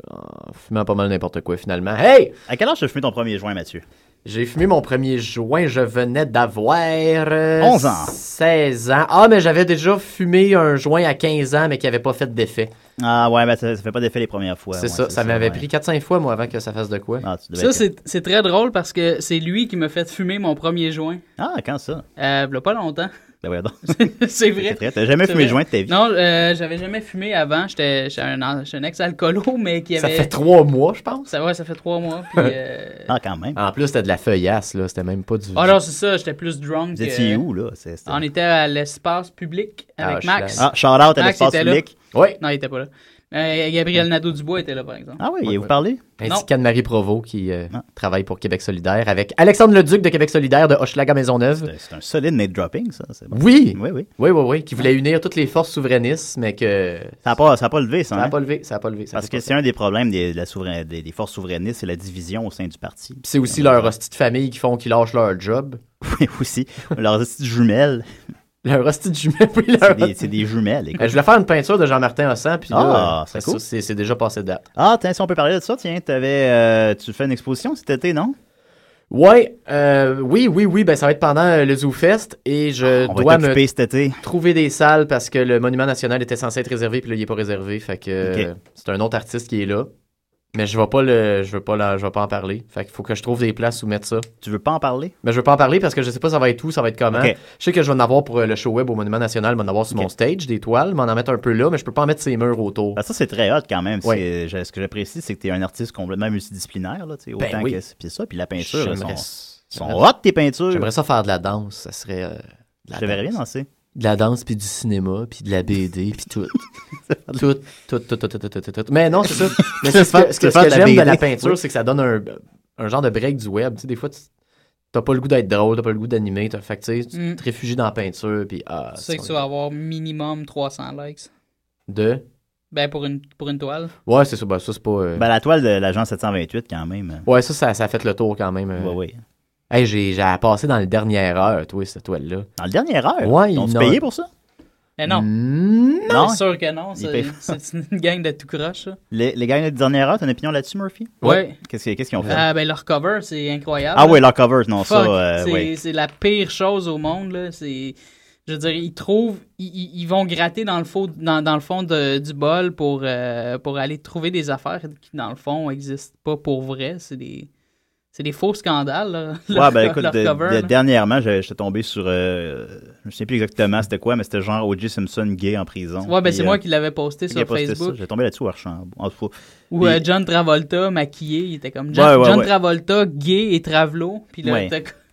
en fumant pas mal n'importe quoi, finalement. Hey! À quel âge tu as fumé ton premier joint, Mathieu? J'ai fumé mon premier joint, je venais d'avoir... Euh, onze ans. seize ans. Ah, mais j'avais déjà fumé un joint à quinze ans, mais qui n'avait pas fait d'effet. Ah ouais, mais ça, ça fait pas d'effet les premières fois. C'est ouais, ça, c'est ça m'avait ouais. pris quatre cinq fois, moi, avant que ça fasse de quoi. Ah, ça, c'est, c'est très drôle parce que c'est lui qui m'a fait fumer mon premier joint. Ah, quand ça? Euh, il y a pas longtemps. Ben ouais, donc. C'est vrai. C'est T'as jamais c'est fumé vrai. joint de ta vie? Non, euh, j'avais jamais fumé avant. J'étais, j'étais un, j'étais un ex-alcoolo, mais qui avait... Ça fait trois mois, je pense. Ça, ouais, ça fait trois mois. Puis, euh... Ah, quand même. En plus, c'était de la feuillasse, là. C'était même pas du... Ah non, c'est ça. J'étais plus drunk. Vous étiez euh... où, là? C'est, c'était... On était à l'espace public avec ah, Max. Ah, shout-out à Max l'espace public. Oui. Non, il était pas là. Euh, Gabriel Nadeau-Dubois était là, par exemple. Ah oui, ouais, vous ouais. parlez? Ainsi qu'Anne-Marie Provost, qui euh, ah. travaille pour Québec solidaire, avec Alexandre Leduc de Québec solidaire de Hochelaga Maisonneuve. C'est, c'est un solide name dropping, ça. C'est bon. Oui! Oui, oui. Oui, oui, oui. Qui voulait unir toutes les forces souverainistes, mais que... Ça n'a pas, ça a pas levé, ça. Ça n'a hein? pas levé, ça n'a pas levé. Ça Parce que pas c'est ça. un des problèmes des, de la souverain, des, des forces souverainistes, c'est la division au sein du parti. Puis c'est aussi leur hostie de famille qui font qu'ils lâchent leur job. Oui, aussi. Leurs hosties de jumelles. Leur hostie de jumelles, oui. Leur... C'est, des, c'est des jumelles. Euh, je voulais faire une peinture de Jean-Martin Hossan, puis là, ah, euh, c'est, ça, cool. c'est, c'est déjà passé de date. Ah, tiens, si on peut parler de ça, tiens, t'avais, euh, tu fais une exposition cet été, non? Ouais, euh, oui, oui, oui, ben ça va être pendant euh, le Zoo Fest et je on dois va me cet été. trouver des salles parce que le Monument National était censé être réservé puis là il est pas réservé, fait que okay. euh, c'est un autre artiste qui est là. Mais je vais pas le je veux pas la, je vais pas en parler. Fait qu'il faut que je trouve des places où mettre ça. Tu veux pas en parler? Mais je veux pas en parler parce que je sais pas ça va être où, ça va être comment. Okay. Je sais que je vais en avoir pour euh, le show web au Monument National, je vais en avoir sur okay. mon stage des toiles, m'en en mettre un peu là, mais je peux pas en mettre ces murs autour. Ben ça c'est très hot quand même. Ouais. C'est, ce que j'apprécie, c'est que t'es un artiste complètement multidisciplinaire là, tu sais, autant ben oui. que puis ça, puis la peinture, là, J'aimerais... sont, sont hot tes peintures. J'aimerais ça faire de la danse, ça serait. Euh, je te verrais bien danser. De la danse, puis du cinéma, puis de la B D, puis tout. tout, tout, tout, tout, tout, tout, tout, tout. Mais non, c'est ça. Mais c'est ce que, ce que, ce que j'aime de la peinture, oui. c'est que ça donne un, un genre de break du web. Tu sais, des fois, tu t'as pas le goût d'être drôle, t'as pas le goût d'animer. T'as, fait que tu sais, tu mm. te réfugies dans la peinture, puis ah. Tu sais que tu vas avoir minimum trois cents likes. De? Ben, pour une, pour une toile. Ouais, c'est ça. Ben, ça, c'est pas... Euh... Ben, la toile de l'agent sept cent vingt-huit, quand même. Ouais, ça, ça, ça a fait le tour, quand même. Euh... Ouais, ouais. Hey, j'ai, j'ai passé dans la dernière heure, toi, cette toile-là. Dans la dernière heure? Ouais, ils ont non... payé pour ça? Eh non. Mmh, non. C'est sûr que non. C'est, c'est une gang de tout croche, ça. Les, les gangs de dernière heure, t'as une opinion là-dessus, Murphy? Ouais. Qu'est-ce, qu'est-ce qu'ils ont fait? Ah, ben, leur cover, c'est incroyable. Ah, oui, leur cover, non, Fuck, ça, euh, c'est, ouais. c'est la pire chose au monde, là. C'est... Je veux dire, ils trouvent, ils, ils vont gratter dans le fond, dans, dans le fond de, du bol pour, euh, pour aller trouver des affaires qui, dans le fond, n'existent pas pour vrai. C'est des, c'est des faux scandales, là. Ouais, leur, ben écoute, leur de, cover, de, dernièrement, j'étais tombé sur, euh, je ne sais plus exactement c'était quoi, mais c'était genre O J Simpson gay en prison. Ouais, ben puis, c'est euh, moi qui l'avais posté sur posté Facebook. Ça. J'ai tombé là-dessus au Archambault. En tout cas. Ou puis... euh, John Travolta maquillé, il était comme John, ouais, ouais, John ouais. Travolta gay et Travelo, puis là, ouais.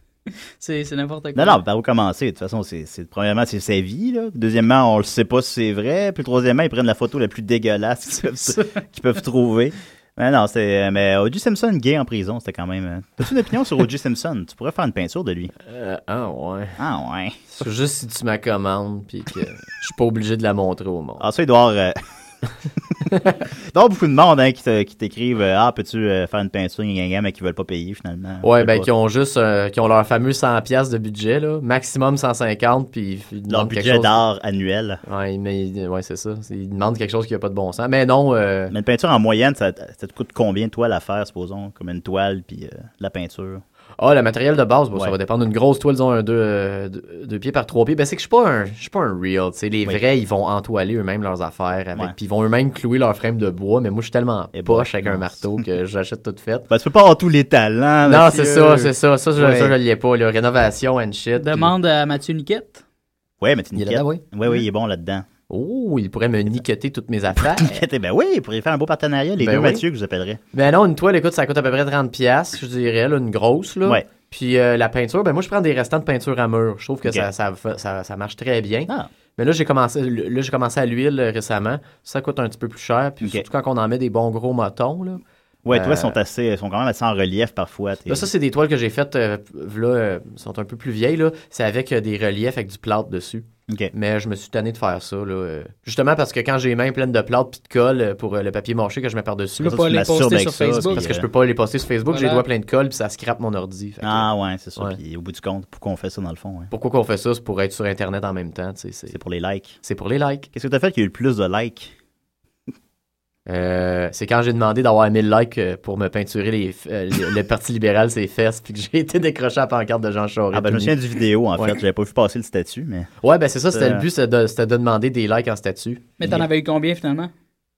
c'est, c'est n'importe quoi. Non, non, par où commencer? De toute façon, c'est, c'est, premièrement, c'est sa vie, là. Deuxièmement, on le sait pas si c'est vrai. Puis troisièmement, ils prennent la photo la plus dégueulasse qu'ils peuvent, qu'ils peuvent trouver. Mais non, c'est, mais O J Simpson gay en prison, c'était quand même... T'as-tu une opinion sur O J Simpson? Tu pourrais faire une peinture de lui. Euh, ah ouais. Ah ouais. C'est juste si tu m'accommandes, puis que je suis pas obligé de la montrer au monde. Ah ça, il doit y avoir... Euh... il doit y avoir beaucoup de monde hein, qui, te, qui t'écrivent euh, « Ah, peux-tu euh, faire une peinture, gna, mais qui veulent pas payer finalement. » Ouais, ben pas. Qui ont juste... Euh, qui ont leur fameux cent piastres de budget, là. Maximum cent cinquante, puis... Leur budget chose... d'art annuel. Ouais, mais ouais, c'est ça. Ils demandent quelque chose qui a pas de bon sens. Mais non... Euh... Mais une peinture en moyenne, ça, ça te coûte combien de toiles à faire, supposons? Comme une toile, puis euh, la peinture? Ah, le matériel de base, bon, ouais. ça va dépendre d'une grosse toile, disons, un deux, euh, deux, deux pieds par trois pieds. Ben, c'est que je suis pas un, je suis pas un real, tu sais. Les oui. vrais, ils vont entoiler eux-mêmes leurs affaires avec, ouais. puis ils vont eux-mêmes clouer leur frame de bois, mais moi, je suis tellement Et poche bon, avec un marteau que j'achète tout fait. Ben, tu peux pas avoir tous les talents. Non, c'est ça, c'est ça. Ça, je, ouais. ça, je l'ai pas, là. Rénovation and shit. Demande puis... à Mathieu Niquette. Ouais, Mathieu Niquette. Il est là, oui. Oui, oui, il est bon là-dedans. Oh, il pourrait me niqueter toutes mes affaires. Ben oui, il pourrait faire un beau partenariat, les ben deux oui. Mathieu que vous appellerez. Ben non, une toile, écoute, ça coûte à peu près trente piastres, je dirais, là, une grosse, là. Ouais. Puis euh, la peinture, ben moi, je prends des restants de peinture à mur. Je trouve que okay. ça, ça, ça, ça marche très bien. Ah. Mais là, j'ai commencé, là, j'ai commencé à l'huile récemment. Ça coûte un petit peu plus cher. Puis okay. surtout quand on en met des bons gros motons, là. Ouais, Euh, toi, ils sont, assez, ils sont quand même assez en relief parfois. t'es- Là, ça, c'est des toiles que j'ai faites, euh, là, euh, sont un peu plus vieilles, là. C'est avec euh, des reliefs avec du plâtre dessus. OK. Mais je me suis tanné de faire ça, là. euh, Justement parce que quand j'ai les mains pleines de plâtre puis de colle euh, pour euh, le papier mâché que je mets par-dessus. Tu peux pas les poster sur Facebook. Parce que je peux pas les poster sur Facebook, j'ai les Voilà. doigts pleins de colle puis ça scrape mon ordi. Fait que- Ah ouais, c'est ça. Ouais. Puis au bout du compte, pourquoi on fait ça dans le fond? Ouais. Pourquoi qu'on fait ça? C'est pour être sur Internet en même temps, tu sais. C'est C'est pour les likes. C'est pour les likes. Qu'est-ce que t'as fait qu'il y a eu le plus de likes? Euh, c'est quand j'ai demandé d'avoir mille likes euh, pour me peinturer les, f- euh, le, le Parti libéral ses fesses puis que j'ai été décroché à la pancarte de Jean Charest. Ah ben je me tout souviens nu. du vidéo en Ouais. fait, j'avais pas vu passer le statut, mais. Ouais, ben c'est ça, c'était Euh, le but, c'était de, c'était de demander des likes en statut. Mais t'en avais eu combien finalement?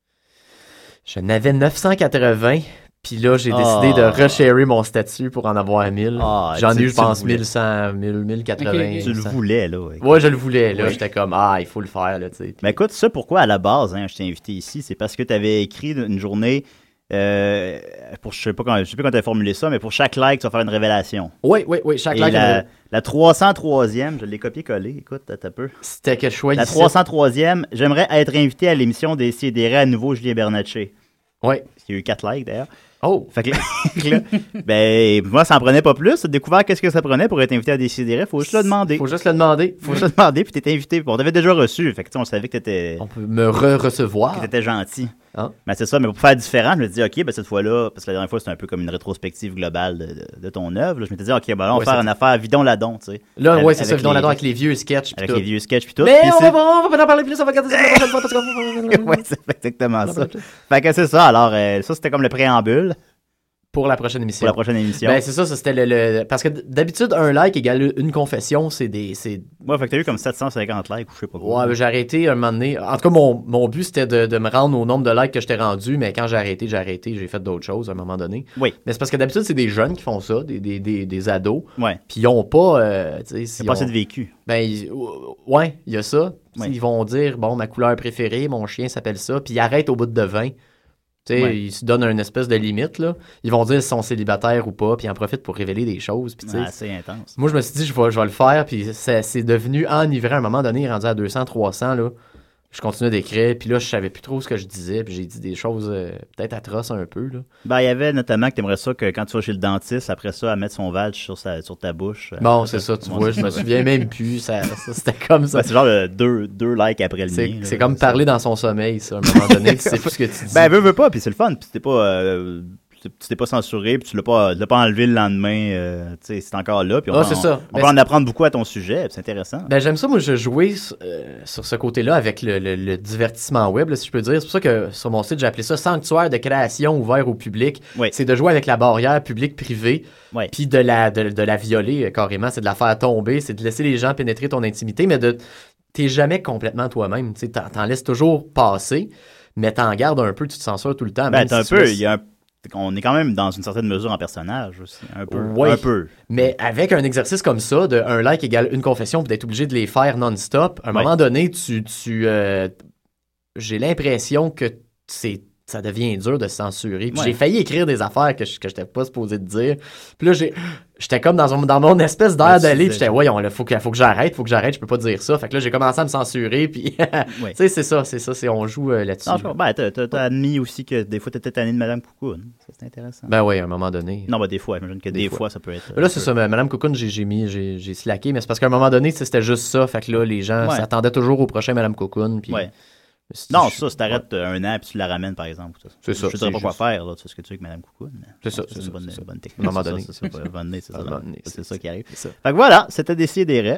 J'en avais neuf cent quatre-vingts, puis là, j'ai décidé Ah. de resharer mon statut pour en avoir mille. Ah, J'en tu- ai eu, je tu le pense, voulais. mille cent, mille, mille quatre-vingts. Tu le cent. voulais, là. Ouais, Ouais, je le voulais, là. Ouais. J'étais comme, ah, il faut le faire, là, tu sais. Mais écoute, ça pourquoi à la base, hein, je t'ai invité ici, c'est parce que tu avais écrit une journée, euh, pour, je sais pas quand, je sais pas quand tu as formulé ça, mais pour chaque like, tu vas faire une révélation. Oui, oui, oui, chaque Et like. la, avait- la trois cent troisième, je l'ai copié-collé, écoute, t'as un peu. C'était que je choisissais. La trois cent troisième, j'aimerais être invité à l'émission des Sidérés à nouveau Julien Bernatchez. Oui. Parce qu'il y a eu quatre likes d'ailleurs. Oh! Fait que là, fait que là, ben, moi, ça en prenait pas plus. T'as découvert qu'est-ce que ça prenait pour être invité à Décideret. Faut juste le demander. Faut juste le demander. Faut juste le demander, puis t'étais invité. Puis on t'avait déjà reçu. Fait que, tu sais, on savait que t'étais. On peut me re-recevoir. Que t'étais gentil. Hein? Mais c'est ça. Mais pour faire différent, je me dis, OK, ben, cette fois-là, parce que la dernière fois, c'était un peu comme une rétrospective globale de, de, de ton œuvre. là. Je m'étais dit, OK, ben, là, on Ouais, va faire c'est- une affaire Vidon-Ladon, tu sais. Là, Avec- ouais, c'est ça, avec Vidon les- Ladon avec les vieux sketchs. pis Avec tout. les vieux sketchs, puis tout. Mais Puis on c'est- va, pas- on va pas en parler plus, on va garder ça pour la prochaine fois parce que. ouais, c'est exactement ça. Fait que c'est ça. Alors, euh, ça, c'était comme le préambule. Pour la prochaine émission. Pour la prochaine émission. Ben, c'est ça, ça c'était le, le- Parce que d'habitude, un like égale une confession, c'est des. C'est... Ouais, fait que t'as eu comme sept cent cinquante likes ou je sais pas quoi. Ouais, ben, j'ai arrêté un moment donné. En tout cas, mon, mon but, c'était de, de me rendre au nombre de likes que j'étais rendu, mais quand j'ai arrêté, j'ai arrêté, j'ai fait d'autres choses à un moment donné. Oui. Mais c'est parce que d'habitude, c'est des jeunes qui font ça, des, des, des, des ados. Ouais. Puis ils ont pas. Euh, tu sais, C'est s'ils pas ont- assez de vécu. Ben, ils- ouais, il y a ça. Ouais. Ils vont dire, bon, ma couleur préférée, mon chien s'appelle ça, puis ils arrêtent au bout de vingt. Tu sais, Ouais. ils se donnent une espèce de limite, là. Ils vont dire s'ils sont célibataires ou pas, puis ils en profitent pour révéler des choses. Puis, tu sais, Ouais, assez intense. moi, je me suis dit, je vais, je vais le faire, puis c'est, c'est devenu enivrant. À un moment donné, rendu à deux cents, trois cents, là. Je continuais d'écrire, puis là, je savais plus trop ce que je disais, puis j'ai dit des choses euh, peut-être atroces un peu, là. Ben, il y avait notamment que t'aimerais ça que quand tu vas chez le dentiste, après ça, à mettre son valge sur, sa, sur ta bouche. Bon, Euh, c'est ça, tu comment vois, je me souviens même plus. Ça, ça, c'était comme ça. Ben, c'est genre euh, deux, deux likes après le C'est, mien. c'est là. comme parler dans son sommeil, ça, à un moment donné, tu sais plus ce que tu dis. Ben, veux, veux pas, puis c'est le fun, puis c'était pas. euh, tu t'es pas censuré, puis tu l'as pas, tu l'as pas enlevé le lendemain, euh, tu sais, c'est encore là, puis on, Ah, peut, c'est en- ça. on Ben, peut en c'est- apprendre beaucoup à ton sujet, puis c'est intéressant. Ben, j'aime ça, moi, je jouais euh, sur ce côté-là avec le, le- le divertissement web, là, si je peux dire. C'est pour ça que sur mon site, j'ai appelé ça sanctuaire de création ouvert au public. Oui. C'est de jouer avec la barrière public-privé, Ouais. puis de la, de, de la violer euh, carrément. C'est de la faire tomber, c'est de laisser les gens pénétrer ton intimité, mais de t'es jamais complètement toi-même. Tu sais, t'en, t'en laisses toujours passer, mais t'en gardes un peu, tu te censures tout le temps. Ben, même t'as si un tu peu, laisses- il y a un, on est quand même dans une certaine mesure en personnage aussi, un peu. Ouais. Un peu. Mais avec un exercice comme ça, de un like égale une confession, puis d'être obligé de les faire non-stop, à un Ouais. moment donné, tu, tu euh, j'ai l'impression que c'est ça devient dur de se censurer. Puis Ouais. j'ai failli écrire des affaires que je que j'étais pas supposé de dire. Puis là, j'ai, j'étais comme dans, un- dans mon espèce d'air Ouais, tu d'aller. disais, Puis j'étais, voyons, là, faut que, faut que j'arrête, faut que j'arrête, je peux pas dire ça. Fait que là, j'ai commencé à me censurer. Puis, Ouais. tu sais, c'est ça, c'est ça, c'est on joue euh, là-dessus. Non, je comprends. Ben, t'as, t'as, t'as admis aussi que des fois, t'étais tanné de Madame Coucoune. Ça, c'est intéressant. Ben oui, à un moment donné. Non, ben, des fois, j'imagine que des, Des fois. fois. ça peut être. Là, c'est ça, mais Madame Cocoon, j'ai, j'ai mis, j'ai, j'ai slacké, mais c'est parce qu'à un moment donné, tu sais, c'était juste ça. Fait que là, les gens Ouais. s'attendaient toujours au prochain Madame Cocoon. Puis, Ouais. c'est- Non, je- ça, si t'arrêtes euh, un an puis tu la ramènes, par exemple. C'est ça, Je te dirais c'est pas quoi juste- faire, là. Tu sais ce que tu veux avec Madame Coucoune. mais C'est ça, bon, c'est une ça, bonne, c'est ça. bonne technique. À un moment C'est ça, donné. C'est ça, c'est ça, bonne idée, c'est À ça. un moment donné, C'est c'est ça qui arrive. c'est ça. Fait que voilà, c'était Décideret.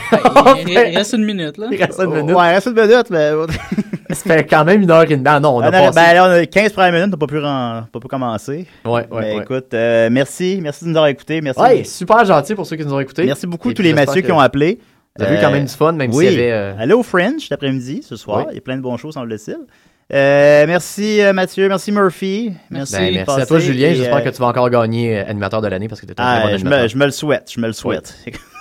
il, il reste une minute, là. Il reste une minute. Ouais, il reste une minute, mais. Ça fait quand même une heure et demie. Ah non, on a Ben, passé... ben, là, on a quinze premières minutes, on n'a pas pu, ren- pas pu commencer. Ouais, ouais, Mais ouais. écoute, euh, merci, merci de nous avoir écoutés. Merci, Ouais, super gentil pour ceux qui nous ont écoutés. merci beaucoup Et tous puis les j'espère Mathieu que qui ont appelé. Vous avez eu quand même du fun, même oui. s'il y avait... euh, Allez au Fringe cet après-midi, ce soir. Oui. Il y a plein de bonnes choses, semble-t-il. Euh, merci euh, Mathieu, merci Murphy. Merci, Ben, de merci à passer. toi, Julien. Et, J'espère euh, que tu vas encore gagner euh, animateur de l'année parce que tu es un ah, très bon je, me, animateur. je me le souhaite, je me le souhaite.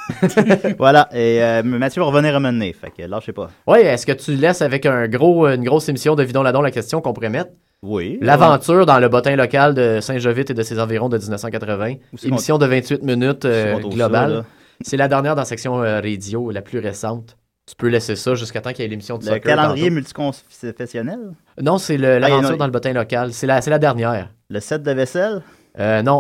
Voilà, et euh, Mathieu va revenir à un moment donné, fait que lâchez pas. Oui, est-ce que tu laisses avec un gros, une grosse émission de Vidon Ladon la question qu'on pourrait mettre? Oui. L'aventure dans le bottin local de Saint-Jovite et de ses environs de dix-neuf cent quatre-vingts. Où c'est Émission de vingt-huit minutes euh, c'est qu'on trouve ça, globale. là? C'est la dernière dans la section euh, radio, la plus récente. Tu peux laisser ça jusqu'à temps qu'il y ait l'émission de Le soccer. calendrier tantôt. multiconfessionnel? Non, c'est le- Ah, l'aventure non, dans le bottin local. C'est la, c'est la dernière. Le set de vaisselle? Euh, non,